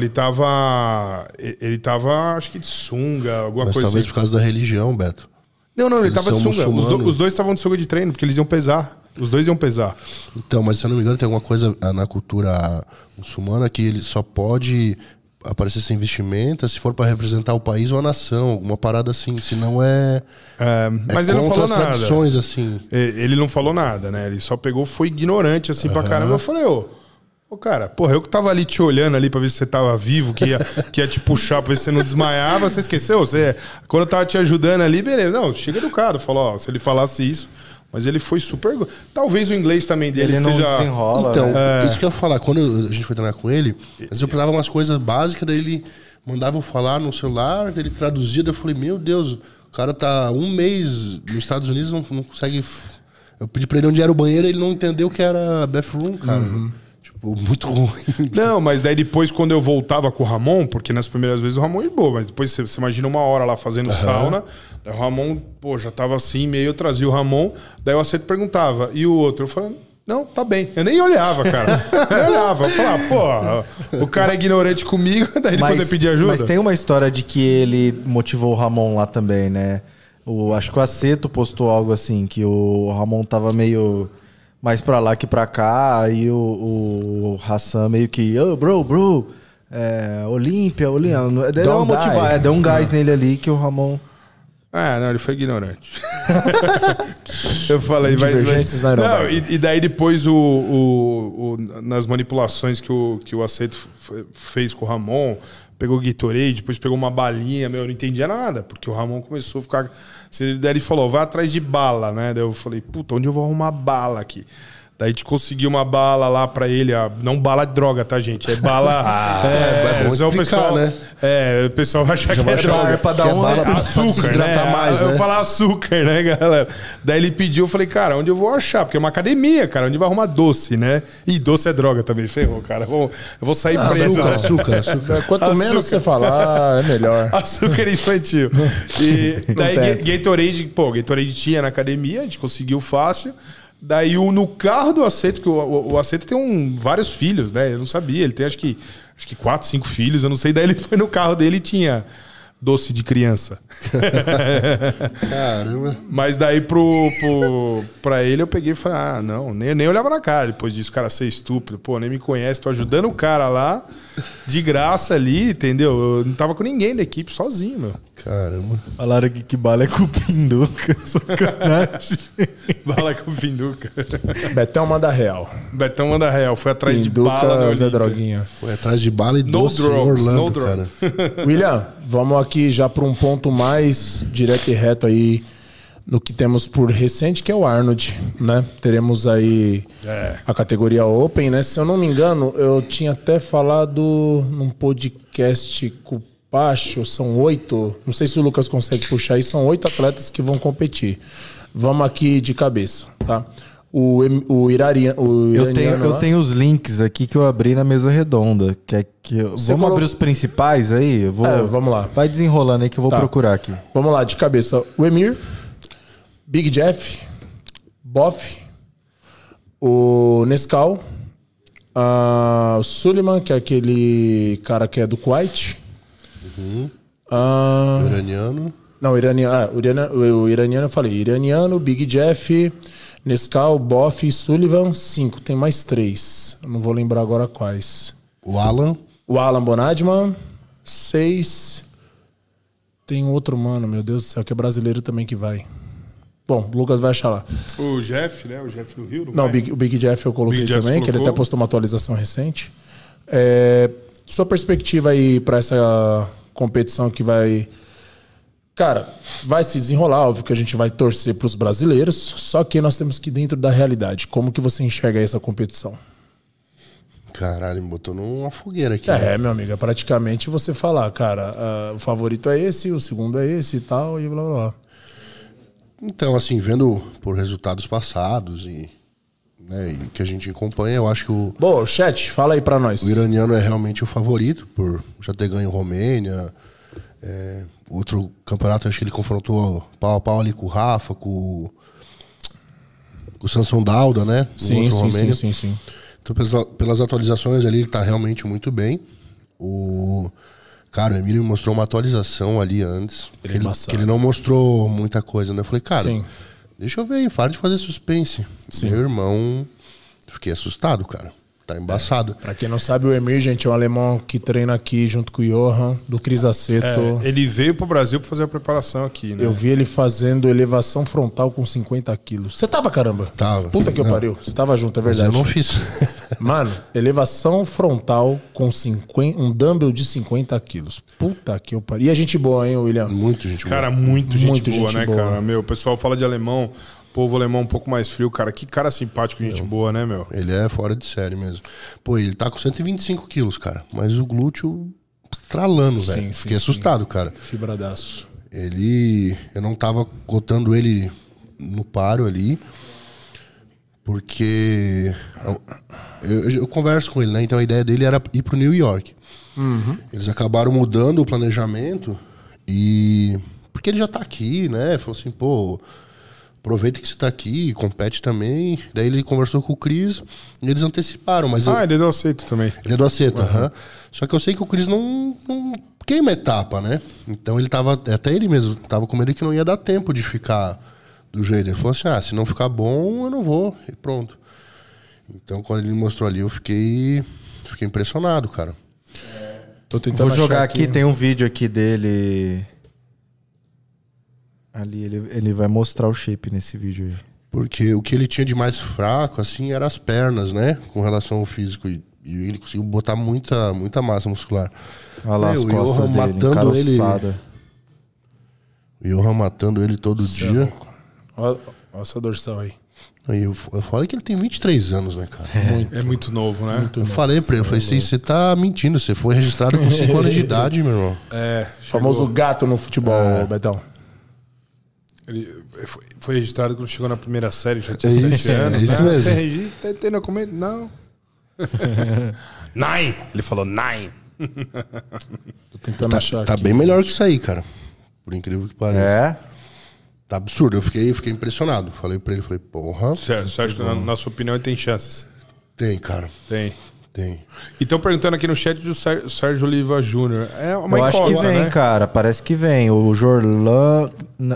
tava, acho que de sunga, alguma coisa talvez assim. por causa da religião, Beto. Não, ele tava de sunga. Os dois estavam de sunga de treino, porque eles iam pesar. Os dois iam pesar. Então, mas se eu não me engano, tem alguma coisa na cultura muçulmana que ele só pode aparecer sem vestimenta se for para representar o país ou a nação, alguma parada assim, senão mas ele não falou nada. Tradições assim. Ele não falou nada, né? Ele só pegou, foi ignorante assim pra caramba. Eu falei, Ô, cara, porra, eu que tava ali te olhando ali pra ver se você tava vivo, que ia te puxar pra ver se você não desmaiava, você esqueceu? Quando eu tava te ajudando ali, beleza. Não, chega educado, falou, ó, se ele falasse isso... Mas ele foi super... Talvez o inglês também dele ele não seja... desenrola, Então, né? isso que eu ia falar. Quando a gente foi treinar com ele, às vezes eu perguntava umas coisas básicas, daí ele mandava eu falar no celular, daí ele traduzia, daí eu falei, meu Deus, o cara tá 1 mês nos Estados Unidos, não consegue... Eu pedi pra ele onde era o banheiro, ele não entendeu o que era bathroom, cara. Tipo, muito ruim. Não, mas daí depois, quando eu voltava com o Ramon, porque nas primeiras vezes o Ramon ia boa, mas depois você imagina 1 hora lá fazendo sauna, daí o Ramon, pô, já tava assim, meio, eu trazia o Ramon, daí o Aceto perguntava, e o outro? Eu falava, não, tá bem. Eu nem olhava, cara. Eu olhava, eu falava, pô, o cara é ignorante comigo, daí depois eu pedi ajuda. Mas tem uma história de que ele motivou o Ramon lá também, né? Acho que o Aceto postou algo assim, que o Ramon tava meio... mais pra lá que pra cá, aí o Hassan meio que, oh, bro, Olímpia, deu uma motivada, deu um gás nele ali que o Ramon... Não, ele foi ignorante. Eu falei, Divergências na não, e daí depois nas manipulações que o Aceto fez com o Ramon, pegou o Gatorade, depois pegou uma balinha, eu não entendia nada, porque o Ramon começou a ficar... Daí ele falou, vai atrás de bala, né? Daí eu falei, puta, onde eu vou arrumar bala aqui? Daí a gente conseguiu uma bala lá pra ele, não bala de droga, tá, gente? É bala... é bom explicar, o pessoal, né? O pessoal vai achar que é droga. Pra dar Açúcar, né? mais, Eu né? falar açúcar, né, galera? Daí ele pediu, eu falei, cara, onde eu vou achar? Porque é uma academia, cara, onde vai arrumar doce, né? E doce é droga também, ferrou, cara. Eu vou sair preso. Açúcar. Quanto menos você falar, é melhor. Açúcar infantil. E daí Gatorade, Gatorade tinha na academia, a gente conseguiu fácil. Daí no carro do Aceto, que o Aceto tem vários filhos, né? Eu não sabia, ele tem acho que 4, 5 filhos, eu não sei. Daí ele foi no carro dele e tinha doce de criança. Caramba. Mas daí pra ele eu peguei e falei, não, nem olhava na cara. Depois disso, o cara ser estúpido, pô, nem me conhece, tô ajudando o cara lá, de graça ali, entendeu? Eu não tava com ninguém da equipe, sozinho, meu. Caramba. Falaram aqui que bala é com pinduca, sacanagem. Bala com pinduca. Betão manda real. Betão manda real, foi atrás Pinduca, de bala no Zé Olímpia. Droguinha. Foi atrás de bala e No doce em drugs, Orlando, no cara. William, vamos aqui já para um ponto mais direto e reto aí no que temos por recente, que é o Arnold, né? Teremos aí a categoria Open, né? Se eu não me engano, eu tinha até falado num podcast com o Pacho, são 8, não sei se o Lucas consegue puxar aí, são 8 atletas que vão competir. Vamos aqui de cabeça, tá? O iraniano Eu tenho os links aqui que eu abri na mesa redonda. Vamos abrir os principais aí? Vamos lá. Vai desenrolando aí que eu vou procurar aqui. Vamos lá, de cabeça. O Emir, Big Jeff, Boff, o Nescau, o Suleiman, que é aquele cara que é do Kuwait. Iraniano. Não, o iraniano eu falei. Iraniano, Big Jeff, Nescau, Boff, Sullivan, 5. Tem mais 3. Eu não vou lembrar agora quais. O Alan. O Alan Bonadman, 6. Tem um outro mano, meu Deus do céu, que é brasileiro também que vai. Bom, o Lucas vai achar lá. O Jeff, né? O Jeff do Rio. Não, o Big Jeff eu coloquei Big Jeff também, que ele até postou uma atualização recente. Sua perspectiva aí para essa competição que vai... Cara, vai se desenrolar, óbvio que a gente vai torcer para os brasileiros, só que nós temos que ir dentro da realidade. Como que você enxerga essa competição? Caralho, me botou numa fogueira aqui. Meu amigo, é praticamente você falar, cara, o favorito é esse, o segundo é esse e tal, e blá blá blá. Então, assim, vendo por resultados passados e que a gente acompanha, eu acho que Bom, chat, fala aí pra nós. o iraniano é realmente o favorito, por já ter ganho Romênia. Outro campeonato, acho que ele confrontou pau a pau ali com o Rafa, com o Samson Dauda, né? Sim. Então, pelas atualizações ali, ele tá realmente muito bem. Cara, o Emílio me mostrou uma atualização ali antes. Que ele não mostrou muita coisa, né? Eu falei, cara, deixa eu ver aí, para de fazer suspense. Meu irmão, fiquei assustado, cara. Tá embaçado. Pra quem não sabe, o Emir, gente, é um alemão que treina aqui junto com o Johan, do Cris Aceto. Ele veio pro Brasil pra fazer a preparação aqui, né? Eu vi ele fazendo elevação frontal com 50 quilos. Você tava, caramba? Tava. Puta que eu pariu. Você tava junto, é verdade. Mas eu não fiz. Mano, elevação frontal com 50, um dumbbell de 50 quilos. Puta que eu pariu. E a gente boa, hein, William? Muito gente boa. Cara, muito gente boa, gente né, boa. cara? Meu, o pessoal fala de alemão, povo alemão um pouco mais frio, cara. Que cara simpático, gente boa, né, meu? Ele é fora de série mesmo. Pô, ele tá com 125 quilos, cara. Mas o glúteo estralando, velho. sim, Fiquei assustado, cara. Fibradaço. Eu não tava cotando ele no páreo ali, porque eu converso com ele, né? Então a ideia dele era ir pro New York. Eles acabaram mudando o planejamento e... Porque ele já tá aqui, né? Falou assim, pô, aproveita que você tá aqui, compete também. Daí ele conversou com o Cris e eles anteciparam, mas... ele é do aceito também. Ele é do Aceta, aham. Só que eu sei que o Cris não queima etapa, né? Então ele tava, até ele mesmo, tava com medo que não ia dar tempo de ficar do jeito. Ele falou assim, se não ficar bom, eu não vou. E pronto. Então quando ele me mostrou ali, eu fiquei impressionado, cara. Tô tentando Vou jogar achar aqui, tem um vídeo aqui dele. Ali, ele vai mostrar o shape nesse vídeo aí. Porque o que ele tinha de mais fraco, assim, era as pernas, né? Com relação ao físico. E ele conseguiu botar muita massa muscular. Olha lá as o costas Johan dele, matando ele. encaroçada. O Johan matando ele todo dia. Olha essa dorsal aí. Aí eu falei que ele tem 23 anos, né, cara? É muito novo, né? Eu falei pra ele, você tá mentindo, você foi registrado com 5 anos de idade, meu irmão. Famoso gato no futebol, Betão. Ele foi registrado quando chegou na primeira série, já tinha 7 anos. É isso né? mesmo. Tem registro? Tem documento? Não. Nine! Ele falou nine. Tô tentando achar Tá aqui. bem melhor que isso aí, cara. Por incrível que pareça. É? Tá absurdo, eu fiquei impressionado. Falei pra ele, porra. Você acha que, na sua opinião, ele tem chances? Tem, cara. Tem. Tem. E estão perguntando aqui no chat do Sérgio Oliva Júnior. É uma Eu acho que incógnita, vem, né? cara. Parece que vem. O Jorlan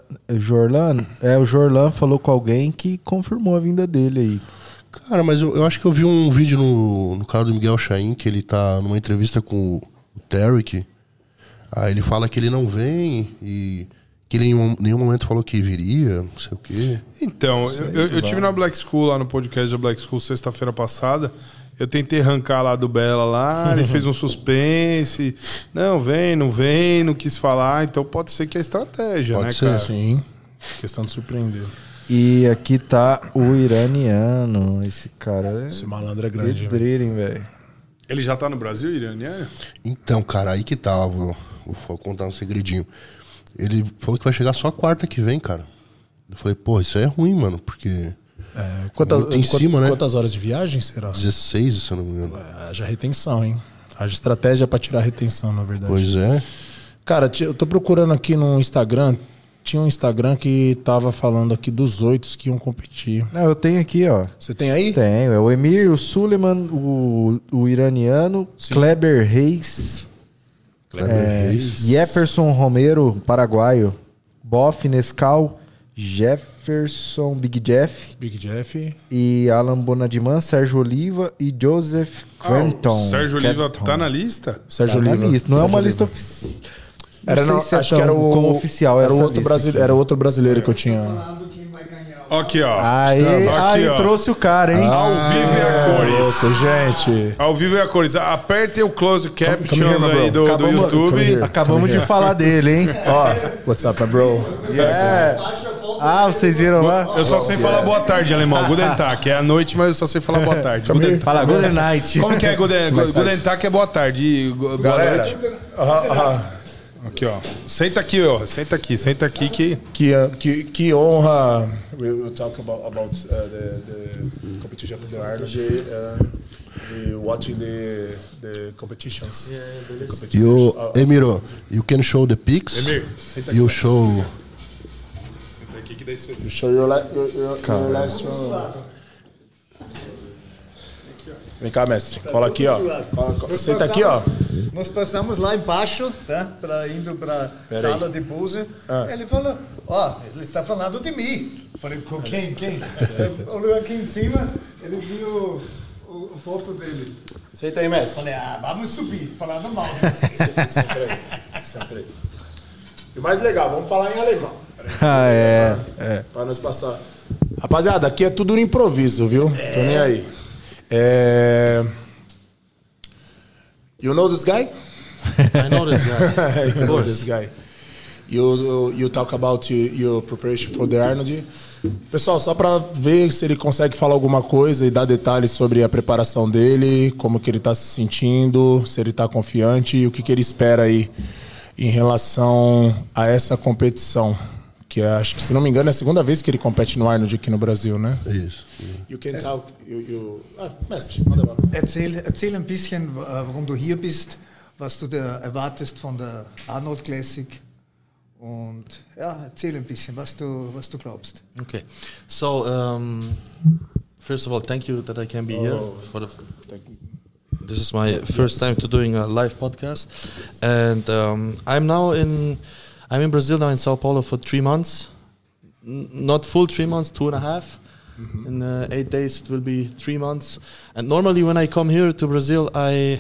falou com alguém que confirmou a vinda dele aí. Cara, mas eu acho que eu vi um vídeo no canal do Miguel Chain, que ele tá numa entrevista com o Tarek. Aí ele fala que ele não vem e que ele em nenhum momento falou que viria, não sei o quê. Então, eu tive na Black School, lá no podcast da Black School, sexta-feira passada. Eu tentei arrancar lá do Bela lá, ele fez um suspense. Não vem, não quis falar. Então pode ser que é estratégia, Pode né, ser, cara? Sim. Questão de surpreender. E aqui tá o iraniano. Esse cara Esse malandro é grande, velho. pedreiro, velho. Ele já tá no Brasil, iraniano? Então, cara, aí que tá, vou contar um segredinho. Ele falou que vai chegar só a quarta que vem, cara. Eu falei, pô, isso aí é ruim, mano, porque... muito em cima, né? Quantas horas de viagem será? 16, se eu não me engano. Haja retenção, hein? Haja estratégia pra tirar a retenção, na verdade. Pois é. Cara, eu tô procurando aqui no Instagram. Tinha um Instagram que tava falando aqui dos 8 que iam competir. Não, eu tenho aqui, ó. Você tem aí? Tenho. É o Emir, o Suleiman, o iraniano, Kleber Reis, Jefferson Romero, paraguaio, Boff Nescau, Jefferson Big Jeff Big Jeff. e Alan Bonadiman, Sérgio Oliva e Joseph Cranton. O Sérgio Oliva Cranton. tá na lista? Sérgio Tá na Oliva. lista. Não é Sérgio uma Oliva. lista oficial. Acho que era o como oficial era o essa outro lista brasileiro, aqui. era outro brasileiro que eu tinha. Aqui, ó. Aí, Aqui, ó. trouxe o cara, hein? Ao vivo e a cores. Louco, gente. Ao vivo e a cores. Apertem o close captions Come here, my aí bro. do Come YouTube. here. Acabamos de falar dele, hein? Ó, what's up, my bro? É. Ah, vocês viram lá? Eu só sei falar boa tarde, alemão. Guten Tag. É à noite, mas eu só sei falar boa tarde. Come here. Fala, good night. Como que é Guten Tag? É boa tarde. E boa Galera, noite. Aqui, ó. Senta aqui, ó. Senta aqui que... que honra. We'll talk about the competition of the Ireland. We watching the competitions. You, Emiro, you can show the pics. Emir, senta aqui. You show... Senta aqui que daí você... You show your last one. Vem cá, mestre. Cola aqui, ó. Senta aqui, ó. Nós passamos lá embaixo, tá? Indo para sala de pouso. Ele falou, ele está falando de mim. Falei, com quem? Olhou aqui em cima, ele viu a foto dele. Senta aí, mestre. Falei, vamos subir, falando mal. Senta aí. E o mais legal, vamos falar em alemão. Ah, é. Pra nós passar. Rapaziada, aqui é tudo no improviso, viu? Tô nem aí. You know this guy? I know this guy. You know this guy. You talk about your preparation for the Arnold. Pessoal, só para ver se ele consegue falar alguma coisa e dar detalhes sobre a preparação dele, como que ele está se sentindo, se ele está confiante e o que ele espera aí em relação a essa competição. Que acho que, se não me engano, é a segunda vez que ele compete no Arnold aqui no Brasil, né? Isso. You can talk. Mestre, manda bala. Erzähl ein bisschen, warum du hier bist, was du erwartest von der Arnold Classic. Und ja, erzähl ein bisschen, was du glaubst. Okay. So, first of all, thank you that I can be here. This is my first time to doing a live podcast. And I'm in Brazil now, in Sao Paulo, for 3 months. Not full 3 months, 2.5. In 8 days it will be 3 months. And normally when I come here to Brazil, I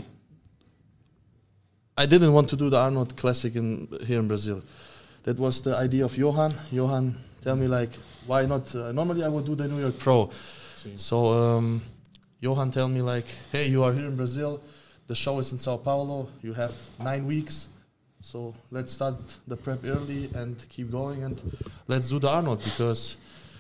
didn't want to do the Arnold Classic here in Brazil. That was the idea of Johan. Johan tell me like, why not? Normally I would do the New York Pro. So Johan tell me like, hey, you are here in Brazil. The show is in Sao Paulo. You have 9 weeks. So let's start the prep early and keep going, and let's do the Arnold, because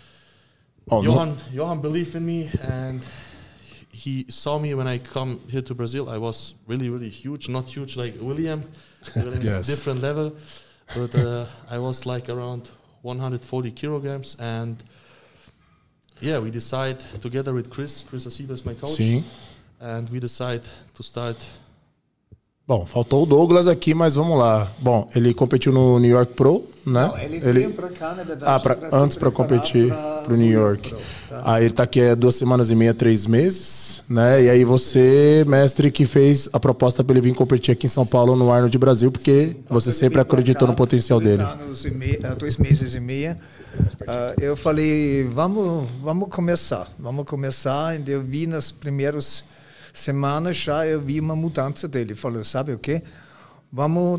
Johan believed in me, and he saw me when I come here to Brazil. I was really, really huge, not huge like William. Yes. Different level, but I was like around 140 kilograms, and yeah, we decide together with Chris Acedo is my coach. Sim. And we decide to start. Bom, faltou o Douglas aqui, mas vamos lá. Bom, ele competiu no New York Pro, né? Não, ele veio pra cá, na verdade. Antes para competir pro New York. Pro, tá? Aí ele tá aqui há 2 semanas e meia, 3 meses, né? E aí você, mestre, que fez a proposta para ele vir competir aqui em São Paulo no Arnold Brasil, porque você sempre acreditou no potencial dele. 2 meses e meio. Eu falei, vamos começar. Vamos começar. E eu vi nas primeiras semanas já eu vi uma mudança dele. Falou, sabe o quê? Vamos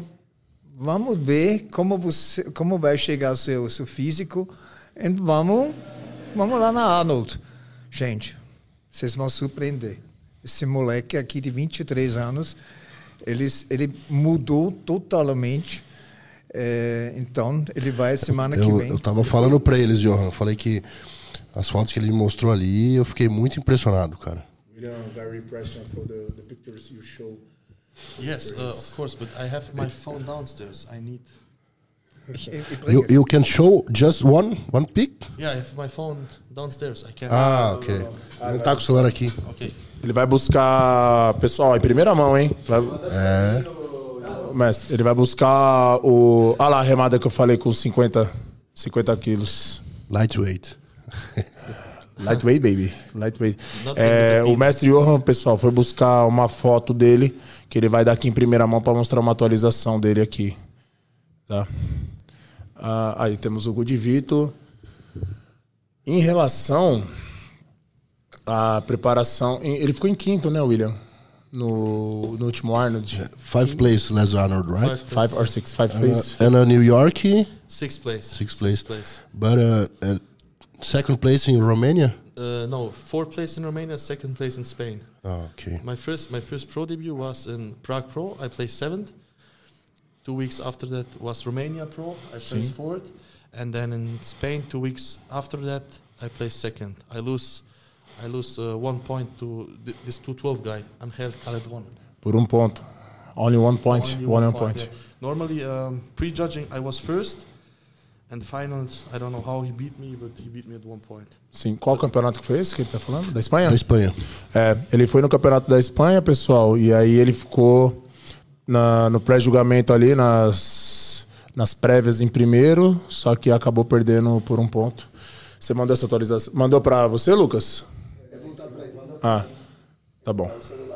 ver como vai chegar o seu físico, e vamos lá na Arnold. Gente, vocês vão surpreender. Esse moleque aqui de 23 anos, ele mudou totalmente. Então, ele vai semana que vem. Eu tava falando para eles, Johan, falei que as fotos que ele me mostrou ali, eu fiquei muito impressionado, cara. Very impressed for the pictures you show. Yes, of course, but I have my phone downstairs. I need. You can show just one pic? Yeah, I have my phone downstairs. I can. Ok. Não tá com o celular aqui. Ok. Ele vai buscar, pessoal, em primeira mão, hein? Mestre, ele vai buscar olha lá a remada que eu falei com 50 quilos. Lightweight. Lightweight, baby. Lightweight. O mestre Johan, pessoal, foi buscar uma foto dele, que ele vai dar aqui em primeira mão para mostrar uma atualização dele aqui. Tá? Aí temos o Gudi Vito. Em relação à preparação, ele ficou em quinto, né, William? No último Arnold. 5th place, Les Arnold, right? 5 or 6, 5 place. And New York? 6th place. 6th place. But 2nd place in Romania? No, 4th place in Romania, 2nd place in Spain. Oh, okay. My first pro debut was in Prague Pro. I placed 7th. 2 weeks after that was Romania Pro. I placed 4th. And then in Spain, 2 weeks after that, I placed 2nd. I lose 1 point to this 212 guy, Angel Caledron. Por ponto. Only 1 point. Only one point. Yeah. Normally, pre-judging, I was first. And finals, I don't know how he beat me, but he beat me at 1 point. Sim. Qual campeonato que foi esse que ele tá falando? Da Espanha? Da Espanha. Ele foi no campeonato da Espanha, pessoal, e aí ele ficou no pré-julgamento ali, nas prévias em primeiro, só que acabou perdendo por 1 ponto. Você mandou essa atualização? Mandou pra você, Lucas? Tá bom.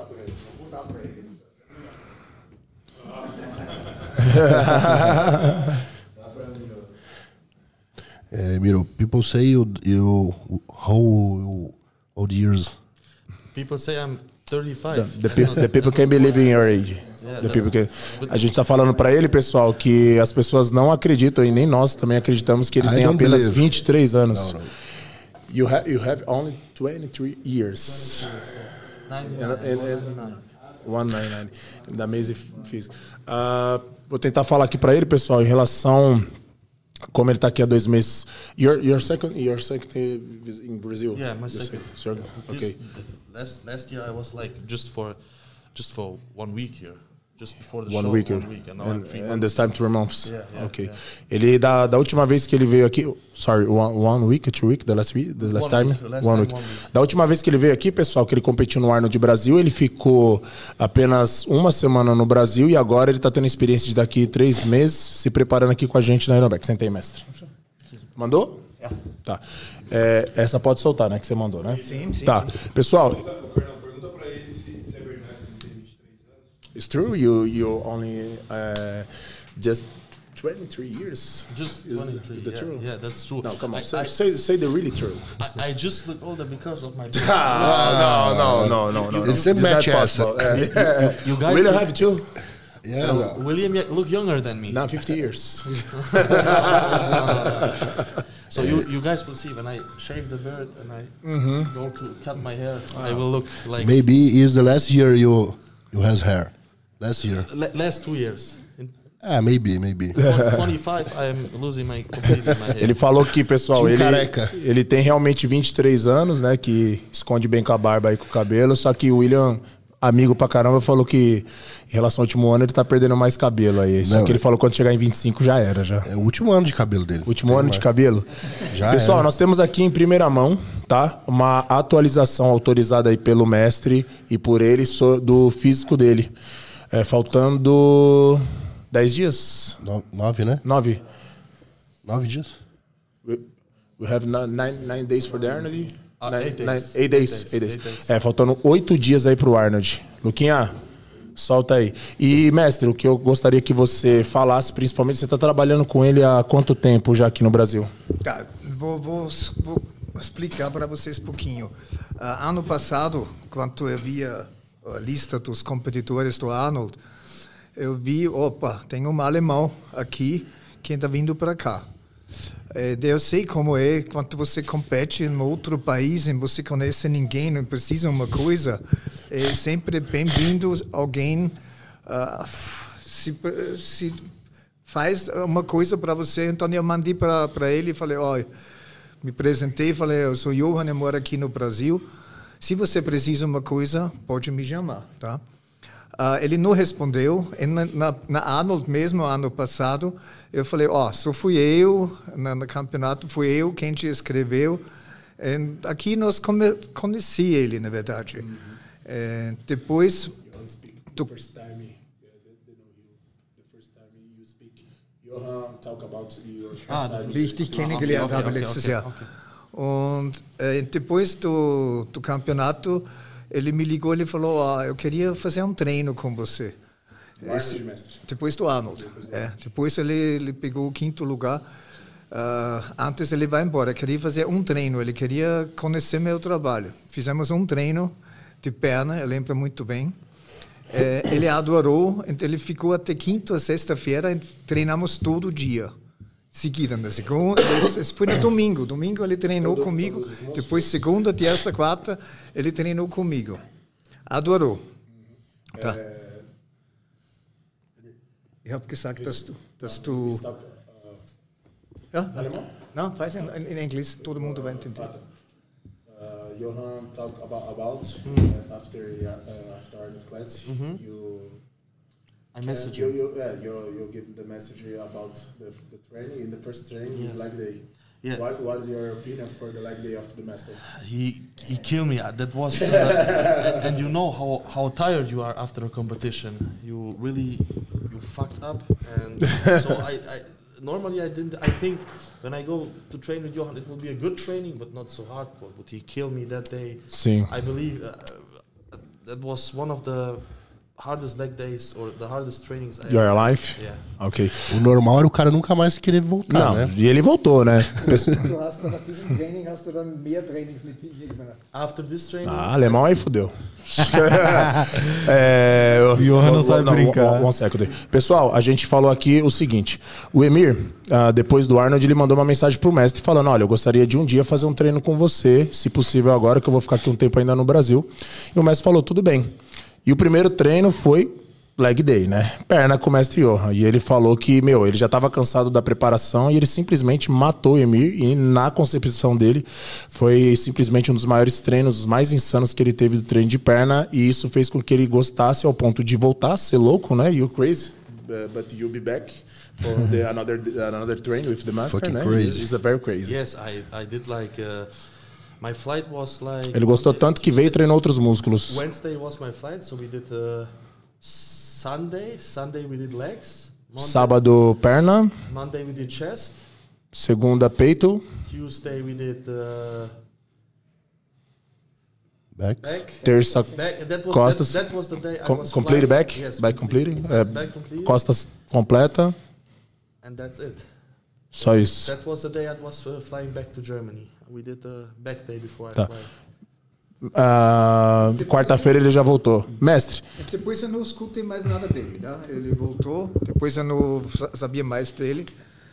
Miro, people say you how old years? People say I'm 35. The people can believe in your age. A gente tá falando pra ele, pessoal, que as pessoas não acreditam, e nem nós também acreditamos que ele tem apenas 23 anos. Não. You have only 23 years. 199. Da mesa física. Vou tentar falar aqui para ele, pessoal, em relação como ele tá aqui há 2 meses. Your second in Brazil. Yeah, my second. Okay. Last year I was like just for 1 week here. Just before the 1 show, week. 1 week, and now I'm 3 months. And this time 3 months. Yeah, okay. yeah. Ele da última vez que ele veio aqui, sorry, 1 week, 2 week, the last time. One week. Da última vez que ele veio aqui, pessoal, que ele competiu no Arnold Brasil, ele ficou apenas 1 semana no Brasil e agora ele tá tendo experiência de daqui 3 meses se preparando aqui com a gente na Ironback. Senta aí, mestre. Mandou? Tá. Essa pode soltar, né? Que você mandou, né? Sim. Tá. Pessoal, Pergunta pra ele se é verdade que ele tem 23 anos. it's true. You only just 23 years. Just Is 23. the truth? Yeah, that's true. No, come on. I Say the really true. just look older because of my beard. No. It's a It's match not ass. possible. You guys Really have to? Yeah. William look younger than me. Not 50 years. So you guys will see when I shave the beard and I go to cut my hair, I will look like Maybe is the last year you has hair. Last year. last 2 years. In Maybe. 25, I am losing completely my hair. Ele falou que, pessoal, Tio careca. ele tem realmente 23 anos, né? Que esconde bem com a barba aí com o cabelo. Só que o William, amigo pra caramba, falou que em relação ao último ano ele tá perdendo mais cabelo aí. Só Não, que ele falou que quando chegar em 25 já era, já. É o último ano de cabelo dele. Último ano de cabelo? Já Pessoal, era. nós temos aqui em primeira mão, tá? Uma atualização autorizada aí pelo mestre e por ele do físico dele. Faltando 10 dias? 9, né? 9. 9 dias. We have 9 days for the Arnold. 8 days. 8 days. 8 days. Faltando 8 dias aí pro Arnold. Luquinha, solta aí. E, mestre, o que eu gostaria que você falasse, principalmente, você está trabalhando com ele há quanto tempo já aqui no Brasil? Tá, vou explicar para vocês um pouquinho. Ano passado, quando eu via a lista dos competidores do Arnold, eu vi, tem um alemão aqui que está vindo para cá. Eu sei como é quando você compete em outro país e você conhece ninguém, não precisa uma coisa. É sempre bem-vindo alguém se faz uma coisa para você. Então eu mandei para ele e falei, me apresentei, falei, eu sou Johan, eu moro aqui no Brasil. Se você precisa de uma coisa, pode me chamar, tá? Ele não respondeu. Na Arnold mesmo, ano passado, eu falei, só fui eu, no campeonato, fui eu quem te escreveu. Aqui nós conheci ele, na verdade. Depois... Wie ich dich kennengelernt habe letztes Jahr. Und depois do campeonato, ele me ligou e falou, eu queria fazer um treino com você. Depois do Arnold. Depois ele pegou o 5º lugar. Antes ele vai embora. Eu queria fazer um treino. Ele queria conhecer meu trabalho. Fizemos um treino de perna, eu lembro muito bem. Ele adorou. Ele ficou até quinta, sexta-feira. Treinamos todo dia. Seguida, na segunda, foi no domingo. Domingo ele treinou comigo. Depois segunda, terça, quarta, ele treinou comigo. Adorou. Tá. Ich habe gesagt, dass du ja? Alemão? Não, faz em inglês. Todo mundo vai entender. Johan talked about after Arnold class, I message you give the message about the training. In the first training, is leg day. Yeah. What is your opinion for the leg day of the master? He killed me. That was, and you know how tired you are after a competition. You fucked up, and so I normally I think when I go to train with Johan, it will be a good training, but not so hardcore. But he killed me that day. Sim. I believe that was one of the hardest leg days or the hardest trainings I Your life? Yeah. Ok. O normal era o cara nunca mais querer voltar, Não, né? e ele voltou, né? Du hast dann nach diesem Training hast du dann mehr Trainings mit mir gemacht. After this training, Alemão aí fudeu. Johan não sabe brincar. One second. Pessoal, a gente falou aqui o seguinte. O Emir, depois do Arnold, ele mandou uma mensagem pro mestre falando, olha, eu gostaria de um dia fazer um treino com você, se possível agora, que eu vou ficar aqui um tempo ainda no Brasil. E o mestre falou, tudo bem. E o primeiro treino foi leg day, né? Perna com o mestre Johan. E ele falou que, ele já estava cansado da preparação e ele simplesmente matou o Emir. E na concepção dele, foi simplesmente um dos maiores treinos, os mais insanos que ele teve do treino de perna. E isso fez com que ele gostasse ao ponto de voltar, ser louco, né? You crazy, but you'll be back for another train with the master, Fucking né? crazy. It's a very crazy. yes, I did like my flight was like Ele gostou tanto que veio e treinou outros músculos. Wednesday was my flight, so we did Sunday we did legs. Sábado, perna. Monday we did chest. Segunda, peito. Tuesday we did Back. back. Terça, Back. costas. That was the day I was Complete flying. back. Yes, Back complete. Back complete. Costas completa. And that's it. Só isso. That was the day I was flying back to Germany. We did a back day before Tá. I fly. Quarta-feira ele já voltou. Mestre, Depois eu não escutei mais nada dele, tá? Ele voltou, depois eu não sabia mais dele.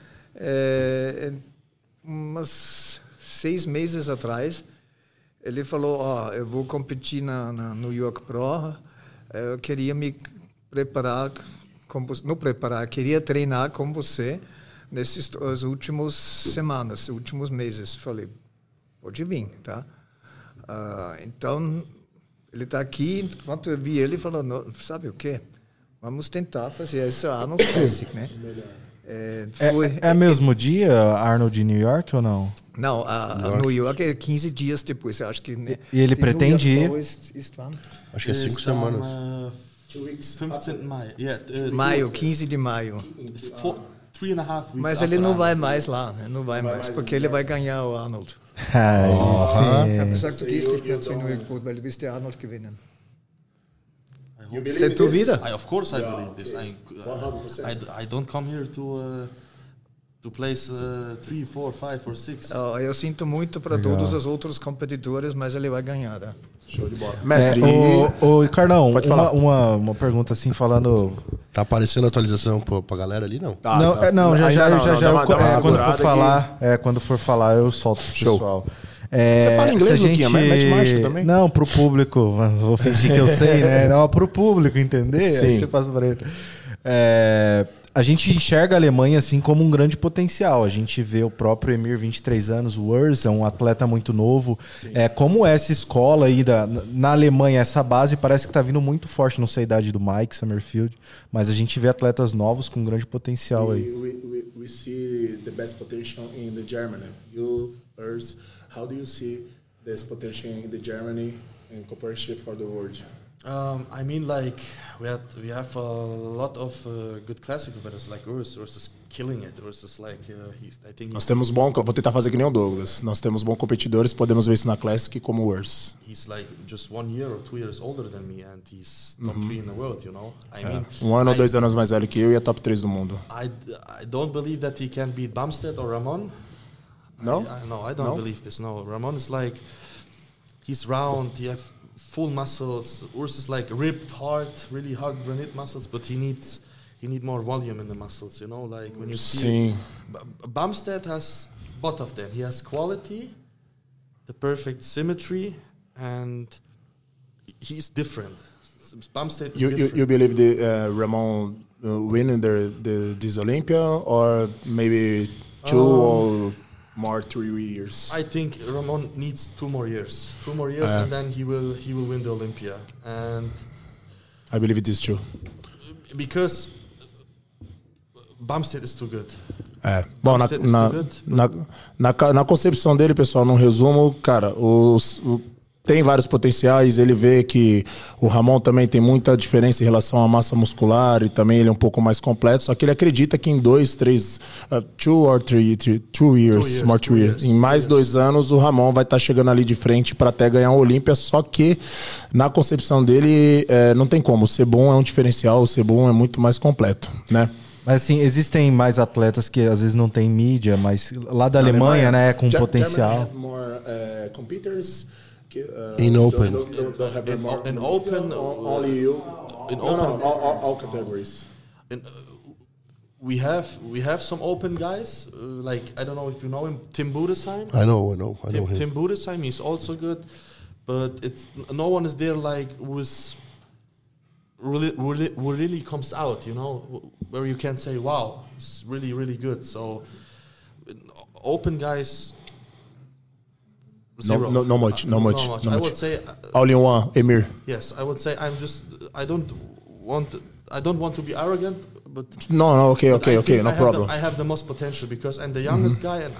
Umas 6 meses atrás, ele falou, eu vou competir na New York Pro, eu queria me preparar, queria treinar com você nesses últimos semanas, últimos meses. Falei, pode vir, tá? Então, ele está aqui, enquanto eu vi ele, falou, sabe o quê? Vamos tentar fazer esse Arnold Classic, né? É mesmo dia, Arnold de New York ou não? Não, New York é 15 dias depois, eu acho que... Né? E ele pretende ir? Acho que é 5 semanas. 15 Mai. Yeah, Maio, 15 de maio. 3.5 weeks. Mas ele não vai mais lá, né? Não vai mais, porque ele vai ganhar o Arnold. Sim. Gesagt, du gehst nicht mehr zu New York, weil du willst den Arnold gewinnen. Você duvida? Of course I believe this. I don't come here to place 3, 4, 5 or 6. Eu sinto muito para todos os outros competidores, mas ele vai ganhar, né? show de bola. Mestre, Ô, Ricardão, Pode falar. uma pergunta assim, falando... Tá aparecendo a atualização pra galera ali, não? Quando for falar, eu solto pro Show. pessoal. Você fala inglês, Luquinha? Mete marcha também? Não, pro público. Vou fingir que eu sei, né? Não, pro público, entender? Sim. Aí você passa pra ele. A gente enxerga a Alemanha assim como um grande potencial. A gente vê o próprio Emir, 23 anos, o Urs, é um atleta muito novo. Como é essa escola aí na Alemanha, essa base parece que está vindo muito forte, não sei a idade do Mike Summerfield, mas a gente vê atletas novos com grande potencial aí. We see the best potential in the Germany. You, Urs, how do you see this potential in the Germany in comparison for the world? I mean, like we have a lot of good classic competitors, like Urs. Urs is killing it. Urs is like I think Nós temos vou tentar fazer que nem o Douglas. Nós temos bons competidores, podemos ver isso na Classic como o Urs. he's like just 1 year or 2 years older than me, and he's top 3 in the world. You know, I mean, Ano ou 2 anos mais velho que eu e é top 3 do mundo. I don't believe that he can beat Bumstead or Ramon. No? I don't believe this. No, Ramon is like he's round. He have full muscles. Urs is like ripped, hard, really hard granite muscles, but he needs more volume in the muscles. You know, like when you see Bumstead has both of them. He has quality, the perfect symmetry, and he's different. Bumstead is different. You believe the Ramon winning this Olympia or maybe 2 or more 3 years? I think Ramon needs 2 more years. 2 more years, and then he will win the Olympia. And I believe it is true. because Bumstead is too good. Bom, Bumstead is too good. na concepção dele, pessoal, num resumo, cara, tem vários potenciais, ele vê que o Ramon também tem muita diferença em relação à massa muscular e também ele é um pouco mais completo, só que ele acredita que em 2 years, em mais 2 anos o Ramon vai estar chegando ali de frente para até ganhar o Olímpia, só que na concepção dele não tem como, o Sebum é um diferencial, o Sebum é muito mais completo, né? Mas assim, existem mais atletas que às vezes não tem mídia, mas lá da Alemanha, né, com potencial. In open. In open, only you. In No, open, all categories. we have some open guys. Like I don't know if you know him, Tim Budesheim. I know him. Tim Budesheim, he's also good, but no one is there like who's really comes out, you know, where you can say, wow, it's really, really good. So open guys, zero. No much. I would say All in one, Emir. yes. I would say I don't want to be arrogant, but No, okay, but I think no problem. I have the most potential because I'm the youngest guy, and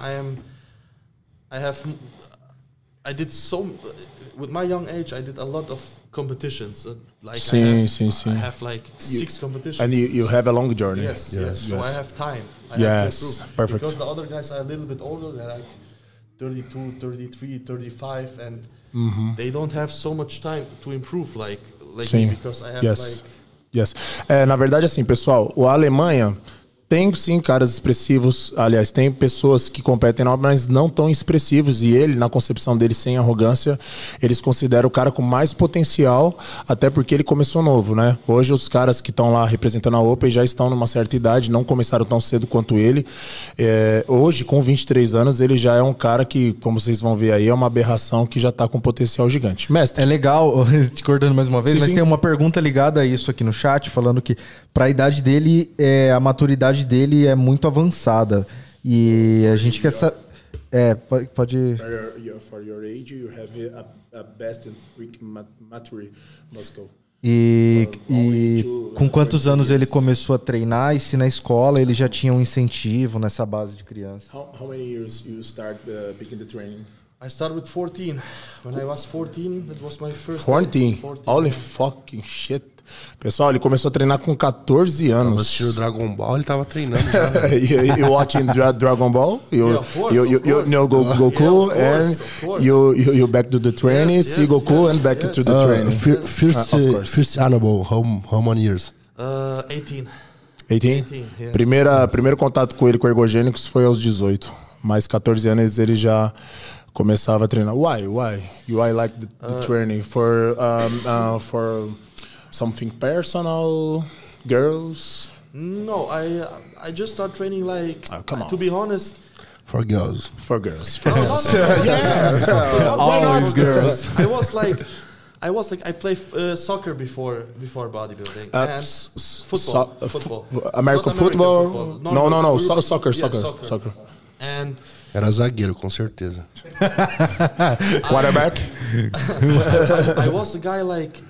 I did with my young age. I did a lot of competitions. Like I have like 6 competitions. And you have a long journey. Yes. So I have time. I Yes, have to improve. perfect. Because the other guys are a little bit older. They're like 32, 33, 35, and they don't have so much time to improve like me because I have like. Yes. Na verdade, assim, pessoal, a Alemanha tem sim caras expressivos, aliás, tem pessoas que competem lá, mas não tão expressivos, e ele, na concepção dele, sem arrogância, eles consideram o cara com mais potencial, até porque ele começou novo, né? Hoje os caras que estão lá representando a Open já estão numa certa idade, não começaram tão cedo quanto ele. Hoje, com 23 anos, ele já é um cara que, como vocês vão ver aí, é uma aberração que já está com potencial gigante. Mestre. É legal, te cortando mais uma vez, mas tem uma pergunta ligada a isso aqui no chat, falando que para a idade dele, a maturidade dele é muito avançada. E a gente quer saber... pode... For your age, you have a best and freak maturity muscle. E com quantos anos ele começou a treinar e se na escola ele já tinha um incentivo nessa base de criança? How many years you start begin the training? I started with 14. When I was 14, that was my first. 14? Holy fucking shit. Pessoal, ele começou a treinar com 14 anos. Tava assistindo Dragon Ball, ele tava treinando já. You watching Dragon Ball? Of course. You know Goku, of and you back to the training, see Goku and back to the training. First animal, how many years? 18. 18? Yes. Primeiro contato com ele com ergogênicos foi aos 18. Mas 14 anos ele já começava a treinar. Why? You like the training for something personal, girls? No, I just started training like. Come on. To be honest. For girls. For girls. Always girls. I was like I play soccer before bodybuilding and football. American football? No. Soccer. And Era zagueiro, com certeza. Quarterback? I was a guy like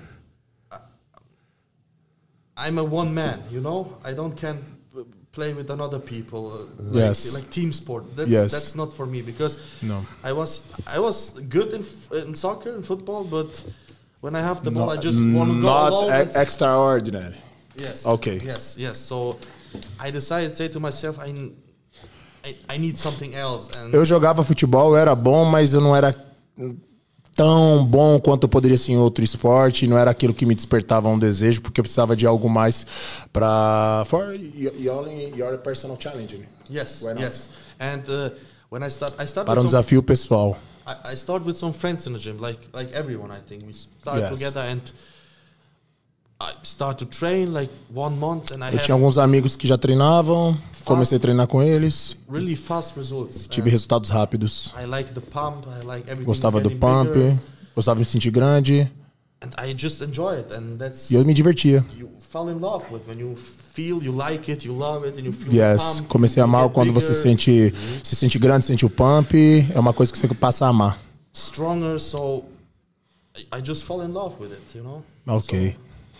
I'm a one man, you know. I can play with another people. Like team sport. That's not for me because I was good in soccer and football, but when I have the ball, I just want to go alone. Not extraordinary. Yes. Okay. Yes. So I decided to say to myself, I need something else. And eu jogava futebol, eu era bom, mas eu não era tão bom quanto eu poderia ser em outro esporte. Não era aquilo que me despertava um desejo, porque eu precisava de algo mais para your personal challenge. Yes. And when I started para desafio pessoal. I started with some friends in the gym, like everyone. I think we started together and I started to train like 1 month, and eu tinha alguns amigos que já treinavam, comecei a treinar com eles. Really fast results. Tive resultados rápidos. I like the pump. I like everything. Gostava do pump, gostava de me sentir grande. And I just enjoy it, and that's. E eu me divertia. You fall in love with when you feel, you like it, you love it, and you feel the pump. Comecei a amar quando você se sente grande, sente o pump. É uma coisa que você passa a amar. Stronger, so I just fall in love with it, you know. Ok.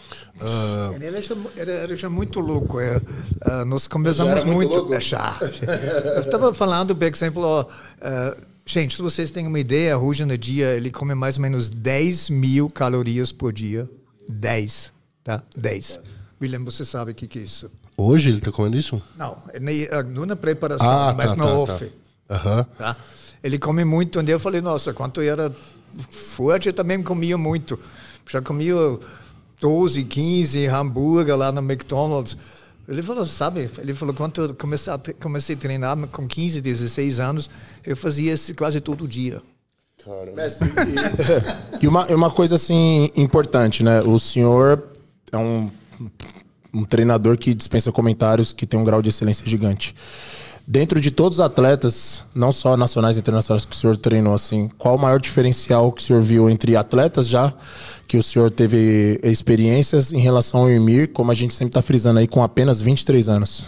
Ele era já muito louco. Nós conversamos muito. Eu estava falando, por exemplo, Gente, se vocês têm uma ideia, hoje no dia ele come mais ou menos 10 mil calorias por dia. 10, tá? 10. William, você sabe o que é isso? Hoje ele tá comendo isso? Não, não na preparação, mas no off. Aham. Tá? Ele come muito, onde eu falei, nossa, quando eu era forte, eu também comia muito. Já comia 12, 15 hambúrguer lá no McDonald's. Ele falou, sabe? Ele falou, quando eu comecei a treinar com 15, 16 anos, eu fazia isso quase todo dia. Mestre, e uma coisa assim importante, né? O senhor é um treinador que dispensa comentários, que tem um grau de excelência gigante. Dentro de todos os atletas, não só nacionais e internacionais que o senhor treinou, assim, qual o maior diferencial que o senhor viu entre atletas já, que o senhor teve experiências em relação ao Emir, como a gente sempre está frisando aí, com apenas 23 anos?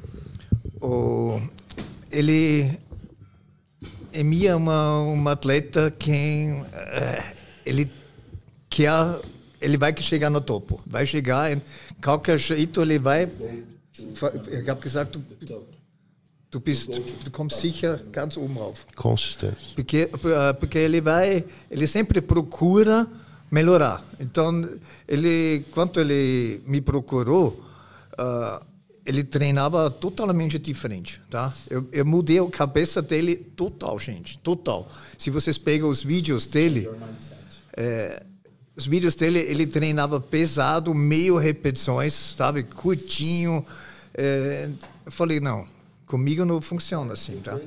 Emir é um atleta que ele vai chegar no topo. Vai chegar, em qualquer jeito ele vai... Ich habe gesagt, du kommst sicher ganz oben rauf. Consistência. Porque ele sempre procura melhorar. Então, quando ele me procurou, ele treinava totalmente diferente, tá? Eu mudei a cabeça dele total, gente, total. Se vocês pegam os vídeos dele, ele treinava pesado, meio repetições, sabe? Curtinho. Eu falei, não, comigo não funciona assim, tá?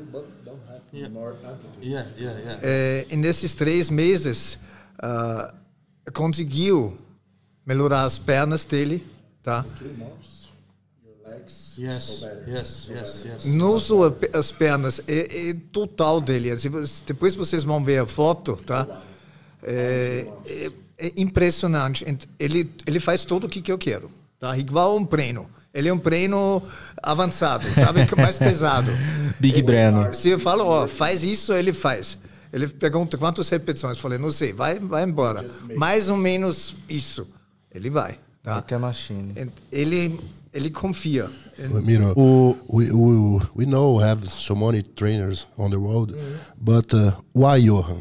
E nesses 3 meses, conseguiu melhorar as pernas dele, tá? Yes. Não só as pernas, é total dele. Depois vocês vão ver a foto, tá? É impressionante. Ele faz tudo o que eu quero, tá? Igual um treino. Ele é um treino avançado, sabe? Mais pesado. Big Breno. Se eu falo, faz isso, ele faz. Ele pergunta quantas repetições. Eu falei, não sei, vai embora. Mais ou menos isso. Ele vai. Tá? Que é machine. Ele confia. Miro, we know we have so many trainers on the world, but why Johan?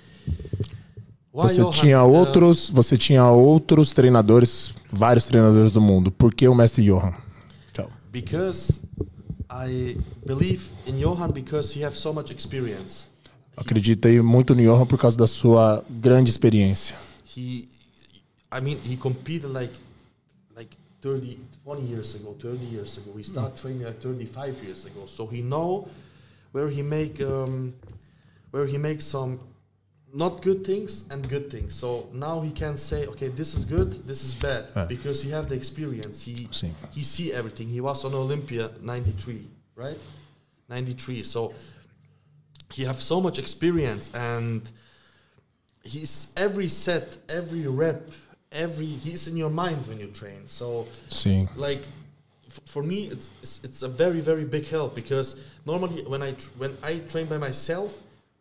Você tinha outros treinadores, vários treinadores do mundo. Por que o mestre Johan? Então. Because I believe in Johan because he has so much experience. Acreditei muito no Johan por causa da sua grande experiência. He competed like 20 years ago. We started training like 35 years ago. So he know where he make some not good things and good things. So now he can say, okay, this is good, this is bad, because he have the experience. He see everything. He was on Olympia 93, right? 93. So he have so much experience, and he's every set, every rep, he's in your mind when you train. So like for me, it's a very, very big help, because normally when I train by myself,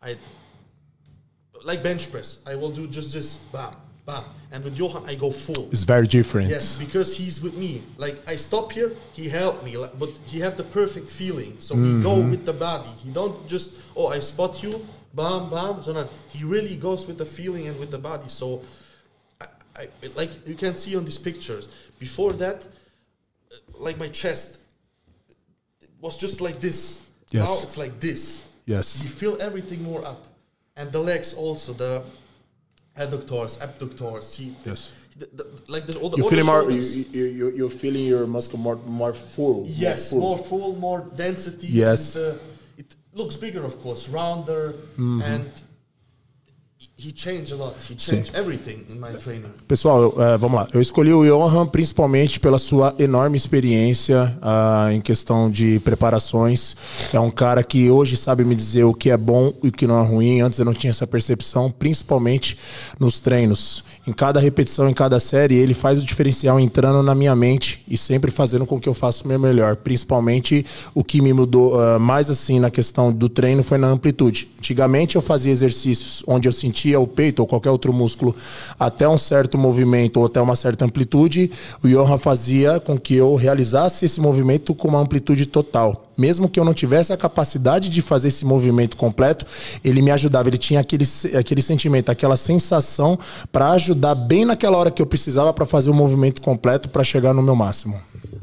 like bench press, I will do just this, bam, bam. And with Johan, I go full. It's very different. Yes, because he's with me. Like, I stop here, he helped me, but he have the perfect feeling. So he go with the body. He don't just, I spot you, bam, bam. So he really goes with the feeling and with the body. So, I like you can see on these pictures. Before that, like my chest, it was just like this. Yes. Now it's like this. Yes. You feel everything more up. And the legs also, the adductors, abductors. Yes. All the you're feeling your muscle more full. Yes, more full, more density. Yes. And, it looks bigger, of course, rounder, and he changed a lot. He changed everything in my training. Pessoal, vamos lá. Eu escolhi o Johan principalmente pela sua enorme experiência em questão de preparações. É um cara que hoje sabe me dizer o que é bom e o que não é ruim. Antes eu não tinha essa percepção, principalmente nos treinos. Em cada repetição, em cada série, ele faz o diferencial entrando na minha mente e sempre fazendo com que eu faça o meu melhor. Principalmente o que me mudou mais assim na questão do treino foi na amplitude. Antigamente eu fazia exercícios onde eu sentia o peito ou qualquer outro músculo até um certo movimento ou até uma certa amplitude. O Johan fazia com que eu realizasse esse movimento com uma amplitude total. mesmo que eu não tivesse a capacidade de fazer esse movimento completo, ele me ajudava. Ele tinha aquele sentimento, aquela sensação para ajudar bem naquela hora que eu precisava para fazer o movimento completo para chegar no meu máximo.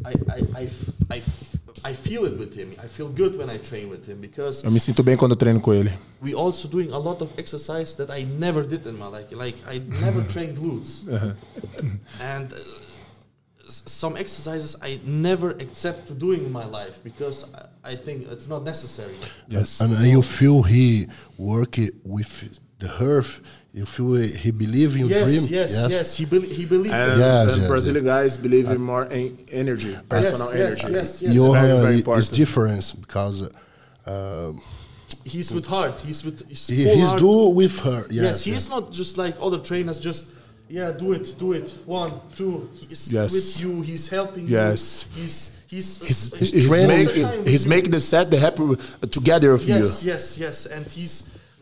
I feel it with him. I feel good when I train with him because Eu me sinto bem quando eu treino com ele. we also doing a lot of exercise that I never did in my life. Like I never trained glutes, and some exercises I never accept to doing in my life because I think it's not necessary. Yes. And you feel he work it with the earth. You feel he believe in your dream. Yes. He believes. Yes. Brazilian guys believe in more energy, personal energy. Yes. Johan very is important. different because He's with heart. He's full he's heart. do with her. Yes, he's not just like other trainers. Just do it. 1, 2. He's Yes. with you. He's helping Yes. you. He's He's making the set the happy together with you. Yes, and he's.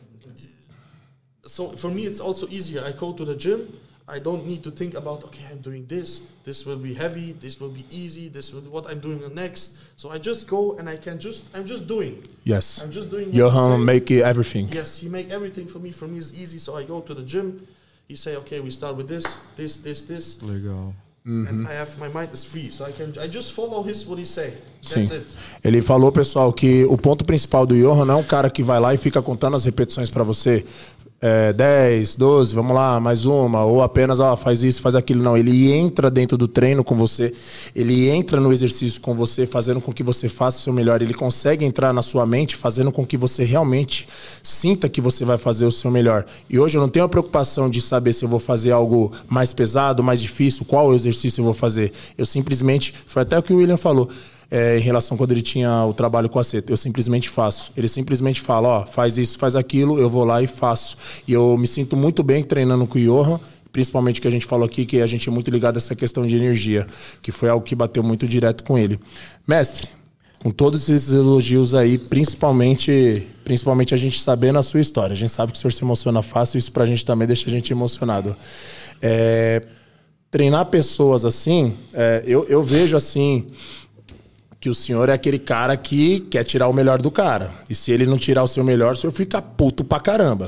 So for me, it's also easier. I go to the gym. I don't need to think about, okay, I'm doing this. This will be heavy. This will be easy. This will what I'm doing next. So I just go and I'm just doing. Yes. I'm just doing. Johan make everything. Yes, he make everything for me. For me, it's easy. So I go to the gym. He say, okay, we start with this. Legal. And my mind is free. So I just follow what he say. Sim. That's it. Ele falou, pessoal, que o ponto principal do Johan não é um cara que vai lá e fica contando as repetições para você. 10, 12, vamos lá, mais uma, ou apenas faz isso, faz aquilo. Não, ele entra dentro do treino com você, ele entra no exercício com você, fazendo com que você faça o seu melhor. Ele consegue entrar na sua mente, fazendo com que você realmente sinta que você vai fazer o seu melhor. E hoje eu não tenho a preocupação de saber se eu vou fazer algo mais pesado, mais difícil, qual exercício eu vou fazer. Eu simplesmente, foi até o que o William falou, em relação quando ele tinha o trabalho com a seta. Eu simplesmente faço. Ele simplesmente fala, faz isso, faz aquilo, eu vou lá e faço. E eu me sinto muito bem treinando com o Johan, principalmente que a gente falou aqui, que a gente é muito ligado a essa questão de energia, que foi algo que bateu muito direto com ele. Mestre, com todos esses elogios aí, principalmente a gente sabendo a sua história. A gente sabe que o senhor se emociona fácil, isso pra gente também deixa a gente emocionado. Treinar pessoas assim, eu vejo assim... que o senhor é aquele cara que quer tirar o melhor do cara. E se ele não tirar o seu melhor, o senhor fica puto pra caramba.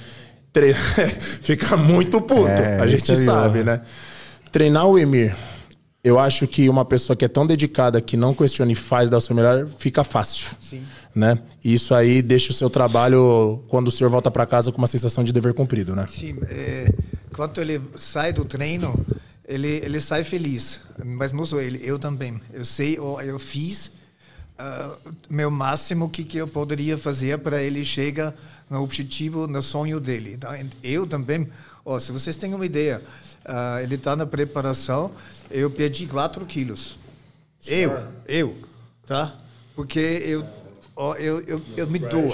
Fica muito puto. A gente sabe, né? Treinar o Emir, eu acho que uma pessoa que é tão dedicada, que não questiona e faz dar o seu melhor, fica fácil. Sim. Né? E isso aí deixa o seu trabalho, quando o senhor volta pra casa, com uma sensação de dever cumprido, né? Sim. Quando ele sai do treino... Ele sai feliz, mas não sou ele, eu também. Eu sei, eu fiz meu máximo que eu poderia fazer para ele chegar no objetivo, no sonho dele. Então, eu também, se vocês têm uma ideia, ele está na preparação, eu perdi 4 quilos. Eu, tá? Porque eu me dou.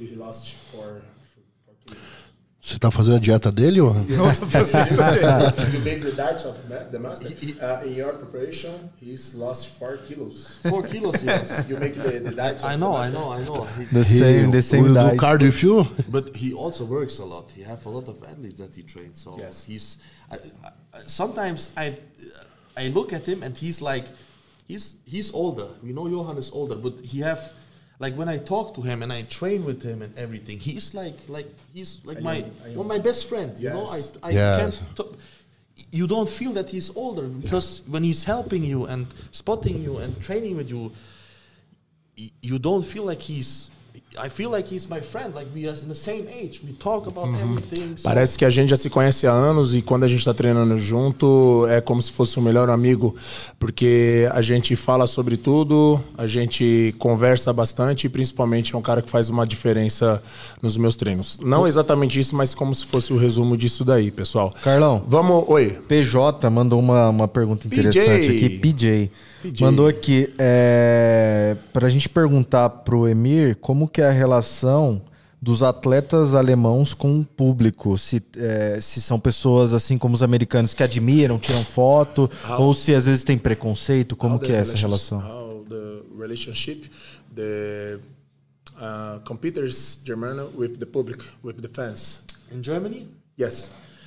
Você tá fazendo a dieta dele, ou? Não tô fazendo. You make the diet of the master. In your preparation, he's lost 4 kilos. 4 kilos, yes. You make the diet of I know. The same will diet. do cardio with you? But he also works a lot. He have a lot of athletes that he trains. So Yes. he's. Sometimes I look at him and he's like, he's older. We know Johan is older, but he have. Like when I talk to him and I train with him and everything, he's like my best friend. You know, I Yes. can't. You don't feel that he's older because when he's helping you and spotting you and training with you, you don't feel like he's. I feel like he's my friend. Like we are in the same age. We talk about everything. So Parece que a gente já se conhece há anos e quando a gente está treinando junto é como se fosse o melhor amigo, porque a gente fala sobre tudo, a gente conversa bastante e principalmente é um cara que faz uma diferença nos meus treinos. Não exatamente isso, mas como se fosse o resumo disso daí, pessoal. Carlão. Vamos, oi. PJ mandou uma pergunta interessante aqui. PJ. Mandou aqui pra gente perguntar pro Emir como que é a relação dos atletas alemãos com o público, se são pessoas assim como os americanos que admiram, tiram foto, ou se às vezes tem preconceito, como que é essa relação? How the relationship, the competitors German with the public, with the fans. in Germany, Yes.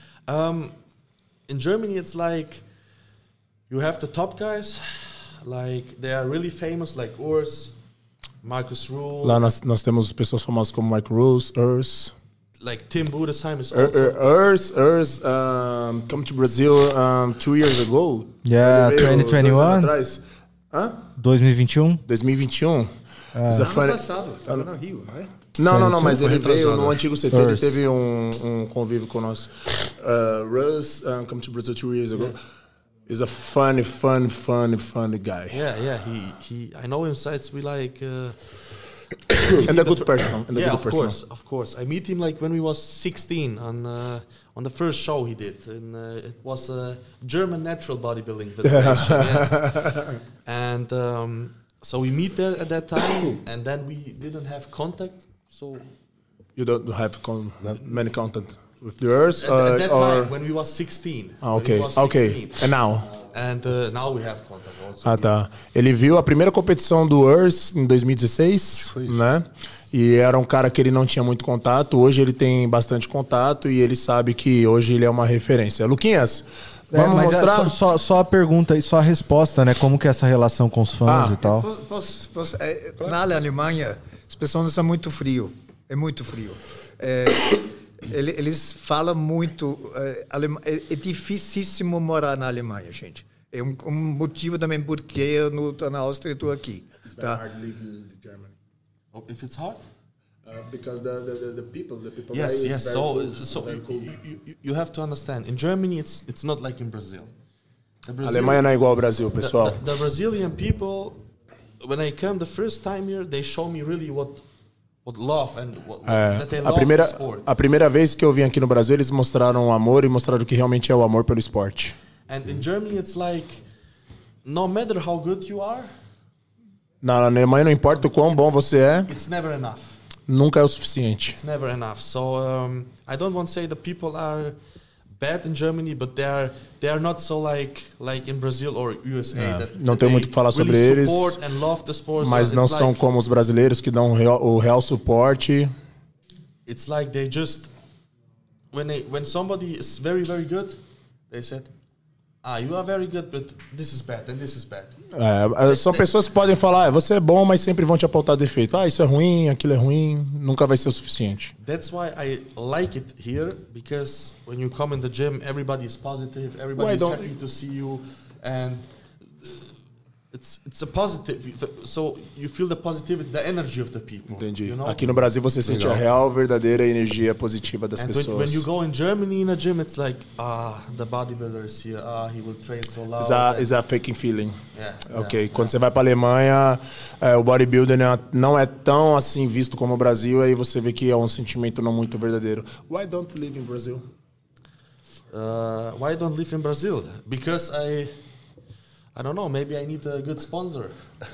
in Germany, it's like you have the top guys, like they are really famous, like Urs, Marcus Rule. Lá nós temos pessoas famosas como Mike Rose, Urs. Like Tim Budesheim is also. Urs come to Brazil 2 years ago. Yeah, Ele veio 2021. 2 anos atrás. Hã? 2021. ano passado, tava no Rio, né? Não, mas ele veio retrasado. no antigo CT, ele teve um convívio com nós. Russ come to Brazil 2 years ago. He's a funny guy. Yeah. He. I know him since we like. And a good person. Of course. I meet him like when we was 16 on the first show he did, and it was a German natural bodybuilding federation. Yes. And so we meet there at that time, and then we didn't have contact. So You don't have many contact with the Earth? at that time when we was 16. Okay. And now? And now we have contact also. Ah, tá. Ele viu a primeira competição do Earth em 2016, né? E era um cara que ele não tinha muito contato. Hoje ele tem bastante contato e ele sabe que hoje ele é uma referência. Luquinhas, vamos mostrar? Só a pergunta e só a resposta, né? Como que é essa relação com os fãs e tal? Na Alemanha, as pessoas são muito frio. É muito frio. Eles falam muito. É dificílimo morar na Alemanha, gente. É um motivo também porque eu na Áustria estou aqui. Tá? Oh, if it's hard? Because the people Yes. So you have to understand. In Germany, it's not like in Brazil. A Alemanha não é igual ao Brasil, pessoal. The Brazilian people, when I came the first time here, they show me really what love and that they love the sport. A primeira vez que eu vim aqui no Brasil, eles mostraram o amor e mostraram o que realmente é o amor pelo esporte. And in Germany, it's like, no matter how good you are, Na Alemanha, não importa o quão bom você é, it's never enough. nunca é o suficiente. It's never enough. So I don't want to say the people are bad in Germany, but they are not so like in Brazil or USA. Não tenho muito o que falar sobre eles, and love the sport, mas so não it's são like, como os brasileiros que dão o real suporte. It's like they just when somebody is very, very good, they said, you are very good, but this is bad and this is bad. São pessoas que podem falar, você é bom, mas sempre vão te apontar defeito. Isso é ruim, aquilo é ruim, nunca vai ser o suficiente. That's why I like it here, because when you come in the gym, everybody is positive, everybody is happy to see you, and it's a positive. So you feel the positivity, the energy of the people. Entendi. You know? Aqui no Brasil você sente a real, verdadeira energia positiva das pessoas. When you go in Germany in a gym, it's like, the bodybuilder is here, he will train so loud. Is a faking feeling. Yeah. Quando você vai para a Alemanha, o bodybuilder não é tão assim visto como o Brasil, aí você vê que é um sentimento não muito verdadeiro. Why don't you live in Brazil? Why don't live in Brazil? Because I don't know, maybe I need a good sponsor.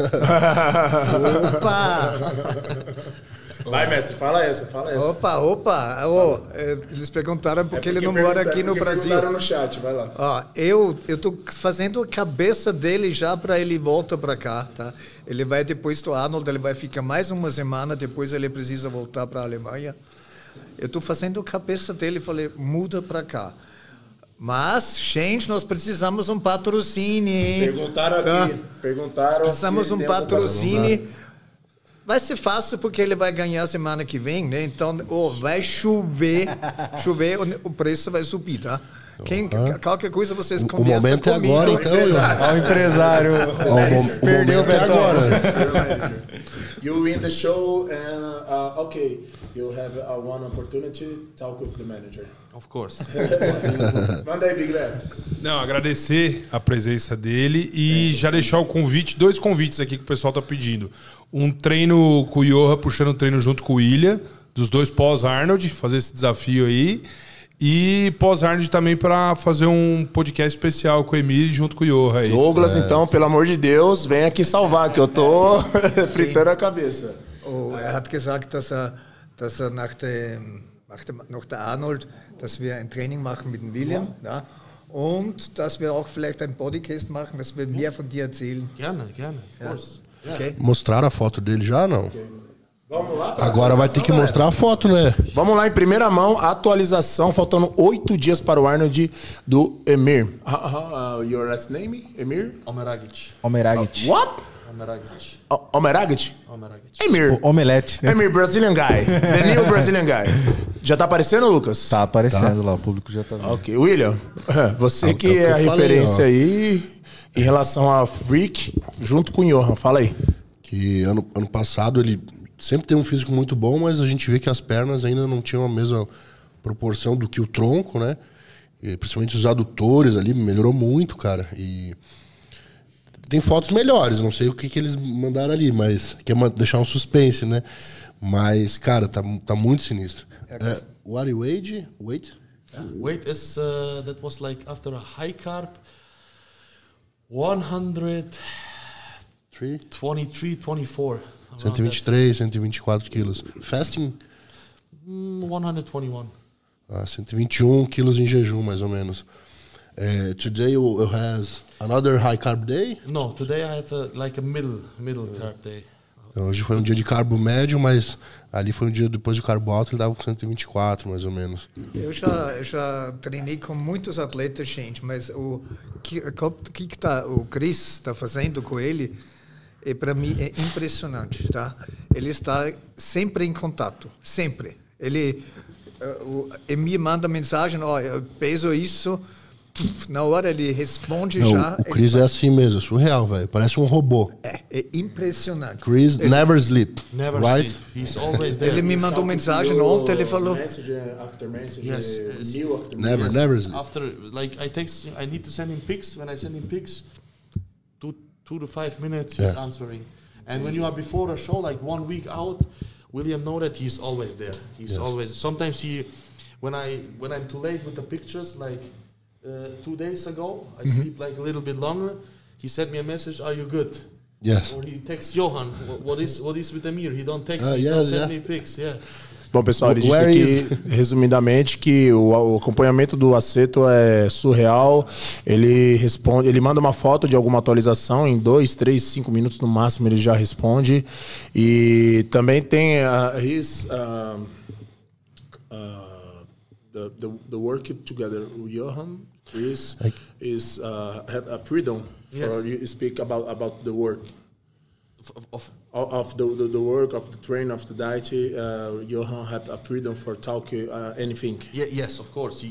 Opa! Vai, mestre, fala essa. Opa! Eles perguntaram por que ele não mora aqui no Brasil. Perguntaram no chat, vai lá. Eu tô fazendo a cabeça dele já para ele voltar para cá, tá? Ele vai depois do Arnold, ele vai ficar mais uma semana, depois ele precisa voltar para a Alemanha. Eu tô fazendo a cabeça dele, falei, muda para cá. Mas, gente, nós precisamos um patrocínio. Perguntaram aqui. Precisamos um patrocínio. Vai ser fácil porque ele vai ganhar semana que vem, né? Então, vai chover, o preço vai subir, tá? Qualquer coisa vocês conversam comigo. O momento é agora, então. Olha o empresário. O momento é agora. You win the show and you have one opportunity to talk with the manager. Of course. Manda aí, Big Glass. Não, agradecer a presença dele e já deixar o convite, 2 convites aqui que o pessoal tá pedindo. Um treino com o Johan, puxando um treino junto com o Ilha, dos 2 pós-Arnold, fazer esse desafio aí. E pós-Arnold também para fazer um podcast especial com o Emílio junto com o Johan aí. Douglas, então, pelo amor de Deus, vem aqui salvar, que eu tô fritando a cabeça. Hat gesagt, dass nach der Arnold, dass wir ein Training machen mit dem William, ja, und dass wir auch vielleicht ein Podcast machen, dass wir mehr von dir erzählen. Gerne. Of course. Okay. Mostraram a foto dele já, não? Okay. Vamos lá. Agora vai ter que mostrar a foto, né? Vamos lá, em primeira mão, atualização, faltando 8 dias para o Arnold do Emir. Your last name? Emir? Omeragic. What? Omeragic? Omeragic. Emir. O omelete. Né? Emir, Brazilian guy. The new Brazilian guy. Já tá aparecendo, Lucas? Tá aparecendo lá, o público já tá vendo. Ok. William, você que é a referência aí em relação a Freak, junto com o Johan, fala aí. Que ano passado ele sempre tem um físico muito bom, mas a gente vê que as pernas ainda não tinham a mesma proporção do que o tronco, né? E principalmente os adutores ali, melhorou muito, cara. E tem fotos melhores, não sei o que eles mandaram ali, mas quer deixar um suspense, né? Mas, cara, tá muito sinistro. What are you weight? Weight is that was like after a high carb 123, 24. 123, 124 quilos. Fasting? 121. 121 quilos em jejum, mais ou menos. Today you has another high carb day? No, today I have like a middle carb day. Então, hoje foi um dia de carbo médio, mas ali foi um dia depois do carbo alto, ele dava com 124, mais ou menos. Eu já treinei com muitos atletas, gente, mas o que o Chris está fazendo com ele, para mim é impressionante, tá? Ele está sempre em contato, sempre. Ele me manda mensagem, eu peso isso, na hora ele responde. Não, já. O Chris é assim mesmo, é surreal, velho. Parece um robô. É impressionante. Chris never sleep. Never right? sleep. He's always there. Ele me mandou mensagem ontem, ele falou. Message after message, Yes. new after Never sleep. After, like, I need to send him pics. When I send him pics, 2 to 5 minutes, he's answering. And when you are before a show, like 1 week out, William know that he's always there. He's always. Sometimes when I'm too late with the pictures, like 2 days ago, I sleep like a little bit longer. He sent me a message. Are you good? Yes. Or he texts Johan. What is with Emir? He don't text me. He yes, don't send me pics. Yeah. Bom, pessoal, ele disse aqui, resumidamente, que o acompanhamento do Aceto é surreal. Ele responde, ele manda uma foto de alguma atualização em 2, 3, 5 minutos no máximo, ele já responde. E também tem the work together. Johan is have a freedom for you to speak about the work. Of the work, of the train, of the diet, Johan have a freedom for talk anything. Yes, of course.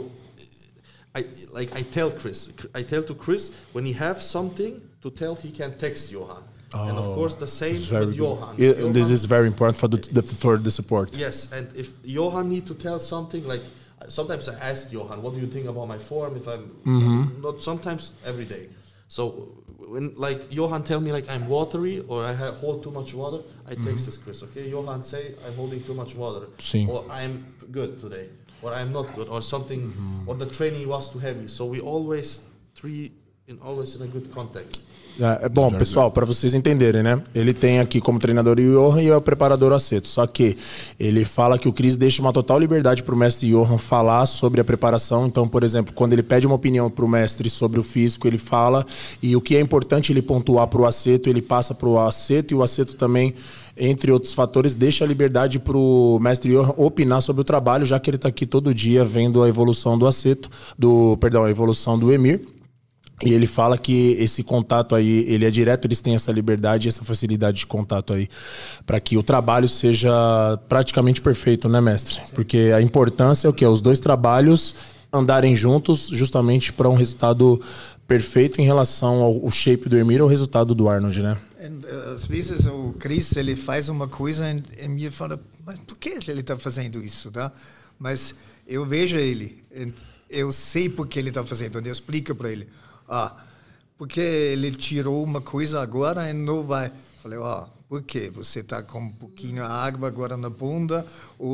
I tell to Chris when he have something to tell, he can text Johan. And of course the same with Johan. This is very important for the support. Yes, and if Johan need to tell something, like sometimes I ask Johan, what do you think about my form? If I'm not, sometimes every day. So when like Johan tell me like I'm watery or I hold too much water, I text this Chris. Okay, Johan say I'm holding too much water, or I'm good today, or I'm not good, or something, or the training was too heavy. So we always always in a good contact. Bom, pessoal, para vocês entenderem, né? Ele tem aqui como treinador o Johan e é o preparador o Aceto. Só que ele fala que o Chris deixa uma total liberdade para o mestre Johan falar sobre a preparação. Então, por exemplo, quando ele pede uma opinião para o mestre sobre o físico, ele fala. E o que é importante ele pontuar para o Aceto, ele passa para o Aceto. E o Aceto também, entre outros fatores, deixa a liberdade para o mestre Johan opinar sobre o trabalho, já que ele está aqui todo dia vendo a evolução do Aceto, a evolução do Emir. E ele fala que esse contato aí, ele é direto, eles têm essa liberdade e essa facilidade de contato aí, para que o trabalho seja praticamente perfeito, né, mestre? Porque a importância é o quê? Os dois trabalhos andarem juntos justamente para um resultado perfeito em relação ao shape do Emir ou o resultado do Arnold, né? Às vezes o Chris, ele faz uma coisa e me fala, mas por que ele está fazendo isso, tá? Mas eu vejo ele, eu sei por que ele está fazendo, eu explico para ele. Porque ele tirou uma coisa agora e não vai. Falei, por quê? Você está com um pouquinho de água agora na bunda,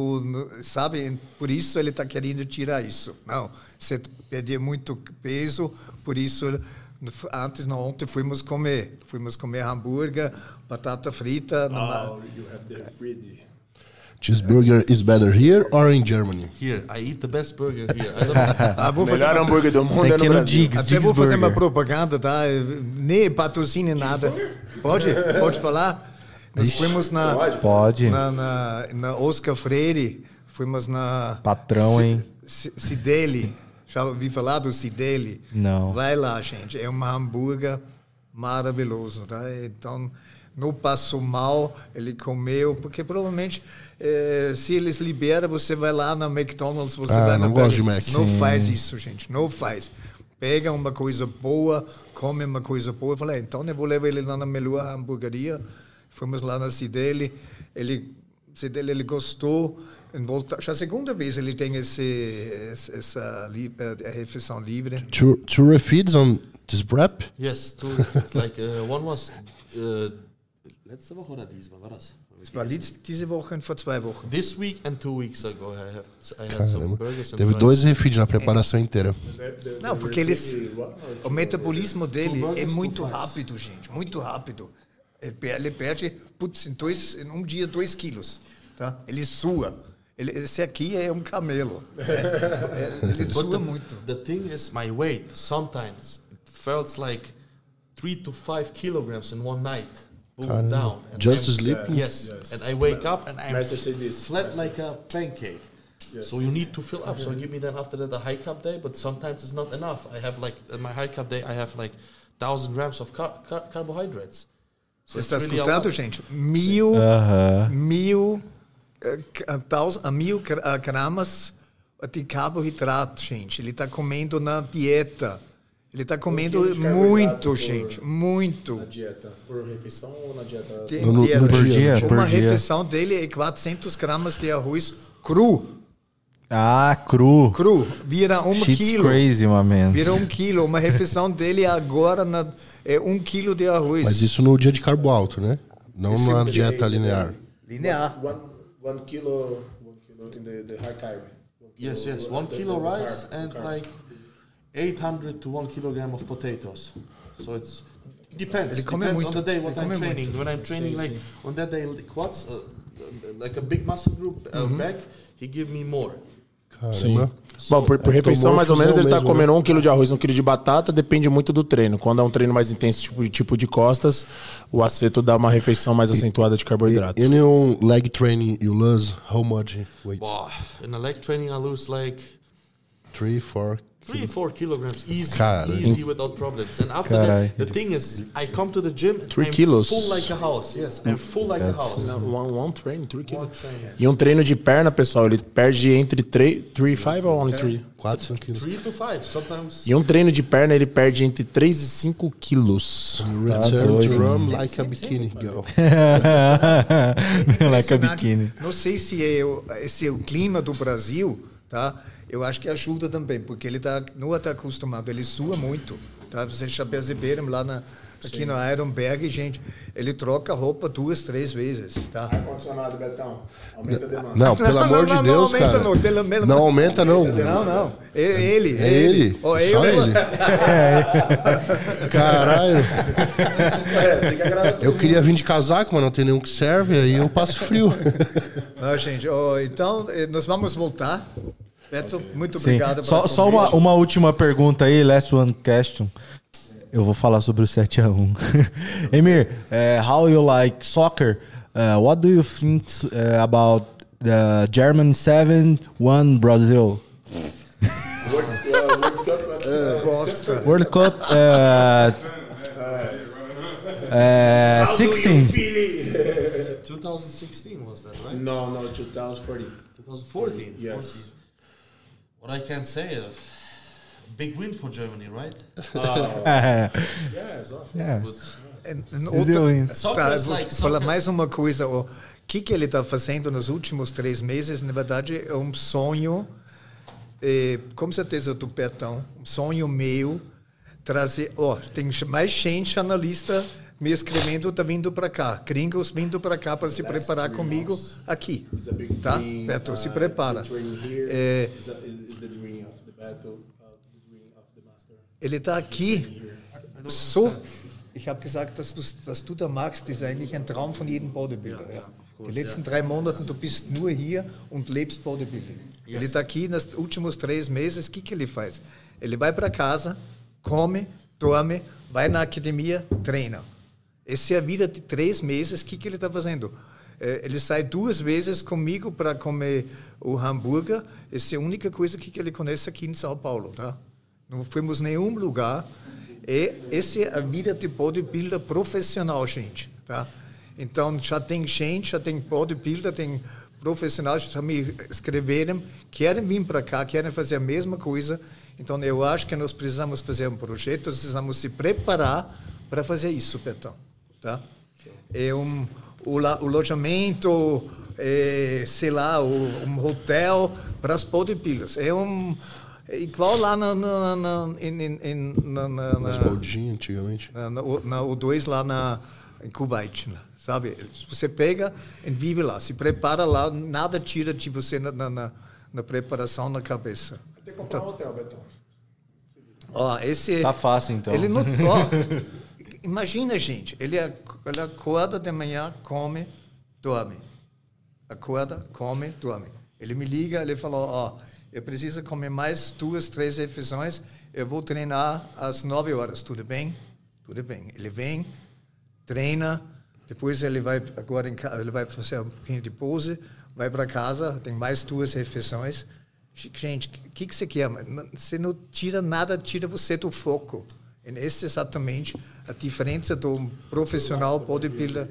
sabe? Por isso ele está querendo tirar isso. Não, você perdeu muito peso, por isso ontem fomos comer hambúrguer, batata frita. You have the free. Cheeseburger is better here or in Germany? Here, I eat the best burger here. I don't know. O melhor hambúrguer do mundo é no Brasil. Até vou fazer uma propaganda, tá? Nem patrocínio nada. Pode falar? Nós fomos na Oscar Freire, fomos na... Patrão, hein? Cideli. Já ouvi falar do Cideli? Não. Vai lá, gente. É uma hambúrguer maravilhoso, tá? Então, não passou mal, ele comeu, porque provavelmente, se eles liberam, você vai lá na McDonald's, você vai na... Não gosto de Mac. Não faz isso, gente, não faz. Pega uma coisa boa, come uma coisa boa. Eu falei, então eu vou levar ele lá na melhor hamburgueria. Fomos lá na Cideli, ele gostou. Já a segunda vez ele tem essa refeição livre. Two refeeds on this prep? Yes, two refeeds. Like one was letzte Woche oder diesmal war das? Es war diese Woche und vor 2 Wochen. This week and 2 weeks ago I had some burgers and Teve fries. 2 refeeds na preparação inteira. Não, porque o metabolismo dele é muito rápido, gente, muito rápido. Ele perde, em um dia 2 quilos, tá? Ele sua. Esse aqui é um camelo. Ele sua muito. The thing is, my weight sometimes it felt like 3 to 5 kilograms in one night. Boom, down. And Just to sleep? Yes. And I wake up and I'm flat like a pancake. So you need to fill up. So give me then after that a high carb day, but sometimes it's not enough. I have like, in my high carb day, I have like 1,000 grams of carbohydrates. Você está escutando, gente? 1.000 gramas de carboidrato, gente. Ele está comendo na dieta. Ele está comendo muito, gente. Muito. Na dieta? Por refeição ou na dieta? Por dia. Uma refeição dele é 400 gramas de arroz cru. Ah, cru. Cru. Vira 1 Shit's quilo. crazy, my man. Vira 1 quilo. Uma refeição dele agora é 1 quilo de arroz. Mas isso no dia de carbo alto, né? Não na dieta linear. Linear. 1 kilo in the high carb. Yes, 1 kilo rice and like 800 to 1 kilogram of potatoes. So it depends. Depends on the day what I'm training. When I'm training like on that day quads, like a big muscle group back, he give me more. Sim. Bom, por refeição, mais ou menos, ele está comendo 1 quilo de arroz, 1 quilo de batata, depende muito do treino. Quando é um treino mais intenso, tipo de costas, o aceto dá uma refeição mais acentuada de carboidrato. In your leg training, you lose how much weight? Wow. In a leg training, I lose like 3-4 3-4 kilograms, easy without problems. And after that, the thing is, I come to the gym, 3 I'm kilos. full like a house. Yes, I'm full like a house. One train, 3 quilos. E um treino de perna, pessoal, ele perde entre 3 e 5 ou only 3? 4, 5 quilos. 3 to 5, sometimes. E um treino de perna, ele perde entre 3 e 5 quilos. Return to Rome like a bikini girl. Like a bikini. Não sei se é o clima do Brasil, tá? Eu acho que ajuda também, porque ele não está acostumado, ele sua muito, tá? Vocês já perceberam lá aqui no Ironberg, gente, ele troca a roupa 2, 3 vezes, tá? Ar-condicionado, Betão. Aumenta a demanda. Não, pelo amor de Deus, cara. Não aumenta, não. Não. É ele. Só ele. Caralho. Eu queria vir de casaco, mas não tem nenhum que serve, aí eu passo frio. Não, gente, então nós vamos voltar. Beto, muito obrigado. Só uma última pergunta aí, last one question. Eu vou falar sobre o 7-1. Emir, how you like soccer? What do you think about the German 7-1 Brazil? World Cup 16. 2016 was that, right? No, 2014. 2014? Yes. What I can say, big win for Germany, right? Yes, Vou falar mais uma coisa. O que ele está fazendo nos últimos 3 meses, na verdade, é um sonho, com certeza do Betão, um sonho meu, trazer... tem mais gente analista me escrevendo, tá vindo para cá. Gringos vindo para cá para se preparar comigo aqui. Tá? Beto, se prepara. Ele está aqui. Ich habe gesagt, dass was du da machst, ist eigentlich ein Traum von jedem Bodybuilder. Die letzten 3 Monate, du bist nur hier und lebst Bodybuilding. Ele está aqui nos últimos 3 meses. O que ele faz? Ele vai para casa, come, dorme, vai na academia, treina. Essa é a vida de 3 meses. O que ele está fazendo? Ele sai 2 vezes comigo para comer o hambúrguer. Essa é a única coisa que ele conhece aqui em São Paulo, tá? Não fomos em nenhum lugar. Essa é a vida de bodybuilder profissional, gente, tá? Então, já tem bodybuilder, tem profissionais que já me escreveram, querem vir para cá, querem fazer a mesma coisa. Então, eu acho que nós precisamos fazer um projeto, precisamos se preparar para fazer isso, Betão, tá? O alojamento, sei lá, um hotel para os bodybuilders. Igual lá nas Baldinhas, antigamente. Na O2 lá em Kuwait, sabe? Você pega e vive lá, se prepara lá, nada tira de você na preparação na cabeça. Tem que comprar um hotel, Betão. Tá fácil, então. Ele não, imagina, gente, ele acorda de manhã, come, dorme. Acorda, come, dorme. Ele me liga, ele falou, eu preciso comer mais 2, 3 refeições, eu vou treinar às 9 horas, tudo bem? Tudo bem. Ele vem, treina, depois ele vai fazer um pouquinho de pose, vai para casa, tem mais 2 refeições. Gente, o que você quer? Você não tira nada, tira você do foco. E essa é exatamente a diferença do profissional bodybuilder.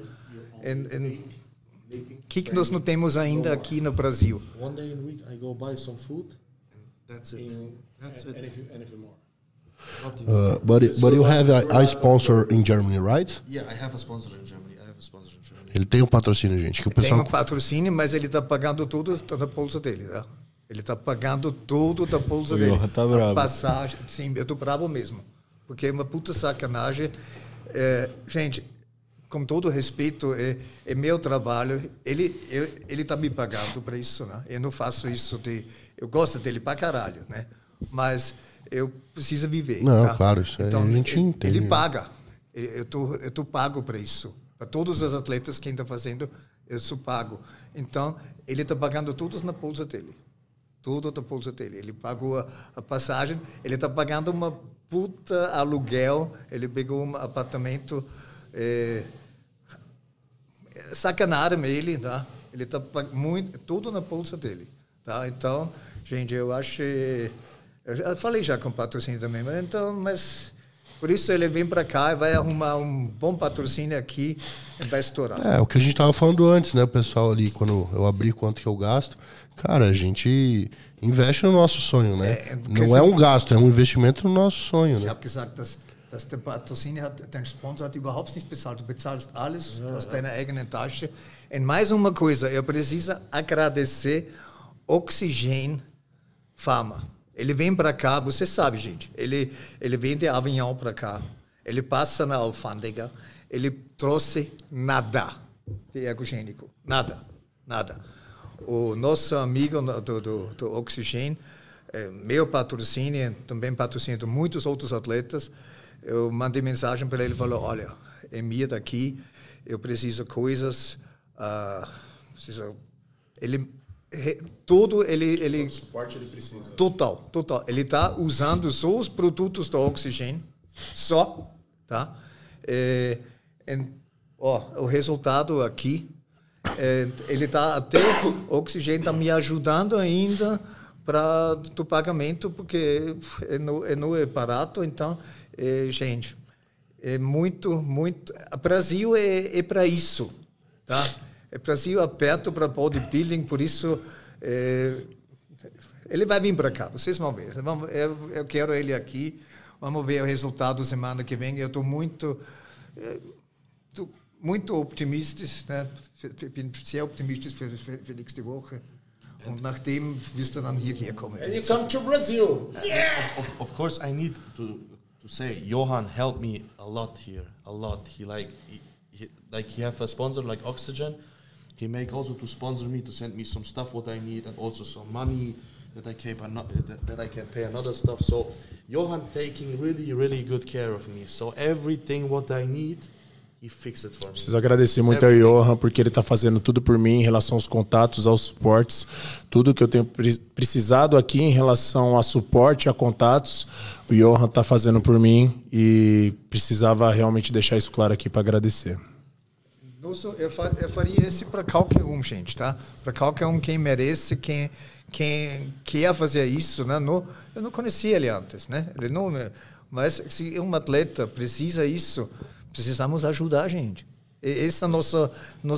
O que nós não temos ainda aqui no Brasil? One day in a week I go buy some food. That's it. That's it. Anything more. But you have a sponsor in Germany, right? Yeah, I have a sponsor in Germany. Ele tem um patrocínio, gente. Que o pessoal... Tem um patrocínio, mas ele está pagando tudo da bolsa dele, tá? Ele está pagando tudo da bolsa dele. Tá bravo. A passagem, sim, eu estou bravo mesmo. Porque é uma puta sacanagem. Gente, com todo respeito, é meu trabalho. Ele está me pagando para isso, né? Eu não faço isso eu gosto dele pra caralho, né? Mas eu preciso viver. Não, tá? claro, isso então, a gente entende. Ele paga. Eu tô pago para isso. Para todos os atletas que está fazendo, eu sou pago. Então, ele está pagando tudo na bolsa dele. Tudo da bolsa dele. Ele pagou a passagem, ele está pagando uma puta aluguel, ele pegou um apartamento, sacanaram ele, tá? Ele está pagando tudo na bolsa dele, tá? Então, gente, eu acho... Eu falei já com o patrocínio também, mas por isso ele vem para cá e vai arrumar um bom patrocínio aqui e vai estourar. O que a gente estava falando antes, né? O pessoal ali, quando eu abri quanto que eu gasto, cara, a gente investe no nosso sonho, né? Não é um gasto, é um investimento no nosso sonho, né? Ich habe gesagt, dass der Patrocinier dein Sponsor hat überhaupt nicht bezahlt. Du bezahlst alles aus deiner eigenen Tasche. E mais uma coisa, eu preciso agradecer Oxygen Pharma. Ele vem para cá, você sabe, gente, ele vem de avião para cá, ele passa na alfândega, ele trouxe nada de ergogênico, nada. O nosso amigo do Oxygen, meu patrocínio, também patrocínio de muitos outros atletas, eu mandei mensagem para ele e falei, olha, Emir daqui, eu preciso coisas, todo suporte ele precisa. Total. Ele está usando só os produtos do Oxygen, só, tá? O resultado aqui, ele está até o Oxygen está me ajudando ainda para do pagamento porque não é barato, então, gente, é muito. O Brasil é para isso, tá? O Brasil é aberto para bodybuilding, por isso ele vai vir para cá, vocês vão ver. Eu quero ele aqui, vamos ver o resultado semana que vem. Eu estou muito optimistisch, né? Ich bin sehr optimistisch für nächste Woche. Und nachdem wirst du dann hierher kommen. And you come to Brazil. Yeah! Of course, I need to say, Johan helped me a lot here, a lot. He have a sponsor like Oxygen. He make also to sponsor me, to send me some stuff what I need, and also some money that I can pay another stuff. So Johan taking really, really good care of me. So everything what I need, he fixed it for me. Preciso agradecer muito ao Johan, porque ele está fazendo tudo por mim em relação aos contatos, aos suportes. Tudo que eu tenho precisado aqui em relação a suporte, a contatos, o Johan está fazendo por mim e precisava realmente deixar isso claro aqui para agradecer. Eu faria isso para qualquer um, gente, tá? Para qualquer um quem merece, quem quer fazer isso, né? Eu não conhecia ele antes, né? Mas se um atleta precisa isso, precisamos ajudar a gente. Esse é o nosso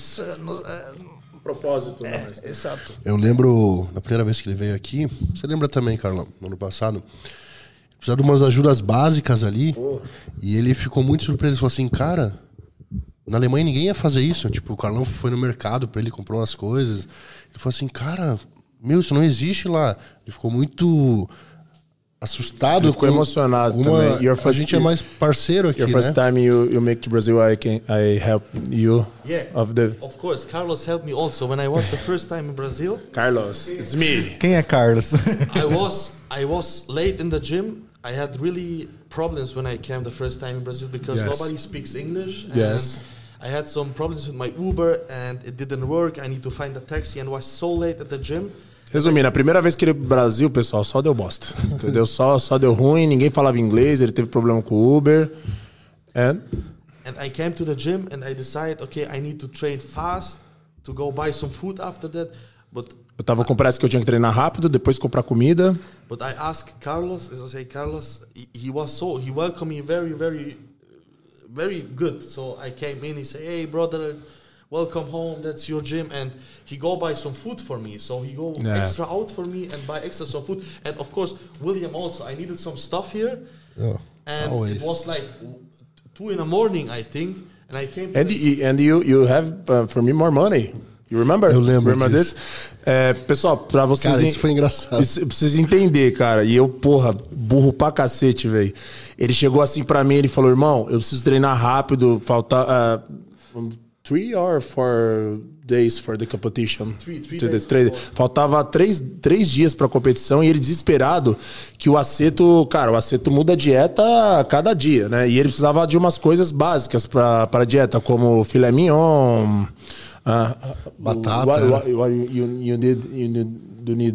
Propósito, exato. Eu lembro, na primeira vez que ele veio aqui, você lembra também, Carlão, no ano passado, precisava de umas ajudas básicas ali, e ele ficou muito surpreso, ele falou assim, cara, na Alemanha ninguém ia fazer isso, tipo, o Carlão foi no mercado pra ele, comprou umas coisas, ele falou assim, cara, meu, isso não existe lá. Ele ficou muito assustado. Ele ficou emocionado também. A gente é mais parceiro aqui, your first né? time you make to Brazil, I help you. Yeah, of course. Carlos helped me also when I was the first time in Brazil. Carlos, it's me. Quem é Carlos? I was late in the gym. I had really problems when I came the first time in Brazil because nobody speaks English. Yes. I had some problems with my Uber and it didn't work. I need to find a taxi and was so late at the gym. Resumindo, a primeira vez que ele veio pro Brasil, pessoal, só deu bosta. Entendeu? Só deu ruim, ninguém falava inglês, ele teve problema com o Uber. And I came to the gym and I decided, okay, I need to train fast to go buy some food after that. But eu tava com pressa que eu tinha que treinar rápido, depois comprar comida. But I asked Carlos, as I say, Carlos, he welcomed me very, very, very good. So I came in, he said, hey, brother, welcome home, that's your gym. And he go buy some food for me. So he go extra out for me and buy extra some food. And of course, William also, I needed some stuff here. Yeah, and always. It was like 2 a.m, I think. And I came and you have, for me, more money. You remember? Eu lembro disso. Pessoal, pra vocês... Cara, isso foi engraçado. Pra vocês entenderem, cara. E eu, porra, burro pra cacete, velho. Ele chegou assim pra mim, ele falou, irmão, eu preciso treinar rápido, falta 3 or 4 days for the competition. Faltava 3 dias pra competição e ele desesperado que o Aceto muda a dieta a cada dia, né? E ele precisava de umas coisas básicas pra dieta, como filé mignon... batata. You need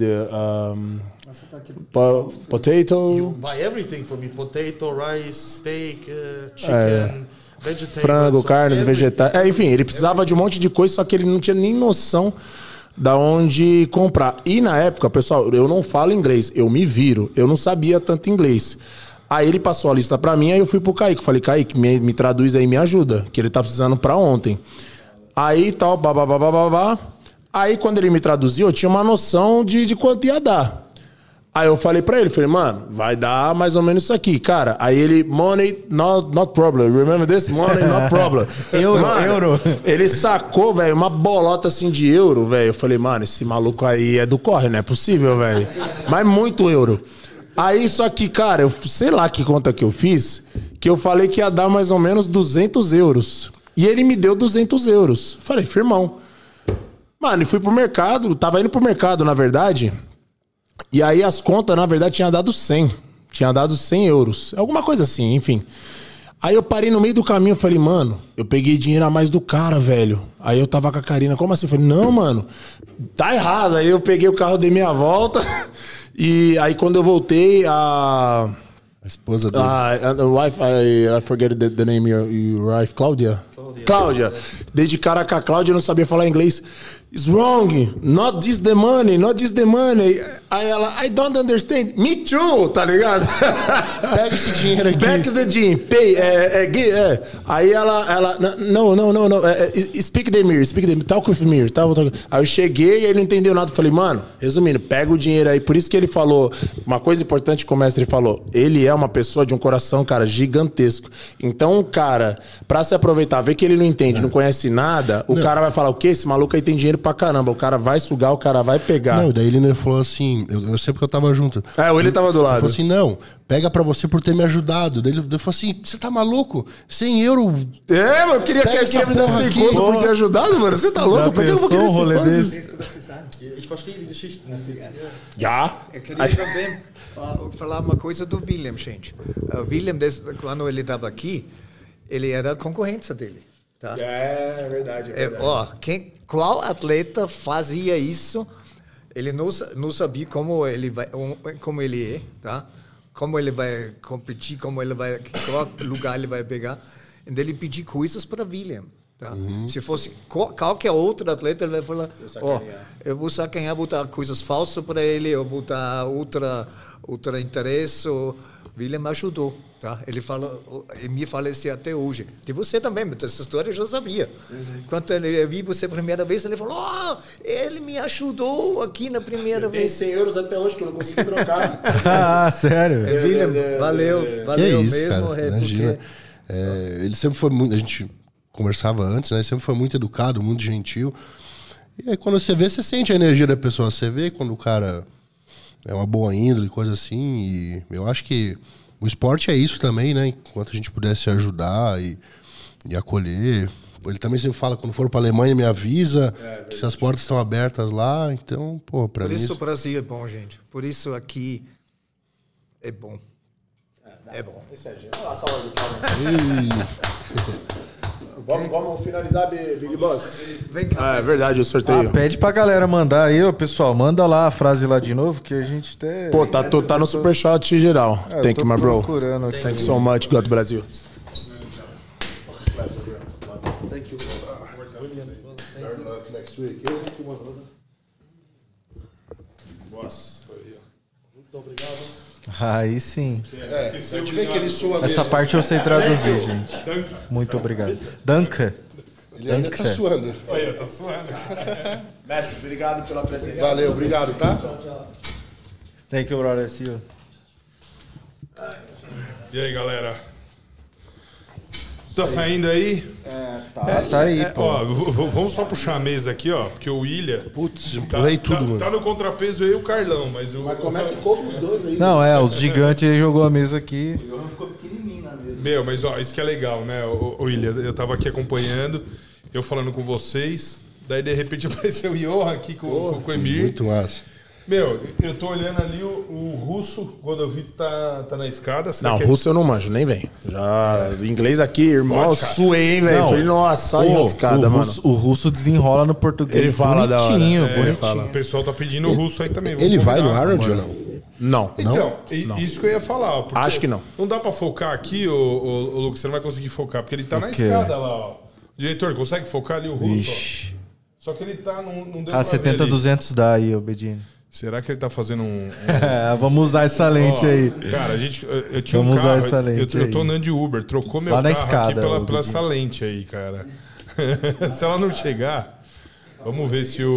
potato. You buy everything for me: potato, rice, steak, chicken, vegetables, frango, carnes, vegetais. Enfim, ele precisava de um monte de coisa, só que ele não tinha nem noção da onde comprar. E na época, pessoal, eu não falo inglês, eu me viro, eu não sabia tanto inglês. Aí ele passou a lista pra mim, aí eu fui pro Kaique, falei, Kaique, me traduz aí, me ajuda, que ele tá precisando pra ontem. Aí tal, babá. Aí quando ele me traduziu, eu tinha uma noção de quanto ia dar. Aí eu falei pra ele, mano, vai dar mais ou menos isso aqui, cara. Aí ele, money, not problem. Remember this? Money, not problem. euro. Ele sacou, velho, uma bolota assim de euro, velho. Eu falei, mano, esse maluco aí é do corre, não é possível, velho. Mas muito euro. Aí, só que, cara, eu sei lá que conta que eu fiz, que eu falei que ia dar mais ou menos 200 euros. E ele me deu 200 euros. Falei, firmão. Mano, e fui pro mercado. Tava indo pro mercado, na verdade. E aí as contas, na verdade, tinha dado 100. Tinha dado 100 euros. Alguma coisa assim, enfim. Aí eu parei no meio do caminho e falei, mano, eu peguei dinheiro a mais do cara, velho. Aí eu tava com a Karina, como assim? Eu falei, não, mano, tá errado. Aí eu peguei o carro, dei meia volta. E aí quando eu voltei, a esposa dele. Wife, I forget the name, your wife, Cláudia. Dei de cara com a Cláudia, eu não sabia falar inglês. It's wrong, not this the money. Aí ela, I don't understand. Me too, tá ligado? Pega esse dinheiro aqui. Back the gym, pay. Aí ela, no. Speak the mirror, talk with mirror. Aí eu cheguei e ele não entendeu nada. Falei, mano, resumindo, pega o dinheiro aí. Por isso que ele falou, uma coisa importante que o mestre falou, ele é uma pessoa de um coração, cara, gigantesco. Então, cara, pra se aproveitar, ver que ele não entende, não conhece nada, o cara vai falar, o quê? Esse maluco aí tem dinheiro pra caramba. O cara vai sugar, o cara vai pegar. Não, daí ele falou assim, eu sei porque eu tava junto. Ele tava do lado. Ele falou assim, não, pega pra você por ter me ajudado. Daí ele falou assim, você tá maluco? 100 euros. Mano, eu queria me dar 100 conto por ter ajudado, mano. Você tá louco? Por que eu vou querer 100 conto? Ich verstehe die Geschichten. Já. Eu queria também falar uma coisa do William, gente. O William, quando ele estava aqui, ele era a concorrência dele. Tá? É verdade. Qual atleta fazia isso? Ele não sabia como ele é, tá? Como ele vai competir, qual lugar ele vai pegar. Então ele pediu coisas para William. Tá? Se fosse qualquer outro atleta, ele vai falar, eu vou sacanear, botar coisas falsas para ele, ou botar outra interesse. O William ajudou. Tá? tá? Ele falou, e me faleceu até hoje. De você também, mas essa história eu já sabia. Quando eu vi você a primeira vez, ele falou, ele me ajudou aqui na primeira Tem vez. 100 euros até hoje que eu não consegui trocar. Ah, sério? William, valeu Que é isso, mesmo. cara, imagina. Ele sempre foi muito... A gente conversava antes, né? Ele sempre foi muito educado, muito gentil. E aí quando você vê, você sente a energia da pessoa. Você vê quando o cara é uma boa índole, coisa assim. E eu acho que o esporte é isso também, né? Enquanto a gente pudesse ajudar e acolher. Ele também sempre fala, quando for pra Alemanha, me avisa que se as portas estão abertas lá. Então, pô, pra mim... Por isso o Brasil é bom, gente. Por isso aqui é bom. É bom. Isso é gente. Olha lá, salve, Vamos finalizar, Big Boss? Vem cá. É verdade, o sorteio. Pede pra galera mandar aí, ó, pessoal. Manda lá a frase lá de novo, que a gente até... Pô, tá no superchat geral. Thank you, my bro. Procurando aqui. Thank you so much, God Brasil. Thank you. Better luck next week. Muito obrigado. Aí sim. A gente vê que ele sua Essa mesmo. parte eu sei traduzir, gente. Muito obrigado. Danca. Ele ainda tá suando. Olha, tá suando. Mestre, obrigado pela presença. Valeu, obrigado, tá? Thank you, brother. See you. E aí, galera? Tá saindo aí? Tá aí, pô. Ó, vamos só puxar a mesa aqui, ó, porque o William Putz, empurrei tudo, mano. tá no contrapeso eu e o Carlão, mas o... Como é que coube os dois aí? Não, os gigantes aí jogou a mesa aqui. Meu, mas ó, isso que é legal, né, o William? Eu tava aqui acompanhando, eu falando com vocês, daí de repente apareceu o Johan aqui com o Emir. Muito massa. Meu, eu tô olhando ali o russo, quando eu vi tá na escada. Será Não, que russo eu não manjo, nem vem. Já, inglês aqui, irmão, Forte, cara. suei, hein, velho. Não, Falei, nossa, olha a enrascada, mano. O russo desenrola no português. Ele fala da hora. bonitinho, É, bonitinho. o pessoal tá pedindo o russo aí também. Ele Vamos vai no combinar. Arnold ou não? Não. Então, Não. isso que eu ia falar. Ó, porque Acho que não. Não dá pra focar aqui, ô Lucas, você não vai conseguir focar, porque ele tá na quê? escada lá, ó. Diretor, consegue focar ali o russo? Ixi. Ó? Só que ele tá, não deu pra ver 70, ali. 200 dá aí, ô Bedini. Será que ele tá fazendo um... Vamos usar essa lente Ó, aí. Cara, eu tinha Vamos um carro, usar essa lente eu tô aí. andando de Uber, trocou meu Lá na carro escada, aqui pela Bedini. essa lente aí, cara. Se ela não chegar, vamos ver se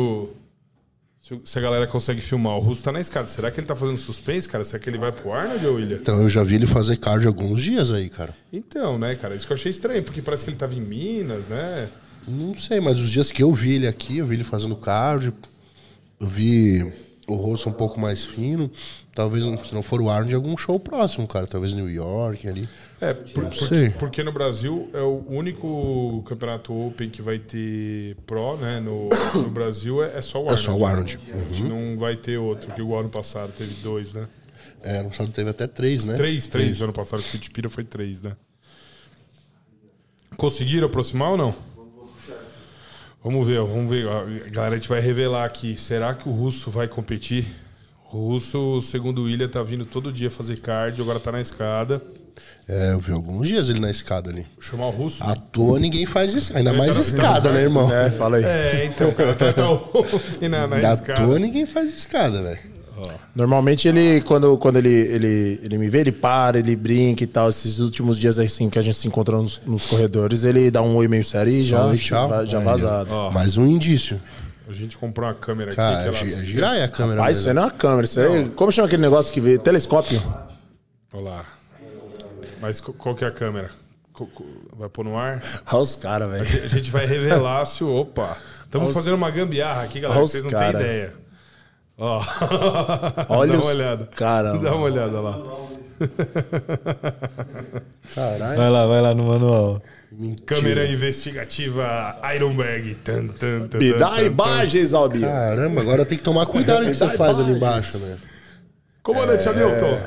a galera consegue filmar. O russo tá na escada. Será que ele tá fazendo suspense, cara? Será que ele vai pro Arnold ou William? Então, eu já vi ele fazer cardio alguns dias aí, cara. Então, né, cara? Isso que eu achei estranho, porque parece que ele tava em Minas, né? Não sei, mas os dias que eu vi ele aqui, eu vi ele fazendo cardio. Eu vi o rosto um pouco mais fino. Talvez, se não for o Arnold, algum show próximo, cara. Talvez New York ali. Sei. Porque no Brasil é o único campeonato Open que vai ter Pro, né? No Brasil é só o Arnold. É só o Arnold. A gente não vai ter outro, que o ano passado teve 2, né? É, no passado teve até 3, né? 3. Ano passado, o Fittipira foi 3, né? Conseguiram aproximar ou não? Vamos ver. Ó, galera, a gente vai revelar aqui. Será que o russo vai competir? O russo, segundo o William, tá vindo todo dia fazer cardio, agora tá na escada. É, eu vi alguns dias ele na escada ali. Vou chamar o russo. À toa ninguém faz isso. Ainda mais escada, né, irmão? É, fala aí. Então, cara, tá ontem na À escada. toa ninguém faz escada, velho. Normalmente ele, quando ele me vê, ele para, ele brinca e tal. Esses últimos dias assim que a gente se encontra nos corredores, ele dá um oi meio sério e já, Oi, tchau. já Aí, vazado. ó. Mais um indício. A gente comprou uma câmera Cara, aqui. é girar a câmera. Mas isso aí mesmo. não é uma câmera, isso aí. Como chama aquele negócio que vê? Telescópio. Olha lá. Mas qual que é a câmera? Vai pôr no ar? Olha os caras, velho. A gente vai revelar se o... Opa! Estamos fazendo uma gambiarra aqui, galera, Olha que vocês os não têm cara. ideia. Ó. Olha Dá os uma olhada. cara, Dá mano. uma olhada lá. Caralho. Vai lá no manual. Câmera investigativa Ironberg. Me dá imagens, Albinho. Caramba, agora tem que tomar cuidado com o que você faz ali embaixo, né? Comandante Hamilton.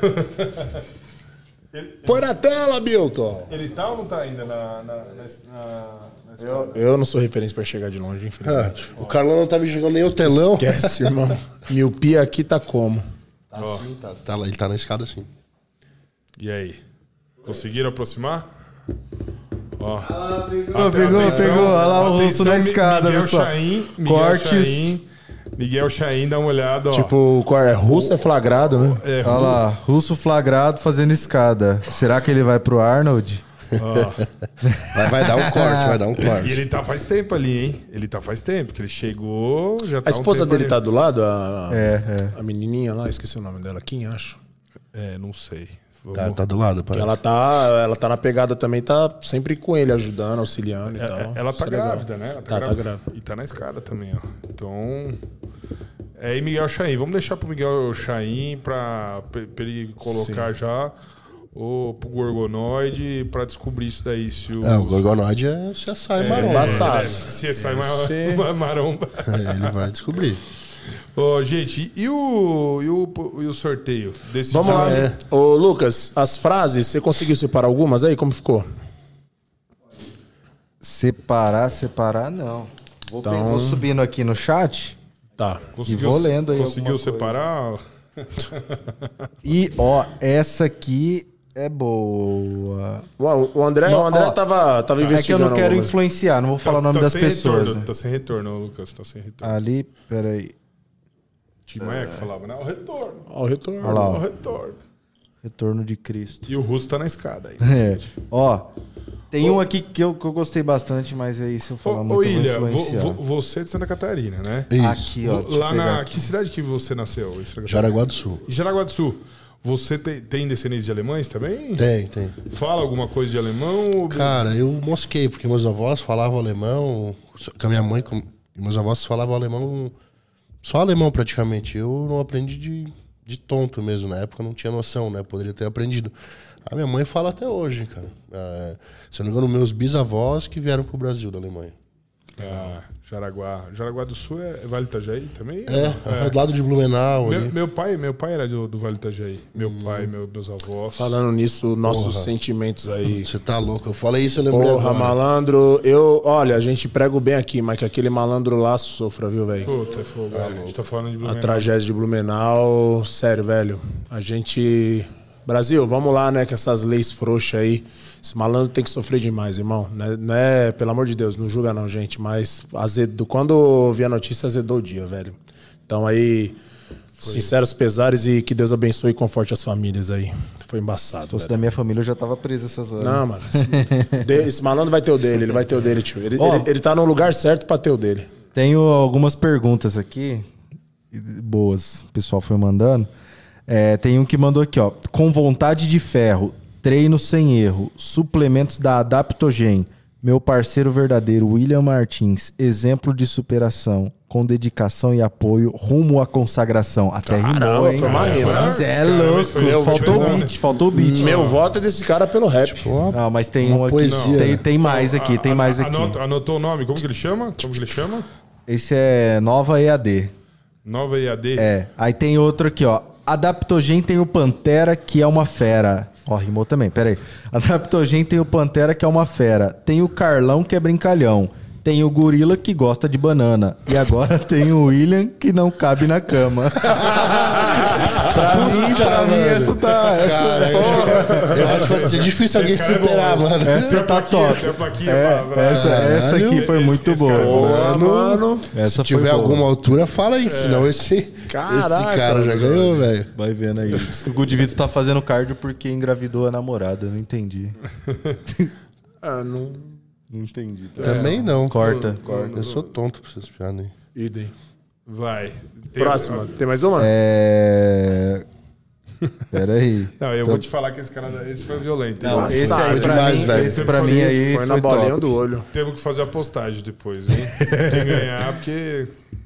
Põe na tela, Milton. Ele tá ou não tá ainda na Eu não sou referência pra chegar de longe, infelizmente. O Carlão não tava jogando nem o telão. Esquece, irmão. Miopia aqui tá como? Tá assim, tá lá, ele tá na escada assim. E aí? Conseguiram aproximar? Ó. Pegou. Olha lá o russo na escada, Miguel pessoal. Chain, Cortes. Chain, Miguel Chain, dá uma olhada, ó. Tipo, russo é flagrado, né? Olha lá, russo flagrado fazendo escada. Será que ele vai pro Arnold? Vai dar um corte, vai dar um corte. E ele tá faz tempo ali, hein? Ele tá faz tempo, porque ele chegou, já tá A esposa um tempo dele ali. tá do lado? A menininha lá, esqueci o nome dela. Kim, acho. Não sei. Tá do lado, parece. Ela tá na pegada também, tá sempre com ele, ajudando, auxiliando e tal. Ela tá Isso é legal. grávida, né? Ela Tá grávida. E tá na escada também, ó. Então... E Miguel Chain. Vamos deixar pro Miguel Chain pra ele colocar já pro Gorgonoide pra descobrir isso daí. Se O Gorgonoide é CSI Maromba. embaçado. Se sai maromba. Ele vai descobrir. Gente, e o sorteio desse Vamos lá. É. Ô, Lucas, as frases, você conseguiu separar algumas aí? Como ficou? Separar não. Vou subindo aqui no chat Tá. e vou lendo aí. Conseguiu alguma coisa. separar? E, essa aqui é boa. O André tava investigando. É que eu não quero algumas. influenciar, não vou falar o nome das sem pessoas. Retorno, Né? Tá sem retorno, Lucas. Tá sem retorno. Ali, peraí. Tim Maia que falava, né? O retorno. Ó, o retorno. Olha lá, O ó. retorno. Retorno de Cristo. E o Russo tá na escada aí. Tem um aqui que eu gostei bastante, mas aí se eu falar muito eu Ilha, vou influenciar. você é de Santa Catarina, né? Isso. Aqui, ó. deixa eu Lá pegar na... aqui. Que cidade que você nasceu? Em Santa Catarina? Jaraguá do Sul. Em Jaraguá do Sul. Você tem descendência de alemães também? Tem. Fala alguma coisa de alemão? Cara, eu mosquei, porque meus avós falavam alemão, com a minha mãe, e meus avós falavam alemão, só alemão praticamente. Eu não aprendi de tonto mesmo, na época eu não tinha noção, né? Poderia ter aprendido. A minha mãe fala até hoje, cara. Se eu não me engano, meus bisavós que vieram pro Brasil da Alemanha. Jaraguá. Jaraguá do Sul é Vale Itajaí também? Do lado de Blumenau. ali. Meu pai era do Vale Itajaí. Meu pai, meus avós. Falando nisso, nossos sentimentos aí. Você tá louco. Eu falei isso, eu lembrei Porra, agora. malandro. Olha, a gente prega o bem aqui, mas que aquele malandro lá sofra, viu, velho? Puta, é fogo. A gente tá falando de A Blumenau. tragédia de Blumenau, sério, velho. A gente... Brasil, vamos lá, né, com essas leis frouxas aí. Esse malandro tem que sofrer demais, irmão. Não é, pelo amor de Deus, não julga não, gente. Mas quando eu vi a notícia, azedou o dia, velho. Então aí, sinceros pesares e que Deus abençoe e conforte as famílias aí. Foi embaçado, Se fosse velho. da minha família, eu já tava preso essas horas. Não, mano. Esse malandro vai ter o dele, ele vai ter o dele, tio. Ele tá no lugar certo pra ter o dele. Tenho algumas perguntas aqui, boas, o pessoal foi mandando. Tem um que mandou aqui, ó. Com vontade de ferro, treino sem erro, suplementos da Adaptogen. Meu parceiro verdadeiro, William Martins. Exemplo de superação, com dedicação e apoio, rumo à consagração. Até rimou, hein? foi uma rima, né? Cê é Caramba, louco. isso foi Faltou o pesado. beat, faltou o beat. Meu voto é desse cara pelo rap. Não, mas tem Uma um aqui. poesia. Tem mais aqui, tem mais aqui. Anotou o nome? Como que ele chama? Esse é Nova EAD. Nova EAD? Aí tem outro aqui, ó. Adaptogen tem o Pantera, que é uma fera. Ó, rimou também, peraí. Adaptogen tem o Pantera, que é uma fera. Tem o Carlão, que é brincalhão. Tem o Gorila, que gosta de banana. E agora tem o William, que não cabe na cama. pra mim, essa tá... Cara, eu acho que vai ser difícil alguém Esse cara é bom, superar, né? mano. Essa tá top. Essa aqui foi muito boa. Boa, mano. Essa Se tiver foi boa. alguma altura, fala aí, senão esse cara já ganhou, velho. Vai vendo aí. O Good Vito tá fazendo cardio porque engravidou a namorada. Eu não entendi. Não entendi. Também não. Corta. Eu sou tonto pra essas piadas aí. Idem. Vai. Próxima. Tem mais uma? Pera aí. Não, eu vou te falar que esse foi violento. Não, Esse esse aí foi pra demais, mim, velho. esse pra mim aí foi na bolinha top. do olho. Temos que fazer a postagem depois, hein? Quem ganhar, porque...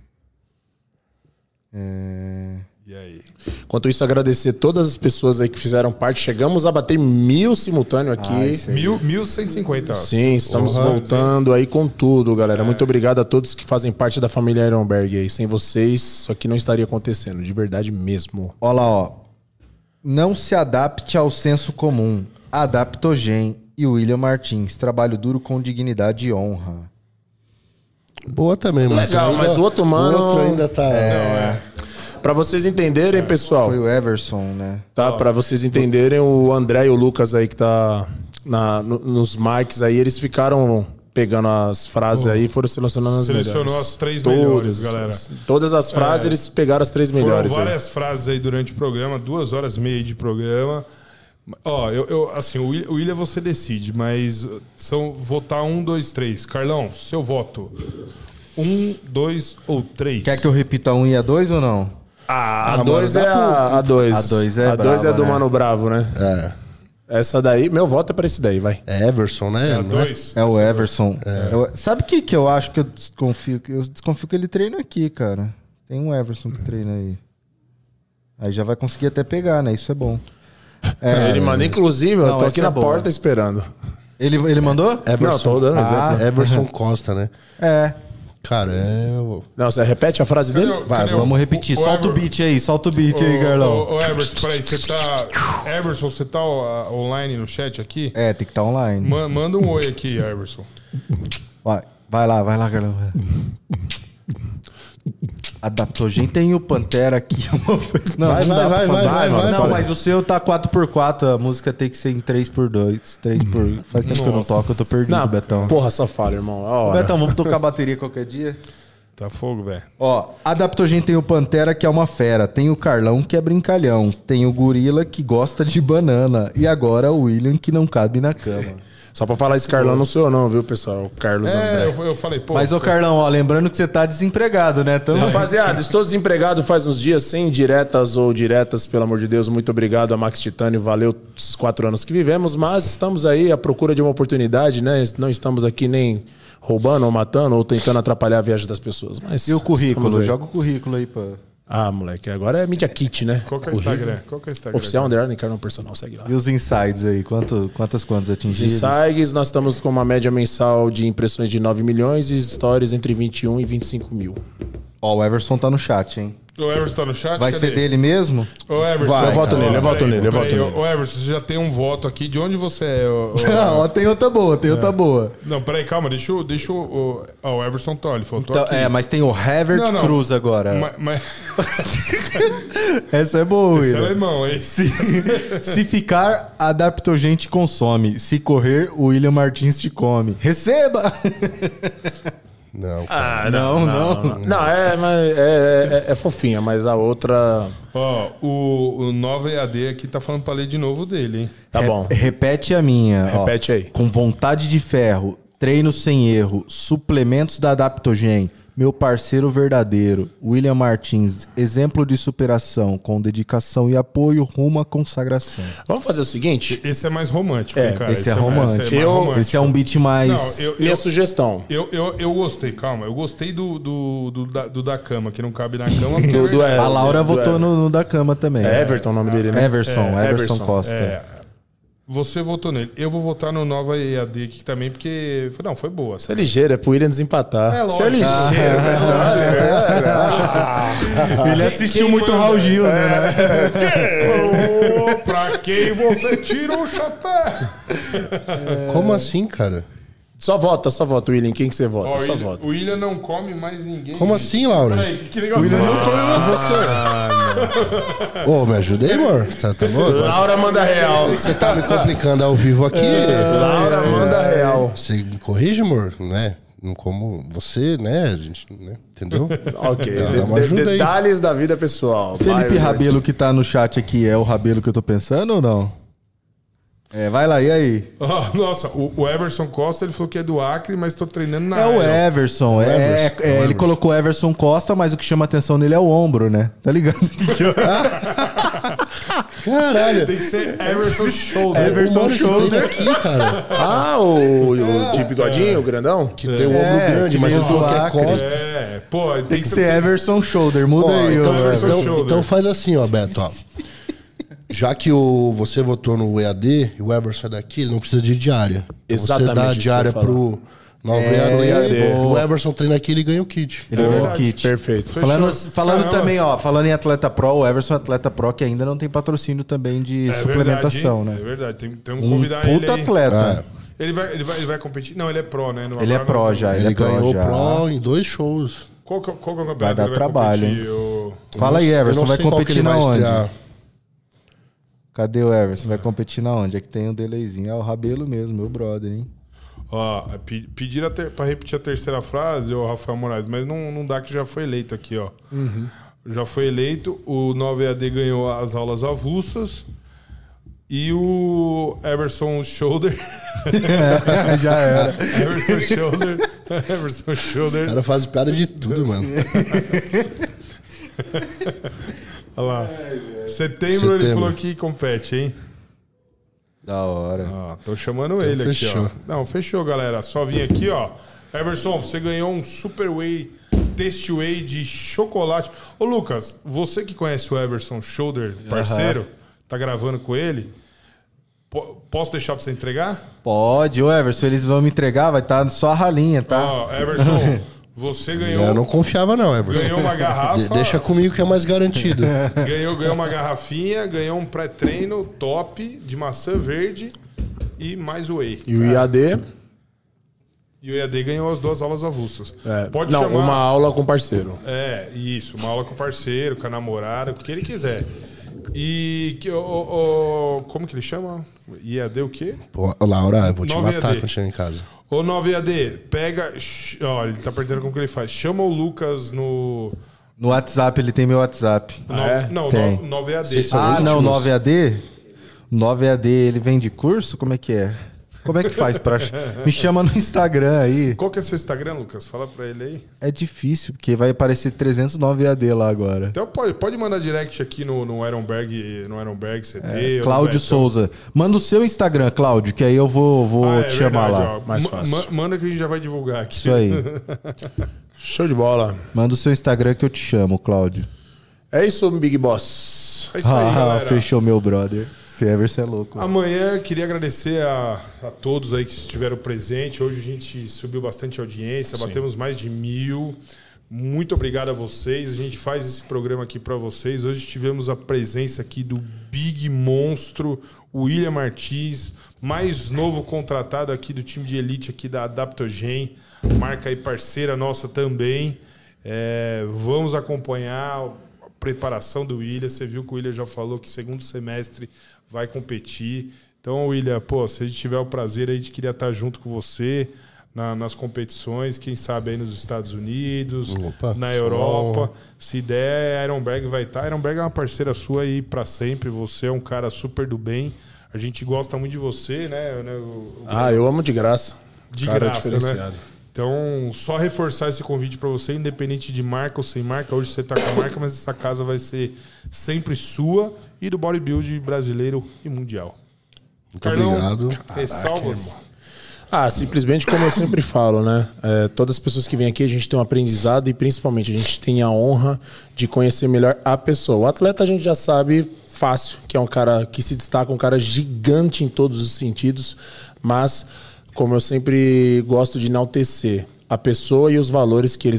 E aí? Enquanto isso, agradecer todas as pessoas aí que fizeram parte. Chegamos a bater 1000 simultâneo aqui. 1.150. Sim, estamos voltando aí com tudo, galera. Muito obrigado a todos que fazem parte da família Ironberg aí. Sem vocês, isso aqui não estaria acontecendo, de verdade mesmo. Olha lá, ó. Não se adapte ao senso comum. Adaptogen e William Martins. Trabalho duro com dignidade e honra. Boa também, mas Legal, mas o outro mano... O outro ainda tá... Pra vocês entenderem, pessoal, Foi o Everson, né? tá? Pra vocês entenderem, o André e o Lucas aí que tá nos mics aí, eles ficaram pegando as frases aí e foram selecionando as melhores. Selecionou as 3 melhores, galera. Todas as frases, eles pegaram as 3 melhores. Foram várias frases aí durante o programa, 2 horas e meia de programa. Ó, assim, o William você decide, mas são votar 1, 2, 3. Carlão, seu voto. 1, 2 ou 3? Quer que eu repita a 1 e a 2 ou não? A 2 é a 2. A 2 é a 2 é do né? Mano Bravo, né? Essa daí, meu voto é pra esse daí, vai. É Everson, né? É a 2? É o Everson. Sabe o que eu acho que eu desconfio? Eu desconfio que ele treina aqui, cara. Tem um Everson que treina aí. Aí já vai conseguir até pegar, né? Isso é bom. Ele manda, inclusive, eu tô aqui na porta esperando. Ele mandou? Everson. Não, tô dando exemplo. Everson Costa, né? Cara, Não, você repete a frase dele? Vai, vamos repetir. Solta o beat aí, Carlão. Ô, Everson, peraí, Everson, você tá online no chat aqui? Tem que estar online. Manda um oi aqui, Everson. Vai lá, Carlão. Adaptogen tem o Pantera aqui. Não, vai. Não, mas o seu tá 4x4, a música tem que ser em 3x2. Faz tempo que eu não toco, eu tô perdido, Betão. Porra, só fala, irmão. Betão, vamos tocar bateria qualquer dia? Tá fogo, velho. Ó, Adaptogen tem o Pantera, que é uma fera. Tem o Carlão, que é brincalhão. Tem o Gorila, que gosta de banana. E agora o William, que não cabe na cama. Só pra falar esse Carlão não sou eu não, viu, pessoal? O Carlos André. Eu falei, pô... Mas, ô Carlão, ó, lembrando que você tá desempregado, né? Rapaziada, estou desempregado faz uns dias, sem diretas ou diretas, pelo amor de Deus. Muito obrigado a Max Titânio, valeu esses 4 anos que vivemos, mas estamos aí à procura de uma oportunidade, né? Não estamos aqui nem roubando ou matando ou tentando atrapalhar a viagem das pessoas. Mas e o currículo? Joga o currículo aí, pô. Ah, moleque, agora é Media Kit, né? Qual que é o Instagram? Oficial Underline Carlão Personal, segue lá. E os insights aí? Quantas atingidos? Os insights, nós estamos com uma média mensal de impressões de 9 milhões e stories entre 21 e 25 mil. Ó, o Everson tá no chat, hein? O Everson tá no chat? Vai ser dele mesmo? Ô, Everson, eu voto nele. Ô, Everson, você já tem um voto aqui. De onde você é? Ó, tem outra boa. Não, peraí, calma. Deixa o Everson Tolle. Faltou aqui. Mas tem o Herbert Cruz agora. Mas... Essa é boa, Esse é William. alemão, hein? Se ficar, Adaptogen te consome. Se correr, o William Martins te come. Receba! Não, Não, é fofinha, mas a outra... Ó, o Nova EAD aqui tá falando pra ler de novo dele, hein? Tá bom. Repete a minha. Repete aí. Com vontade de ferro, treino sem erro, suplementos da Adaptogen, meu parceiro verdadeiro, William Martins, exemplo de superação, com dedicação e apoio rumo à consagração. Vamos fazer o seguinte? Esse é mais romântico, hein, cara? Esse é romântico. Esse é um beat mais... Minha sugestão. Eu gostei, calma. Eu gostei do da cama, que não cabe na cama. A Laura votou no da cama também. É Everton o nome dele, né? Everson Costa. Você votou nele. Eu vou votar no Nova EAD aqui também, porque... Não, foi boa. Você é ligeiro, é pro William desempatar. É lógico. Você é ligeiro, Ele assistiu muito Raul Gil, né? Pra quem você tira o chapéu? Como assim, cara? Só vota, William. Quem que você vota? Ó, Só vota. O William não come mais ninguém. Como assim, Laura? Peraí, que legal. O William não come mais você. Ô, me ajuda aí, amor. Tá bom? Laura manda real. Você tá me complicando ao vivo aqui. Laura manda real. Você me corrige, amor? Não é? Não como você, né? A gente, né? Entendeu? Ok. Dá uma ajuda aí. Detalhes da vida pessoal. Felipe Rabelo, que tá no chat aqui, é o Rabelo que eu tô pensando ou não? Vai lá, e aí? Nossa, o Everson Costa, ele falou que é do Acre, mas tô treinando na É o Everson. Ele colocou Everson Costa, mas o que chama atenção nele é o ombro, né? Tá ligado? Caralho. Tem que ser Everson Shoulder. Everson Shoulder aqui, cara. O de bigodinho, o grandão? Que tem um ombro grande, mas ele falou que é Costa. Pô, tem que ser Everson Shoulder. Muda aí, então faz assim, ó, Beto, ó. Já que você votou no EAD e o Everson é daqui, ele não precisa de diária. Então exatamente. Você dá a diária pro Nova EAD. O Everson treina aqui, ele ganha o kit. Ele ganha o kit. Perfeito. Falando também, ó, falando em Atleta Pro, o Everson é Atleta Pro que ainda não tem patrocínio também de suplementação, verdade, né? É verdade, tem um convidado puta ele atleta. Ele vai competir. Não, ele é Pro, né? Ele é Pro já. Ele ganhou Pro em 2 shows. Qual que é o campeonato? Vai dar trabalho, hein? Fala aí, Everson, vai competir na onde? Cadê o Everson? Vai competir na onde? É que tem um delayzinho. É o Rabelo mesmo, meu brother, hein? Ó, pediram pra repetir a terceira frase, ô Rafael Moraes, mas não dá que já foi eleito aqui, ó. Já foi eleito, o 9AD ganhou as aulas avulsas e o Everson Shoulder... Já era. Everson Shoulder... O cara faz piada de tudo, mano. Olha lá. Setembro ele falou que compete, hein? Da hora. Ó, tô chamando ele fechou. aqui, ó. Não, fechou, galera. Só vim aqui, ó. Everson, você ganhou um Super Whey Taste Whey de chocolate. Ô, Lucas, você que conhece o Everson Shoulder, parceiro, tá gravando com ele, posso deixar pra você entregar? Pode, ô Everson, eles vão me entregar, vai estar só a ralinha, tá? Ó, Everson, você ganhou... Eu não confiava não, Everson. Ganhou uma garrafa... Deixa comigo que é mais garantido. Ganhou uma garrafinha, ganhou um pré-treino top de maçã verde e mais whey. E o IAD? E o EAD ganhou as 2 aulas avulsas. Pode não, chamar... uma aula com parceiro. Isso. Uma aula com parceiro, com a namorada, o que ele quiser. E como que ele chama? IAD o quê? Pô, Laura, eu vou te 9AD. matar quando chegar em casa. Ô, 9AD, pega... Ó, ele tá perguntando como que ele faz. Chama o Lucas no... No WhatsApp, ele tem meu WhatsApp. Não, Tem. 9AD. Ah, não, 9AD? 9AD, ele vem de curso? Como é que é? Como é que faz pra... Me chama no Instagram aí. Qual que é o seu Instagram, Lucas? Fala pra ele aí. É difícil, porque vai aparecer 309 AD lá agora. Então pode mandar direct aqui no Ironberg CT. Cláudio Souza. Manda o seu Instagram, Cláudio, que aí eu vou te chamar verdade, lá. ó. Mais fácil. Manda que a gente já vai divulgar aqui. Isso aí. Show de bola. Manda o seu Instagram que eu te chamo, Cláudio. É isso, Big Boss. É isso aí, galera. Fechou, meu brother. Esse Everson é louco. Amanhã queria agradecer a todos aí que estiveram presentes. Hoje a gente subiu bastante audiência, batemos mais de 1000. Muito obrigado a vocês. A gente faz esse programa aqui para vocês. Hoje tivemos a presença aqui do Big Monstro, o William Martins, mais novo contratado aqui do time de elite aqui da Adaptogen, marca aí parceira nossa também. Vamos acompanhar a preparação do William. Você viu que o William já falou que segundo semestre vai competir. Então, William, se a gente tiver o prazer, a gente queria estar junto com você nas competições, quem sabe aí nos Estados Unidos, na Europa. Se der, a Ironberg vai estar. A Ironberg é uma parceira sua aí para sempre. Você é um cara super do bem. A gente gosta muito de você, né? Eu amo de graça. De cara graça, diferenciado. né? Então, só reforçar esse convite para você, independente de marca ou sem marca. Hoje você está com marca, mas essa casa vai ser sempre sua e do bodybuilding brasileiro e mundial. Muito obrigado. Ressalvas. Simplesmente como eu sempre falo, né? Todas as pessoas que vêm aqui, a gente tem um aprendizado e principalmente a gente tem a honra de conhecer melhor a pessoa. O atleta a gente já sabe fácil, que é um cara que se destaca, um cara gigante em todos os sentidos, mas como eu sempre gosto de enaltecer a pessoa e os valores que eles...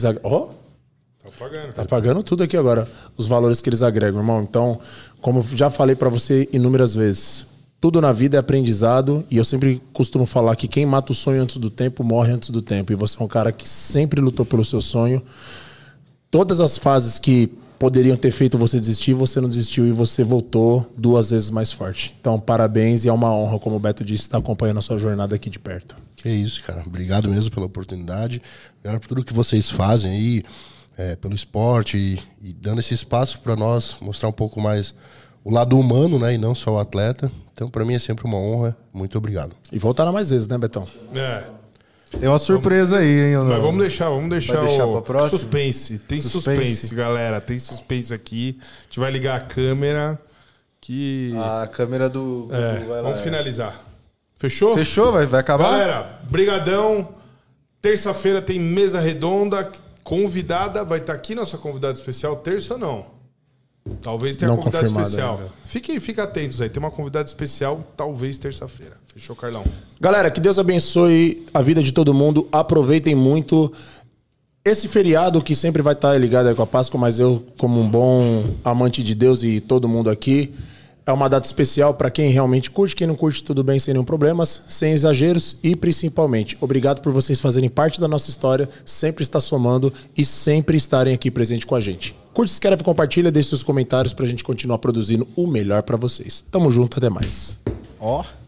Tá pagando tudo aqui agora. Os valores que eles agregam, irmão. Então, como eu já falei pra você inúmeras vezes, tudo na vida é aprendizado e eu sempre costumo falar que quem mata o sonho antes do tempo, morre antes do tempo. E você é um cara que sempre lutou pelo seu sonho. Todas as fases que poderiam ter feito você desistir, você não desistiu e você voltou 2 vezes mais forte. Então, parabéns e é uma honra, como o Beto disse, estar acompanhando a sua jornada aqui de perto. Que isso, cara. Obrigado mesmo pela oportunidade. Obrigado por tudo que vocês fazem aí, pelo esporte e dando esse espaço para nós mostrar um pouco mais o lado humano, né, e não só o atleta. Então, para mim é sempre uma honra. Muito obrigado. E voltará mais vezes, né, Betão? Tem uma surpresa aí, hein? Mas vamos deixar pra próxima? Suspense. Tem suspense, galera. Tem suspense aqui. A gente vai ligar a câmera. A câmera do... Vamos finalizar. Fechou? Fechou? Vai acabar? Galera, brigadão. Terça-feira tem mesa redonda. Convidada. Vai estar aqui nossa convidada especial. Terça ou não? Talvez tenha não convidado especial. Ainda. Fiquem atentos aí. Tem uma convidada especial, talvez terça-feira. Fechou, Carlão? Galera, que Deus abençoe a vida de todo mundo. Aproveitem muito esse feriado que sempre vai estar ligado aí com a Páscoa, mas eu, como um bom amante de Deus e todo mundo aqui, é uma data especial para quem realmente curte. Quem não curte, tudo bem, sem nenhum problemas, sem exageros e principalmente, obrigado por vocês fazerem parte da nossa história, sempre estar somando e sempre estarem aqui presente com a gente. Curte, se inscreve, compartilha, deixe seus comentários pra gente continuar produzindo o melhor pra vocês. Tamo junto, até mais. Ó.